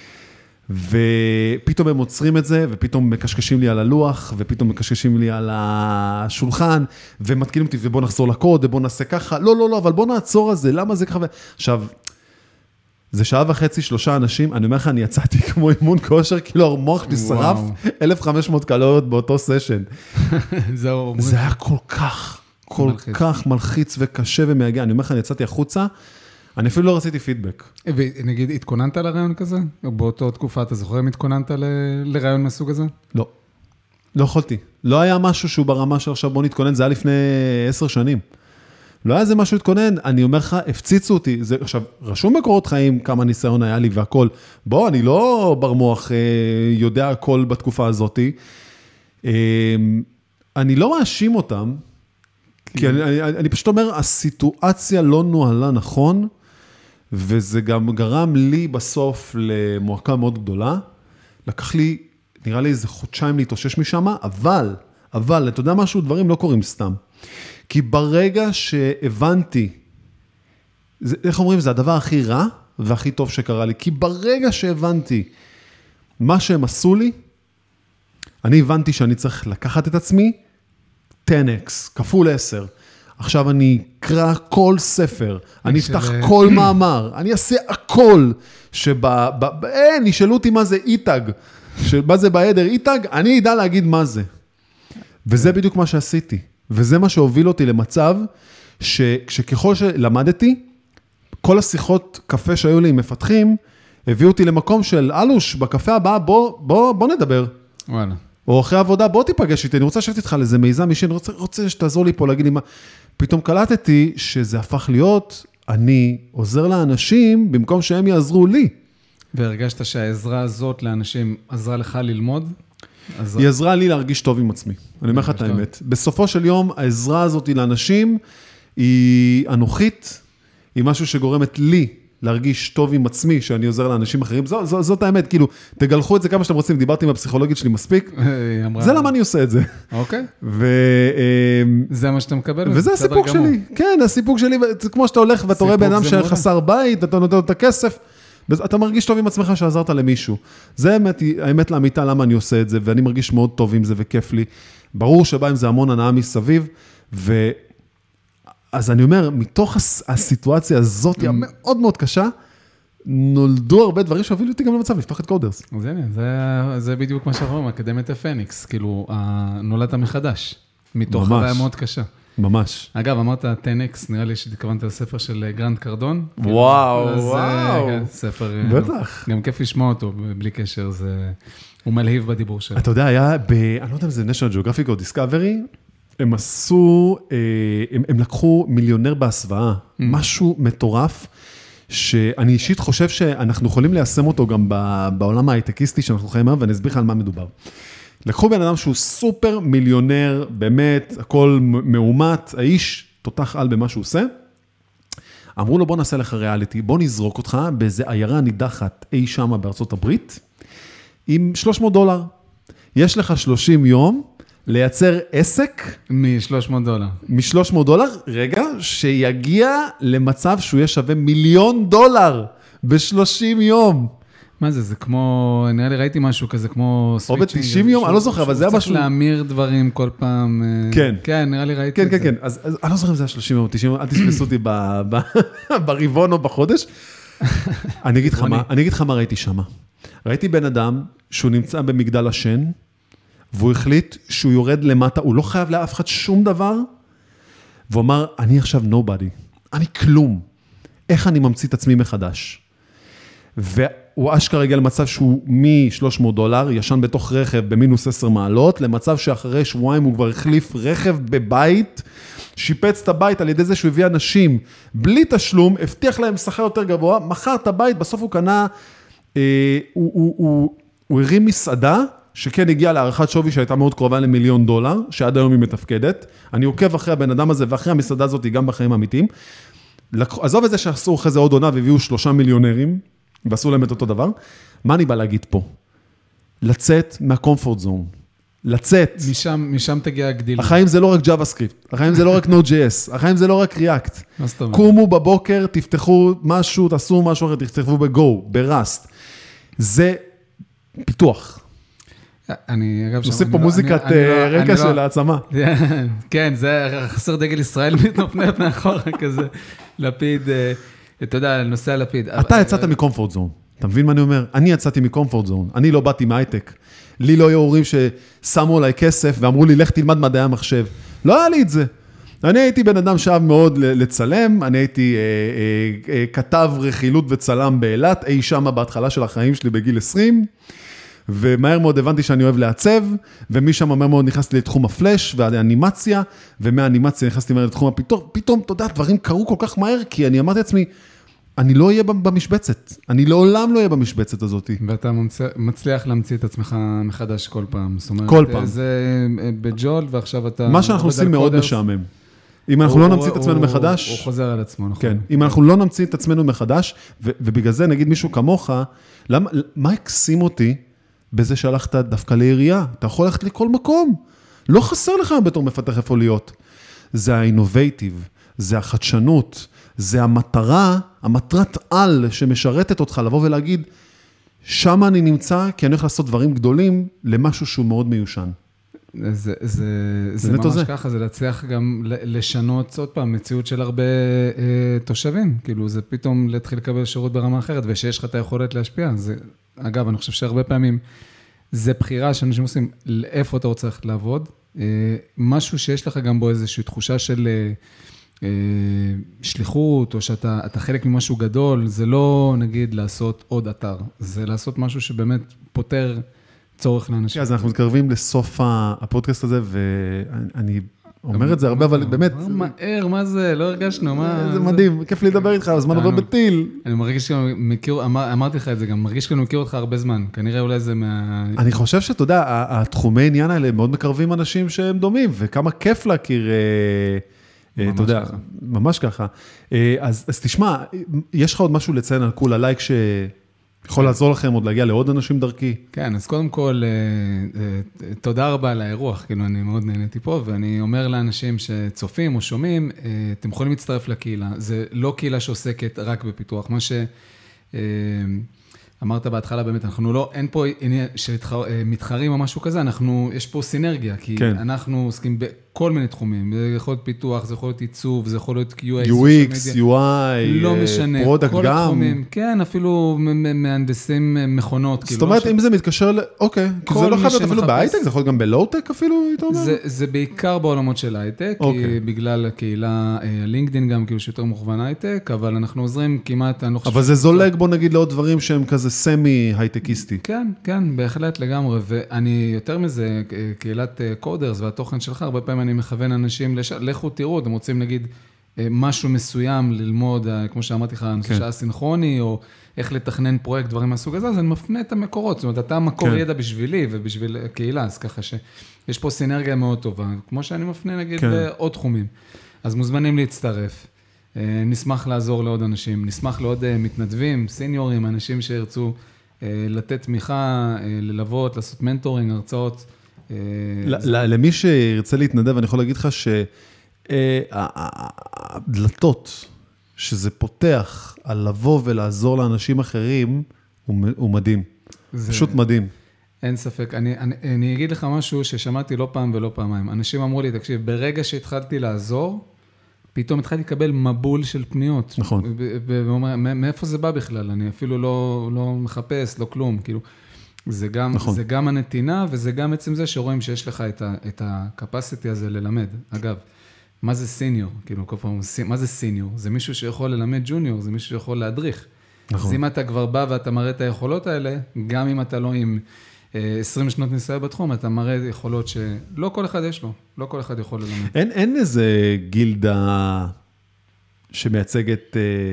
ופתאום הם עוצרים את זה, ופתאום מקשקשים לי על הלוח, ופתאום מקשקשים לי על השולחן, ומתקינים אותי, ובוא נחזור לקוד, ובוא נעשה ככה, לא, לא, לא, אבל בוא נעצור על זה, למה זה ככה? עכשיו, זה שעה וחצי, שלושה אנשים, אני אומר לך, אני יצאתי כמו אימון כושר, כאילו המוח שלי שרף אלף וחמש מאות קלוריות באותו סשן. זה היה כל כך, כל כך מלחיץ וקשה ומייגע. אני אומר לך, אני יצאתי החוצה, אני אפילו לא רציתי פידבק. ונגיד, התכוננת לרעיון כזה? באותו תקופה, אתה זוכר אם התכוננת לרעיון מסוג הזה? לא. לא יכולתי. לא היה משהו שהוא ברמה של עכשיו בוא נתכונן, זה היה לפני עשר שנים. לא היה זה משהו להתכונן, אני אומר לך, הפציצו אותי, זה, עכשיו, רשום בקורות חיים כמה ניסיון היה לי והכל, בוא, אני לא ברמוח, אה, יודע הכל בתקופה הזאת, אה, אני לא מאשים אותם, כי אני, אני, אני פשוט אומר, הסיטואציה לא נוהלה נכון, וזה גם גרם לי בסוף למועקה מאוד גדולה, לקח לי, נראה לי איזה חודשיים להתאושש משם, אבל, אבל, אתה יודע משהו, דברים לא קורים סתם. כי ברגע שהבנתי, זה, איך אומרים, זה הדבר הכי רע והכי טוב שקרה לי, כי ברגע שהבנתי מה שהם עשו לי, אני הבנתי שאני צריך לקחת את עצמי, עשר אקס, כפול עשר. עכשיו אני אקרא כל ספר, אני אפתח כל מאמר, אני אעשה הכל, שבא, אין, נשאלו אותי מה זה איתג, מה זה בעדר איתג, אני ידע להגיד מה זה. וזה בדיוק מה שעשיתי, וזה מה שהוביל אותי למצב, שככל שלמדתי, כל השיחות קפה שהיו לי עם מפתחים, הביאו אותי למקום של אלוש, בקפה הבא, בוא, בוא, בוא נדבר. וואלה. או אחרי עבודה, בוא תיפגש איתי, אני רוצה לשבת איתך לאיזה מיזם אישי, אני רוצה, רוצה שתעזור לי פה, להגיד לי מה. פתאום קלטתי שזה הפך להיות, אני עוזר לאנשים, במקום שהם יעזרו לי. והרגשת שהעזרה הזאת לאנשים עזרה לך ללמוד? היא עזרה לי להרגיש טוב עם עצמי. אני אומר לך את האמת. בסופו של יום, העזרה הזאת לאנשים, היא אנוכית, היא משהו שגורמת לי להרגיש טוב עם עצמי, שאני עוזר לאנשים אחרים. זו, זו, זאת האמת, כאילו, תגלחו את זה כמה שאתם רוצים, דיברתי עם הפסיכולוגית שלי מספיק, זה למה אני עושה את זה. אוקיי. ו... זה מה שאתה מקבל? וזה הסיפוק שלי, כן, הסיפוק שלי, זה כמו שאתה הולך ואתה רואה בן אדם שחסר בית, אתה נותן לו את הכסף, אתה מרגיש טוב עם עצמך שעזרת למישהו. זה האמת, האמת לאמיתה למה אני עושה את זה, ואני מרגיש מאוד טוב עם זה וכיף לי. ברור שבא עם זה המון הנאה מסביב, ו... אז אני אומר, מתוך הסיטואציה הזאת, היא מאוד מאוד קשה, נולדו הרבה דברים שהובילו אותי גם למצב, לפתוח את קודרס. אז הנה, זה, זה בדיוק מה שאנחנו אומרים, אקדמיית הפניקס, כאילו, נולדת מחדש, מתוך חוויה מאוד קשה. ממש. אגב, אמרת טן אקס, נראה לי שהתכוונת לספר של גרנד קרדון. וואו, וואו. ספר, בטח. גם כיף לשמוע אותו, בלי קשר, זה, הוא מלהיב בדיבור שלו. אתה יודע, היה, ב, אני לא יודע אם זה National Geographic או Discovery, הם עשו, הם, הם לקחו מיליונר בהסוואה, mm. משהו מטורף, שאני אישית חושב שאנחנו יכולים ליישם אותו גם בעולם ההייטקיסטי שאנחנו חיים היום, ואני אסביר לך על מה מדובר. לקחו בן אדם שהוא סופר מיליונר, באמת, הכל מאומת, האיש תותח על במה שהוא עושה, אמרו לו בוא נעשה לך ריאליטי, בוא נזרוק אותך באיזה עיירה נידחת אי שמה בארצות הברית, עם שלוש מאות דולר. יש לך שלושים יום, לייצר עסק. מ-שלוש מאות דולר. מ-שלוש מאות דולר, רגע, שיגיע למצב שהוא יהיה שווה מיליון דולר ב-שלושים יום. מה זה? זה כמו, נראה לי ראיתי משהו כזה, כמו סוויצ'ינג. או ב-תשעים יום, אני לא זוכר, אבל זה היה משהו... צריך להמיר דברים כל פעם. כן. כן, נראה לי ראיתי את זה. כן, כן, כן. אז אני לא זוכר אם זה היה שלושים יום, תשעים יום, אל תספסו אותי ברבעון או בחודש. אני אגיד לך מה ראיתי שמה. ראיתי בן אדם שהוא נמצא במגדל השן, והוא החליט שהוא יורד למטה, הוא לא חייב לאף אחד שום דבר, והוא אמר, אני עכשיו nobody, אני כלום, איך אני ממציא את עצמי מחדש? והוא אשכרה הגיע למצב שהוא מ-שלוש מאות דולר, ישן בתוך רכב במינוס עשר מעלות, למצב שאחרי שבועיים הוא כבר החליף רכב בבית, שיפץ את הבית על ידי זה שהוא הביא אנשים בלי תשלום, הבטיח להם שכר יותר גבוה, מכר את הבית, בסוף הוא קנה, אה, הוא, הוא, הוא, הוא הרים מסעדה, שכן הגיע להערכת שווי שהייתה מאוד קרובה למיליון דולר, שעד היום היא מתפקדת. אני עוקב אחרי הבן אדם הזה, ואחרי המסעדה הזאת גם בחיים האמיתיים. עזוב את זה שעשו אחרי זה עוד עונה, והביאו שלושה מיליונרים, ועשו להם את אותו דבר. מה אני בא להגיד פה? לצאת מהקומפורט זון. לצאת. משם, משם תגיע הגדילה. החיים זה לא רק JavaScript, החיים זה לא רק Node.js, החיים זה לא רק React. מה זאת אומרת? קומו בבוקר, תפתחו משהו, תעשו משהו אחר, תפתחו ב-Go, ב-Rust. זה פיתוח. אני, אגב, נוסיף פה מוזיקת רקע של העצמה. כן, זה חסר דגל ישראל מתנופנף מאחורה כזה, לפיד, אתה יודע, נושא הלפיד. אתה יצאת מקומפורט זון, אתה מבין מה אני אומר? אני יצאתי מקומפורט זון, אני לא באתי מהייטק. לי לא היו הורים ששמו עליי כסף ואמרו לי, לך תלמד מדעי המחשב. לא היה לי את זה. אני הייתי בן אדם שאהב מאוד לצלם, אני הייתי כתב רכילות וצלם באילת, אי שמה בהתחלה של החיים שלי בגיל עשרים, ומהר מאוד הבנתי שאני אוהב לעצב, ומשם מהר מאוד נכנסתי לתחום הפלש והאנימציה, ומהאנימציה נכנסתי מהר לתחום הפיתוח, פתאום, אתה יודע, דברים קרו כל כך מהר, כי אני אמרתי לעצמי, אני לא אהיה במשבצת, אני לעולם לא אהיה במשבצת הזאת. ואתה מצליח להמציא את עצמך מחדש כל פעם. כל פעם. זה בג'ול, ועכשיו אתה... מה שאנחנו עושים מאוד משעמם. אם אנחנו לא נמציא את עצמנו מחדש... הוא חוזר על עצמו, נכון. כן, אם אנחנו לא נמציא את עצמנו מחדש, ובגלל זה נגיד מישהו כמוך, מה הקסים אותי בזה שהלכת דווקא לעירייה? אתה יכול ללכת לכל מקום. לא חסר לך בתור מפתח איפה להיות. זה האינובייטיב, זה החדשנות, זה המטרה, המטרת על שמשרתת אותך לבוא ולהגיד, שם אני נמצא כי אני הולך לעשות דברים גדולים למשהו שהוא מאוד מיושן. זה, זה, זה ממש זה. ככה, זה להצליח גם לשנות עוד פעם מציאות של הרבה אה, תושבים, כאילו זה פתאום להתחיל לקבל שירות ברמה אחרת, ושיש לך את היכולת להשפיע. זה, אגב, אני חושב שהרבה פעמים זה בחירה שאנשים עושים, לאיפה אתה רוצה ללכת לעבוד, אה, משהו שיש לך גם בו איזושהי תחושה של אה, שליחות, או שאתה אתה חלק ממשהו גדול, זה לא נגיד לעשות עוד אתר, זה לעשות משהו שבאמת פותר צורך לאנשים. אז אנחנו מתקרבים לסוף הפודקאסט הזה, ואני אומר את זה הרבה, אבל באמת... מהר, מה זה? לא הרגשנו, מה... זה מדהים, כיף לי לדבר איתך, הזמן עובר בטיל. אני מרגיש שגם מכיר, אמרתי לך את זה גם, מרגיש כאילו מכיר אותך הרבה זמן, כנראה אולי זה מה... אני חושב שאתה יודע, התחומי עניין האלה מאוד מקרבים אנשים שהם דומים, וכמה כיף להכיר, אתה יודע, ממש ככה. אז תשמע, יש לך עוד משהו לציין על כול הלייק ש... יכול לעזור לכם עוד להגיע לעוד אנשים דרכי? כן, אז קודם כל, תודה רבה על האירוח, כאילו אני מאוד נהניתי פה, ואני אומר לאנשים שצופים או שומעים, אתם יכולים להצטרף לקהילה, זה לא קהילה שעוסקת רק בפיתוח, מה שאמרת בהתחלה באמת, אנחנו לא, אין פה עניין שמתחרים או משהו כזה, אנחנו, יש פה סינרגיה, כי אנחנו עוסקים בכל מיני תחומים, זה יכול להיות פיתוח, זה יכול להיות עיצוב, זה יכול להיות Q A, U X, U I, לא משנה, פרודקט גם. כן, אפילו מהנדסים מכונות. זאת אומרת, אם זה מתקשר ל... אוקיי, כי זה לא חייב להיות אפילו בהייטק, זה יכול להיות גם בלואו-טק אפילו, אתה אומר? זה בעיקר בעולמות של הייטק, בגלל הקהילה, הלינקדין גם, כאילו שיותר מוכוון הייטק, אבל אנחנו עוזרים כמעט, אני לא חושב... אבל זה זולג, בוא נגיד, לעוד דברים שהם כזה סמי-הייטקיסטי. כן, כן, בהחלט לגמרי, ואני יותר מזה, קהילת קודרס והתוכן שלך, הרבה פעמים אני מכוון אנשים, לכו תראו, אתם רוצים נגיד משהו מסוים ללמוד, כמו שאמרתי לך, נושא שעה סינכרוני, או איך לתכנן פרויקט, דברים מהסוג הזה, אז אני מפנה את המקורות, זאת אומרת, אתה מקור ידע בשבילי ובשביל הקהילה, אז ככה שיש פה סינרגיה מאוד טובה, כמו שאני מפנה נגיד בעוד תחומים. אז מוזמנים להצטרף, נשמח לעזור לעוד אנשים, נשמח לעוד מתנדבים, סיניורים, אנשים שירצו לתת תמיכה, ללוות, לעשות מנטורינג, הרצאות, למי שירצה להתנדב, אני יכול להגיד לך שהדלתות שזה פותח על לבוא ולעזור לאנשים אחרים, הוא מדהים. פשוט מדהים. אין ספק. אני, אני, אני אגיד לך משהו ששמעתי לא פעם ולא פעמיים. אנשים אמרו לי, תקשיב, ברגע שהתחלתי לעזור, פתאום התחלתי לקבל מבול של פניות. נכון. ואומר, מאיפה זה בא בכלל? אני אפילו לא, לא מחפש, לא כלום. כאילו, זה גם, נכון. זה גם הנתינה, וזה גם עצם זה שרואים שיש לך את ה, את ה-capacity הזה ללמד. אגב, מה זה סיניור? כאילו, כל פעם, מה זה סיניור? זה מישהו שיכול ללמד ג'וניור, זה מישהו שיכול להדריך. נכון. אז אם אתה כבר בא ואתה מראה את היכולות האלה, גם אם אתה לא עם עשרים שנות ניסיון בתחום, אתה מראה יכולות שלא כל אחד יש לו, לא כל אחד יכול ללמד. אין, אין איזה גילדה שמייצגת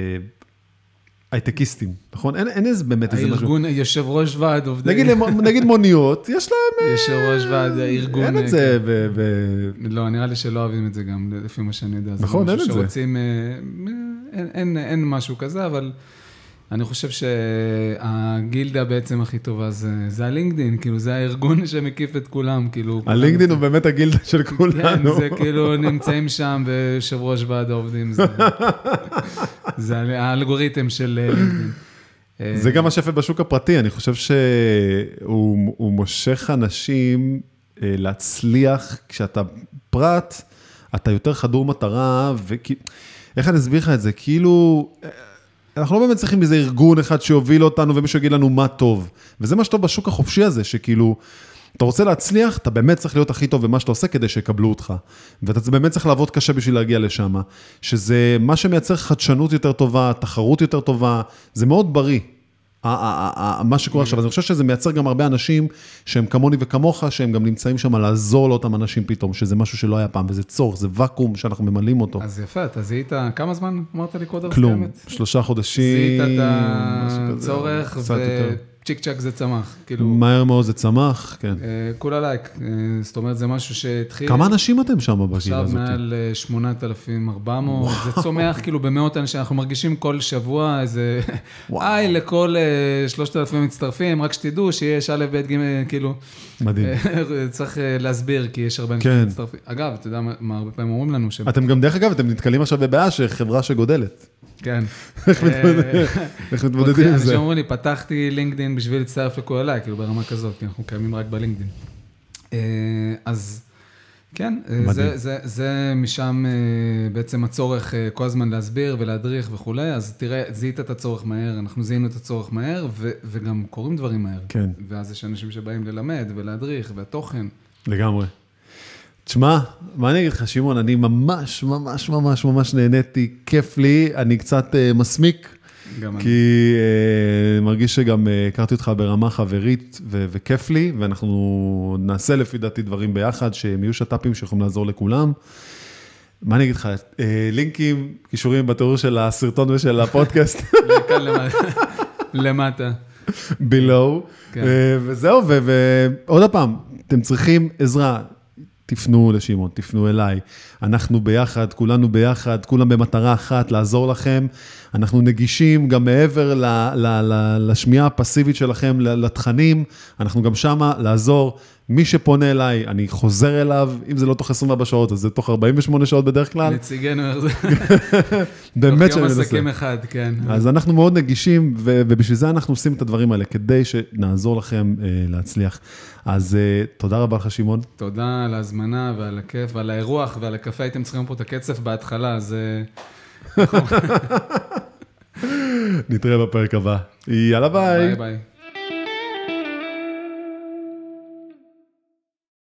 הייטקיסטים, נכון? אין, אין איזה באמת איזה משהו. הארגון, יושב ראש ועד עובדי... נגיד, נגיד מוניות, יש להם... יושב ראש ועד, הארגון... אין את זה ב... ב... לא, נראה לי שלא אוהבים את זה גם, לפי מה שאני יודע. נכון, אין את זה. שרוצים, אין, אין, אין משהו כזה, אבל אני חושב שהגילדה בעצם הכי טובה זה, זה הלינקדין, כאילו זה הארגון שמקיף את כולם, כאילו... הלינקדין הוא באמת הגילדה של כולנו. כן, זה כאילו נמצאים שם ביושב ראש ועד העובדים, זה... זה האלגוריתם של לינקדין. זה גם השפט בשוק הפרטי, אני חושב שהוא מושך אנשים להצליח, כשאתה פרט, אתה יותר חדור מטרה, ואיך אני אסביר לך את זה? כאילו, אנחנו לא באמת צריכים איזה ארגון אחד שיוביל אותנו, ומישהו יגיד לנו מה טוב, וזה מה שטוב בשוק החופשי הזה, שכאילו, אתה רוצה להצליח, אתה באמת צריך להיות הכי טוב במה שאתה עושה כדי שיקבלו אותך. ואתה באמת צריך לעבוד קשה בשביל להגיע לשם. שזה מה שמייצר חדשנות יותר טובה, תחרות יותר טובה, זה מאוד בריא. מה שקורה עכשיו, אז אני חושב שזה מייצר גם הרבה אנשים שהם כמוני וכמוך, שהם גם נמצאים שם לעזור לאותם אנשים פתאום, שזה משהו שלא היה פעם, וזה צורך, זה וקום שאנחנו ממלאים אותו. אז יפה, אתה זיהית, כמה זמן אמרת לי קודם? כלום, שלושה חודשים. זיהית את הצורך ו... צ'יק צ'ק זה צמח, כאילו... מהר מאוד זה צמח, כן. כולה לייק, זאת אומרת, זה משהו שהתחיל... כמה אנשים אתם שם בגילה הזאת? עכשיו מעל שמונת אלפים וארבע מאות, זה צומח כאילו במאות אנשים, אנחנו מרגישים כל שבוע איזה... היי, לכל שלושת אלפים מצטרפים, רק שתדעו שיש א' ב' ג' כאילו... מדהים. צריך להסביר, כי יש הרבה אנשים מצטרפים. אגב, אתה יודע מה הרבה פעמים אומרים לנו ש... אתם גם דרך אגב, אתם נתקלים עכשיו בבעיה שחברה שגודלת. כן. איך מתמודדים עם זה? אנשים אומרים לי, פתחתי לינקדין בשביל להצטרף לכו אליי, כאילו ברמה כזאת, כי אנחנו קיימים רק בלינקדין. אז כן, זה, זה, זה משם בעצם הצורך כל הזמן להסביר ולהדריך וכולי, אז תראה, זיהית את הצורך מהר, אנחנו זיהינו את הצורך מהר, ו, וגם קוראים דברים מהר. כן. ואז יש אנשים שבאים ללמד ולהדריך, והתוכן. לגמרי. תשמע, מה אני אגיד לך, שמעון, אני ממש, ממש, ממש, ממש נהניתי, כיף לי, אני קצת uh, מסמיק, כי uh, מרגיש שגם uh, הכרתי אותך ברמה חברית ו- וכיף לי, ואנחנו נעשה לפי דעתי דברים ביחד, שהם יהיו שטאפים שיכולים לעזור לכולם. מה אני אגיד לך, uh, לינקים, קישורים בתיאור של הסרטון ושל הפודקאסט. למטה. below, uh, וזהו, ועוד פעם, אתם צריכים עזרה, תפנו לשמעון, תפנו אליי, אנחנו ביחד, כולנו ביחד, כולם במטרה אחת, לעזור לכם, אנחנו נגישים גם מעבר ל, ל, ל, לשמיעה הפסיבית שלכם, לתכנים, אנחנו גם שמה לעזור, מי שפונה אליי, אני חוזר אליו, אם זה לא תוך עשרים וארבע שעות, אז זה תוך ארבעים ושמונה שעות בדרך כלל. נציגנו, איך זה? באמת תוך יום עסקים אחד, כן. אז אנחנו מאוד נגישים, ובשביל זה אנחנו עושים את הדברים האלה, כדי שנעזור לכם להצליח. אז תודה רבה לך, שמעון. תודה על ההזמנה ועל הכיף ועל האירוח ועל הקפה. הייתם צריכים פה את הקצף בהתחלה, אז... נתראה בפרק הבא. יאללה ביי. ביי ביי.